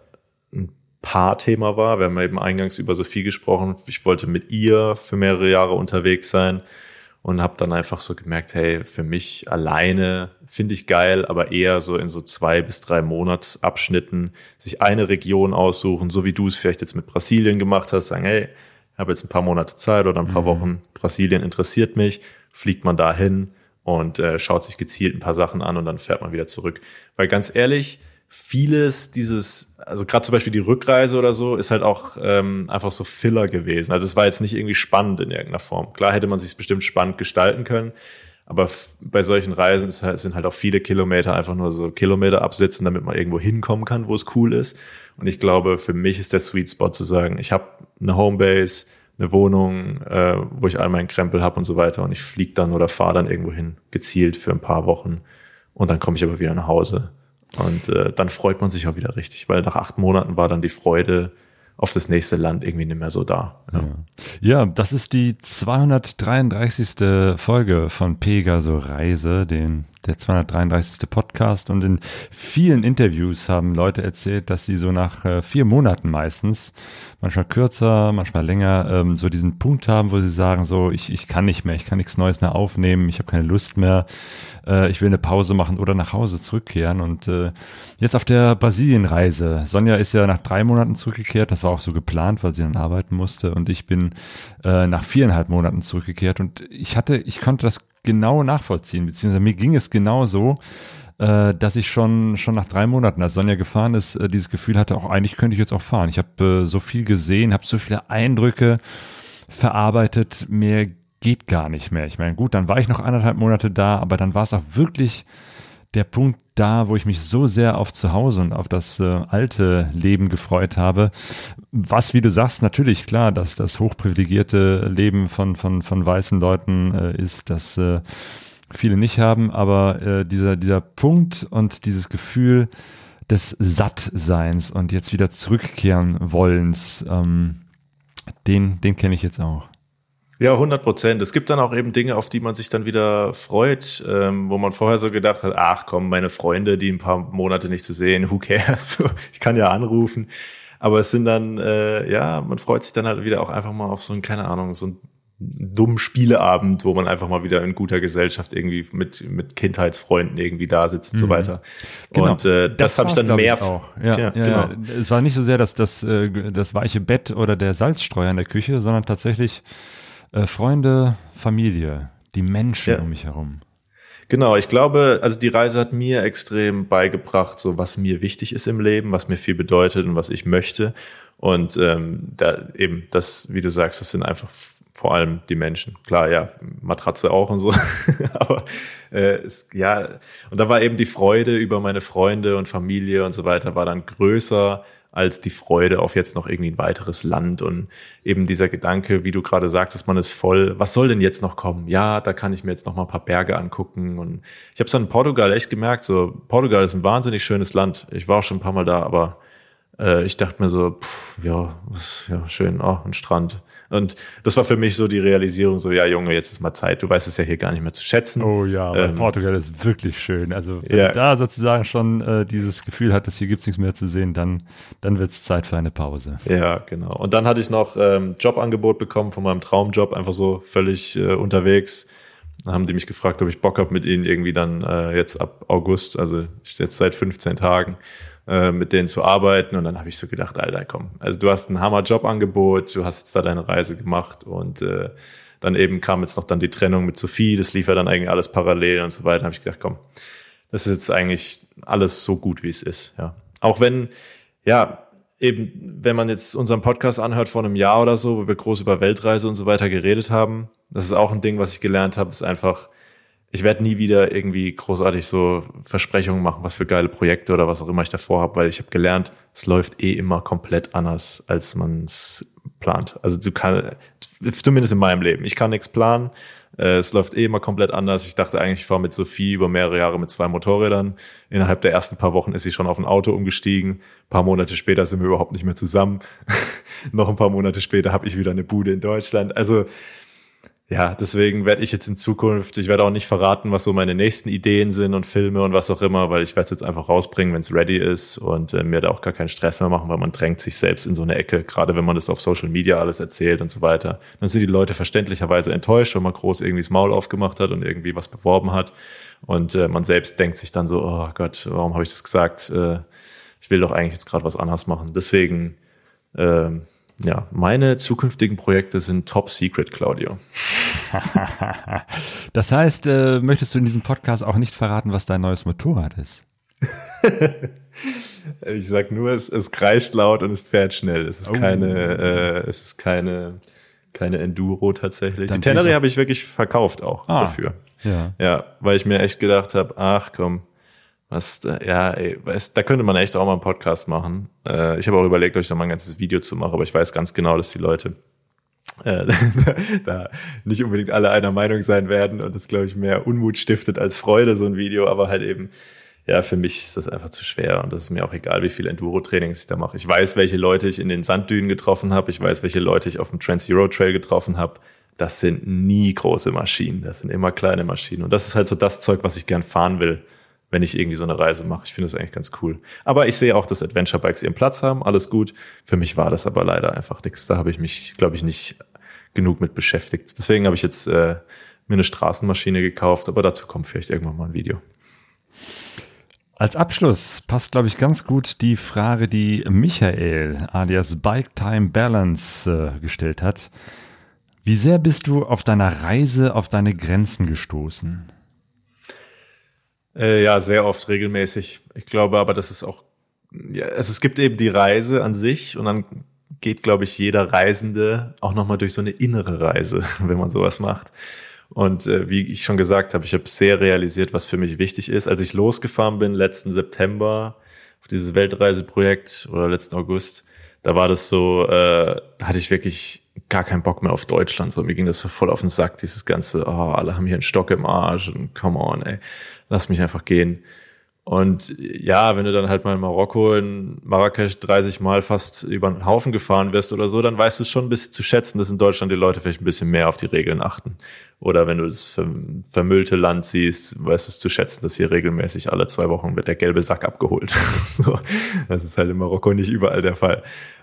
Paarthema war. Wir haben eben eingangs über Sophie gesprochen. Ich wollte mit ihr für mehrere Jahre unterwegs sein und habe dann einfach so gemerkt, hey, für mich alleine finde ich geil, aber eher so in so 2 bis 3 Monatsabschnitten sich eine Region aussuchen, so wie du es vielleicht jetzt mit Brasilien gemacht hast, sagen, hey, ich habe jetzt ein paar Monate Zeit oder ein paar Wochen, Brasilien interessiert mich, fliegt man da hin und schaut sich gezielt ein paar Sachen an und dann fährt man wieder zurück. Weil ganz ehrlich, vieles also gerade zum Beispiel die Rückreise oder so, ist halt auch einfach so Filler gewesen. Also es war jetzt nicht irgendwie spannend in irgendeiner Form. Klar hätte man sich bestimmt spannend gestalten können, aber bei solchen Reisen sind halt auch viele Kilometer einfach nur so Kilometer absitzen, damit man irgendwo hinkommen kann, wo es cool ist. Und ich glaube, für mich ist der Sweet Spot zu sagen, ich habe eine Homebase, eine Wohnung, wo ich all meinen Krempel habe und so weiter und ich fliege dann oder fahre dann irgendwo hin, gezielt für ein paar Wochen und dann komme ich aber wieder nach Hause. Und dann freut man sich auch wieder richtig, weil nach 8 Monaten war dann die Freude auf das nächste Land irgendwie nicht mehr so da. Ja, das ist die 233. Folge von Pegaso Reise, der 233. Podcast. Und in vielen Interviews haben Leute erzählt, dass sie so nach 4 Monaten meistens, manchmal kürzer, manchmal länger, so diesen Punkt haben, wo sie sagen, so ich kann nicht mehr, ich kann nichts Neues mehr aufnehmen, ich habe keine Lust mehr, ich will eine Pause machen oder nach Hause zurückkehren. Und jetzt auf der Brasilienreise, Sonja ist ja nach 3 Monaten zurückgekehrt, das war auch so geplant, weil sie dann arbeiten musste, und ich bin nach 4,5 Monaten zurückgekehrt, und ich konnte das genau nachvollziehen, beziehungsweise mir ging es genau so, dass ich schon nach 3 Monaten, als Sonja gefahren ist, dieses Gefühl hatte, auch eigentlich könnte ich jetzt auch fahren. Ich habe so viel gesehen, habe so viele Eindrücke verarbeitet, mir geht gar nicht mehr. Ich meine, gut, dann war ich noch 1,5 Monate da, aber dann war es auch wirklich der Punkt da, wo ich mich so sehr auf Zuhause und auf das alte Leben gefreut habe. Was, wie du sagst, natürlich klar, dass das hochprivilegierte Leben von weißen Leuten ist, das viele nicht haben, aber dieser Punkt und dieses Gefühl des Sattseins und jetzt wieder zurückkehren wollens, den kenne ich jetzt auch. Ja, 100%. Es gibt dann auch eben Dinge, auf die man sich dann wieder freut, wo man vorher so gedacht hat, ach komm, meine Freunde, die ein paar Monate nicht zu sehen, who cares? Ich kann ja anrufen. Aber es sind dann, man freut sich dann halt wieder auch einfach mal auf so ein, keine Ahnung, so ein dummen Spieleabend, wo man einfach mal wieder in guter Gesellschaft irgendwie mit Kindheitsfreunden irgendwie da sitzt und so weiter. Genau. Und das habe ich dann mehr auch. Ja, genau. Es war nicht so sehr das weiche Bett oder der Salzstreuer in der Küche, sondern tatsächlich Freunde, Familie, die Menschen um mich herum. Genau, ich glaube, also die Reise hat mir extrem beigebracht, so was mir wichtig ist im Leben, was mir viel bedeutet und was ich möchte. Und da eben das, wie du sagst, das sind einfach vor allem die Menschen. Klar, ja, Matratze auch und so. Aber und da war eben die Freude über meine Freunde und Familie und so weiter, war dann größer als die Freude auf jetzt noch irgendwie ein weiteres Land. Und eben dieser Gedanke, wie du gerade sagtest, man ist voll, was soll denn jetzt noch kommen? Ja, da kann ich mir jetzt noch mal ein paar Berge angucken. Und ich habe es dann in Portugal echt gemerkt, so Portugal ist ein wahnsinnig schönes Land. Ich war auch schon ein paar Mal da, aber ich dachte mir so, schön, ein Strand. Und das war für mich so die Realisierung, so, ja Junge, jetzt ist mal Zeit, du weißt es ja hier gar nicht mehr zu schätzen. Oh ja, aber Portugal ist wirklich schön. Also wenn du da sozusagen schon dieses Gefühl hattest, hier gibt's nichts mehr zu sehen, dann wird's Zeit für eine Pause. Ja, genau. Und dann hatte ich noch Jobangebot bekommen von meinem Traumjob, einfach so völlig unterwegs. Dann haben die mich gefragt, ob ich Bock habe, mit ihnen irgendwie dann jetzt ab August, also jetzt seit 15 Tagen, mit denen zu arbeiten. Und dann habe ich so gedacht, Alter, komm, also du hast ein Hammer-Jobangebot, du hast jetzt da deine Reise gemacht und dann eben kam jetzt noch dann die Trennung mit Sophie, das lief ja dann eigentlich alles parallel und so weiter. Dann habe ich gedacht, komm, das ist jetzt eigentlich alles so gut, wie es ist. Ja, auch wenn, eben, wenn man jetzt unseren Podcast anhört vor einem Jahr oder so, wo wir groß über Weltreise und so weiter geredet haben, das ist auch ein Ding, was ich gelernt habe, ist einfach, ich werde nie wieder irgendwie großartig so Versprechungen machen, was für geile Projekte oder was auch immer ich davor habe, weil ich habe gelernt, es läuft immer komplett anders, als man es plant. Also zumindest in meinem Leben. Ich kann nichts planen. Es läuft immer komplett anders. Ich dachte eigentlich, ich fahre mit Sophie über mehrere Jahre mit 2 Motorrädern. Innerhalb der ersten paar Wochen ist sie schon auf ein Auto umgestiegen. Ein paar Monate später sind wir überhaupt nicht mehr zusammen. Noch ein paar Monate später habe ich wieder eine Bude in Deutschland. Also ja, deswegen werde ich jetzt in Zukunft, ich werde auch nicht verraten, was so meine nächsten Ideen sind und Filme und was auch immer, weil ich werde es jetzt einfach rausbringen, wenn es ready ist und mir da auch gar keinen Stress mehr machen, weil man drängt sich selbst in so eine Ecke, gerade wenn man das auf Social Media alles erzählt und so weiter. Dann sind die Leute verständlicherweise enttäuscht, wenn man groß irgendwie das Maul aufgemacht hat und irgendwie was beworben hat und man selbst denkt sich dann so, oh Gott, warum habe ich das gesagt? Ich will doch eigentlich jetzt gerade was anderes machen. Deswegen meine zukünftigen Projekte sind top secret, Claudio. Das heißt, möchtest du in diesem Podcast auch nicht verraten, was dein neues Motorrad ist? Ich sag nur, es kreischt laut und es fährt schnell. Es ist keine Enduro tatsächlich. Die Tenere habe ich wirklich verkauft auch dafür. Ja, weil ich mir echt gedacht habe, ach komm, da könnte man echt auch mal einen Podcast machen. Ich habe auch überlegt, euch da mal ein ganzes Video zu machen, aber ich weiß ganz genau, dass die Leute da nicht unbedingt alle einer Meinung sein werden und das, glaube ich, mehr Unmut stiftet als Freude, so ein Video, aber halt eben, ja, für mich ist das einfach zu schwer und das ist mir auch egal, wie viel Enduro-Trainings ich da mache. Ich weiß, welche Leute ich in den Sanddünen getroffen habe, ich weiß, welche Leute ich auf dem Trans-Euro-Trail getroffen habe. Das sind nie große Maschinen, das sind immer kleine Maschinen und das ist halt so das Zeug, was ich gern fahren will, wenn ich irgendwie so eine Reise mache. Ich finde das eigentlich ganz cool. Aber ich sehe auch, dass Adventure-Bikes ihren Platz haben, alles gut. Für mich war das aber leider einfach nichts. Da habe ich mich, glaube ich, nicht genug mit beschäftigt. Deswegen habe ich jetzt mir eine Straßenmaschine gekauft, aber dazu kommt vielleicht irgendwann mal ein Video. Als Abschluss passt, glaube ich, ganz gut die Frage, die Michael alias Bike Time Balance gestellt hat. Wie sehr bist du auf deiner Reise auf deine Grenzen gestoßen? Ja, sehr oft, regelmäßig. Ich glaube aber, das ist auch, also es gibt eben die Reise an sich und dann geht, glaube ich, jeder Reisende auch nochmal durch so eine innere Reise, wenn man sowas macht. Und wie ich schon gesagt habe, ich habe sehr realisiert, was für mich wichtig ist. Als ich losgefahren bin, letzten September auf dieses Weltreiseprojekt oder letzten August, da war das so, da hatte ich wirklich gar keinen Bock mehr auf Deutschland. So, mir ging das so voll auf den Sack, dieses ganze, alle haben hier einen Stock im Arsch und come on, ey, lass mich einfach gehen. Und ja, wenn du dann halt mal in Marokko, in Marrakesch 30 Mal fast über den Haufen gefahren wirst oder so, dann weißt du es schon ein bisschen zu schätzen, dass in Deutschland die Leute vielleicht ein bisschen mehr auf die Regeln achten. Oder wenn du das vermüllte Land siehst, weißt du es zu schätzen, dass hier regelmäßig alle 2 Wochen wird der gelbe Sack abgeholt. So, das ist halt in Marokko nicht überall der Fall.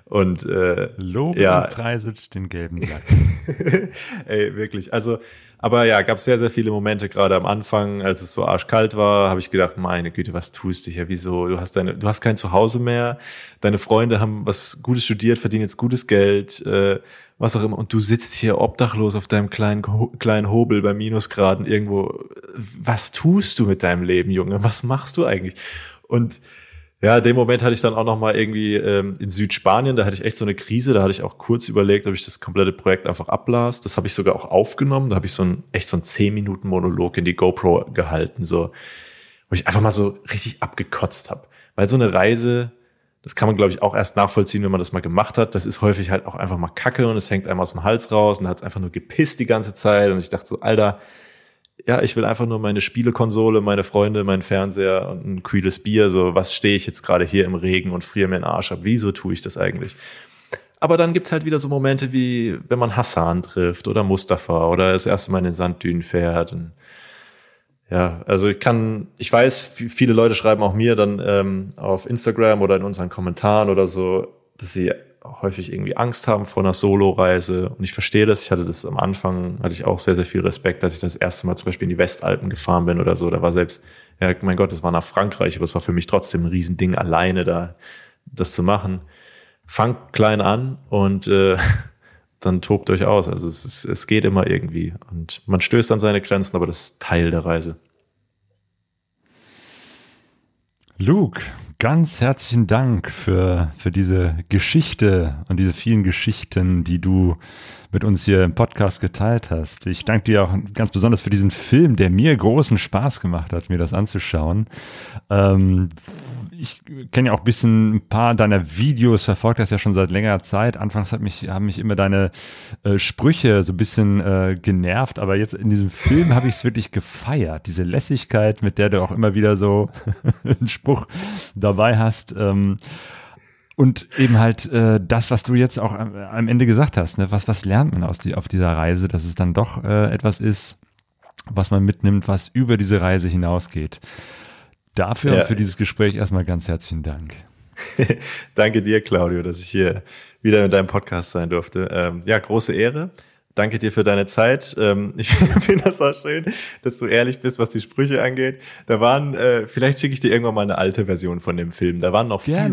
Und Lob ja. und preiset den gelben Sack. Ey, wirklich. Also, aber ja, gab sehr, sehr viele Momente, gerade am Anfang, als es so arschkalt war, habe ich gedacht, meine Güte, was tust du hier? Wieso? Du hast kein Zuhause mehr, deine Freunde haben was Gutes studiert, verdienen jetzt gutes Geld, was auch immer, und du sitzt hier obdachlos auf deinem kleinen Hobel bei Minusgraden irgendwo. Was tust du mit deinem Leben, Junge? Was machst du eigentlich? Und ja, in dem Moment hatte ich dann auch noch mal irgendwie in Südspanien, da hatte ich echt so eine Krise, da hatte ich auch kurz überlegt, ob ich das komplette Projekt einfach ablas. Das habe ich sogar auch aufgenommen, da habe ich so einen 10-Minuten-Monolog in die GoPro gehalten, so, wo ich einfach mal so richtig abgekotzt habe. Weil so eine Reise, das kann man, glaube ich, auch erst nachvollziehen, wenn man das mal gemacht hat. Das ist häufig halt auch einfach mal Kacke und es hängt einem aus dem Hals raus und da hat es einfach nur gepisst die ganze Zeit. Und ich dachte so, Alter, ja, ich will einfach nur meine Spielekonsole, meine Freunde, meinen Fernseher und ein kühles Bier. So, was stehe ich jetzt gerade hier im Regen und friere mir den Arsch ab? Wieso tue ich das eigentlich? Aber dann gibt's halt wieder so Momente wie, wenn man Hassan trifft oder Mustafa oder das erste Mal in den Sanddünen fährt. Und ja, also ich weiß, viele Leute schreiben auch mir dann auf Instagram oder in unseren Kommentaren oder so, dass sie häufig irgendwie Angst haben vor einer Solo-Reise. Und ich verstehe das. Ich hatte das am Anfang, hatte ich auch sehr, sehr viel Respekt, als ich das erste Mal zum Beispiel in die Westalpen gefahren bin oder so. Da war selbst, ja, mein Gott, das war nach Frankreich, aber es war für mich trotzdem ein Riesending, alleine da das zu machen. Fangt klein an und dann tobt euch aus. Also es geht immer irgendwie. Und man stößt an seine Grenzen, aber das ist Teil der Reise. Luke, ganz herzlichen Dank für diese Geschichte und diese vielen Geschichten, die du mit uns hier im Podcast geteilt hast. Ich danke dir auch ganz besonders für diesen Film, der mir großen Spaß gemacht hat, mir das anzuschauen. Ich kenne ja auch ein paar deiner Videos, verfolgt das ja schon seit längerer Zeit. Anfangs haben mich immer deine Sprüche so ein bisschen genervt, aber jetzt in diesem Film habe ich es wirklich gefeiert. Diese Lässigkeit, mit der du auch immer wieder so einen Spruch dabei hast. Und eben halt das, was du jetzt auch am Ende gesagt hast. Ne? Was lernt man auf dieser Reise, dass es dann doch etwas ist, was man mitnimmt, was über diese Reise hinausgeht. Dafür und für dieses Gespräch erstmal ganz herzlichen Dank. Danke dir, Claudio, dass ich hier wieder in deinem Podcast sein durfte. Ja, große Ehre. Danke dir für deine Zeit. Ich finde das auch schön, dass du ehrlich bist, was die Sprüche angeht. Da waren, vielleicht schicke ich dir irgendwann mal eine alte Version von dem Film. Da waren noch viel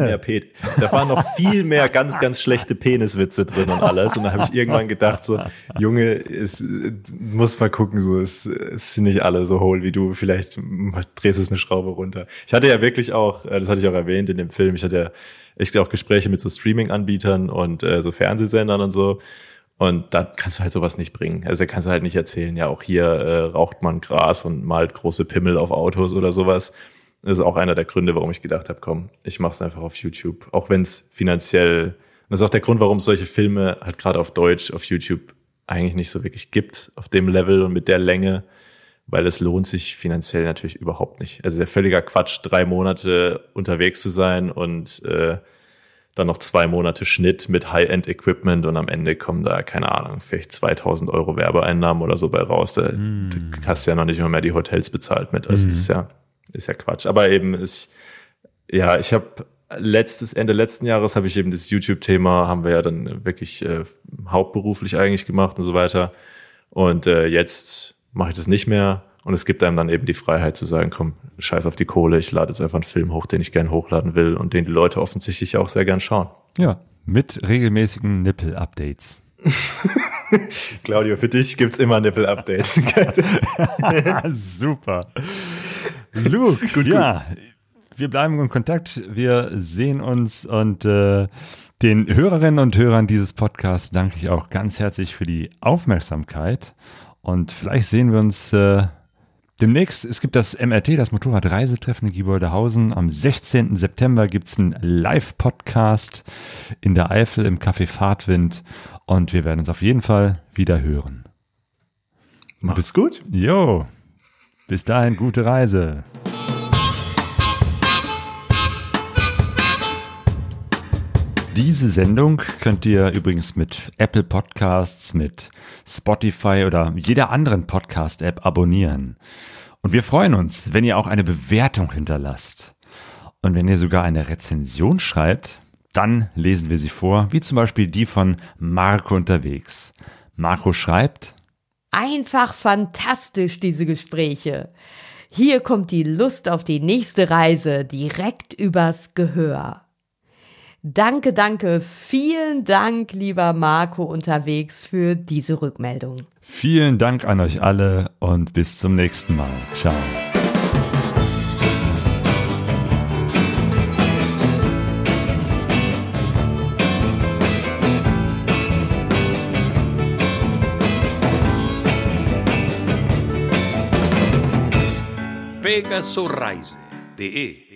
mehr ganz, ganz schlechte Peniswitze drin und alles. Und da habe ich irgendwann gedacht so, Junge, muss mal gucken, so es sind nicht alle so hohl wie du. Vielleicht drehst es eine Schraube runter. Ich hatte ja wirklich auch, das hatte ich auch erwähnt in dem Film, ich hatte ja echt auch Gespräche mit so Streaming-Anbietern und so Fernsehsendern und so. Und da kannst du halt sowas nicht bringen. Also da kannst du halt nicht erzählen, ja, auch hier raucht man Gras und malt große Pimmel auf Autos oder sowas. Das ist auch einer der Gründe, warum ich gedacht habe, komm, ich mach's einfach auf YouTube. Auch wenn es finanziell, das ist auch der Grund, warum es solche Filme halt gerade auf Deutsch auf YouTube eigentlich nicht so wirklich gibt, auf dem Level und mit der Länge, weil es lohnt sich finanziell natürlich überhaupt nicht. Also der völliger Quatsch, 3 Monate unterwegs zu sein und dann noch 2 Monate Schnitt mit High-End-Equipment und am Ende kommen da, keine Ahnung, vielleicht 2.000 € Werbeeinnahmen oder so bei raus. Da hast du ja noch nicht mal mehr die Hotels bezahlt mit. Also ist ja Quatsch. Aber eben ich habe Ende letzten Jahres habe ich eben das YouTube-Thema, haben wir ja dann wirklich hauptberuflich eigentlich gemacht und so weiter. Und jetzt mache ich das nicht mehr. Und es gibt einem dann eben die Freiheit zu sagen, komm, scheiß auf die Kohle, ich lade jetzt einfach einen Film hoch, den ich gern hochladen will und den die Leute offensichtlich auch sehr gern schauen. Ja, mit regelmäßigen Nippel-Updates. Claudio, für dich gibt's immer Nippel-Updates. Super. Luke, gut. Wir bleiben in Kontakt, wir sehen uns und den Hörerinnen und Hörern dieses Podcasts danke ich auch ganz herzlich für die Aufmerksamkeit und vielleicht sehen wir uns demnächst. Es gibt das MRT, das Motorradreisetreffen in Gieboldehausen. Am 16. September gibt es einen Live-Podcast in der Eifel im Café Fahrtwind und wir werden uns auf jeden Fall wieder hören. Macht's gut. Jo, bis dahin gute Reise. Diese Sendung könnt ihr übrigens mit Apple Podcasts, mit Spotify oder jeder anderen Podcast-App abonnieren. Und wir freuen uns, wenn ihr auch eine Bewertung hinterlasst. Und wenn ihr sogar eine Rezension schreibt, Dann lesen wir sie vor, wie zum Beispiel die von Marco unterwegs. Marco schreibt: Einfach fantastisch, diese Gespräche. Hier kommt die Lust auf die nächste Reise direkt übers Gehör. Danke, vielen Dank, lieber Marco unterwegs, für diese Rückmeldung. Vielen Dank an euch alle und bis zum nächsten Mal. Ciao. Pegasoreise.de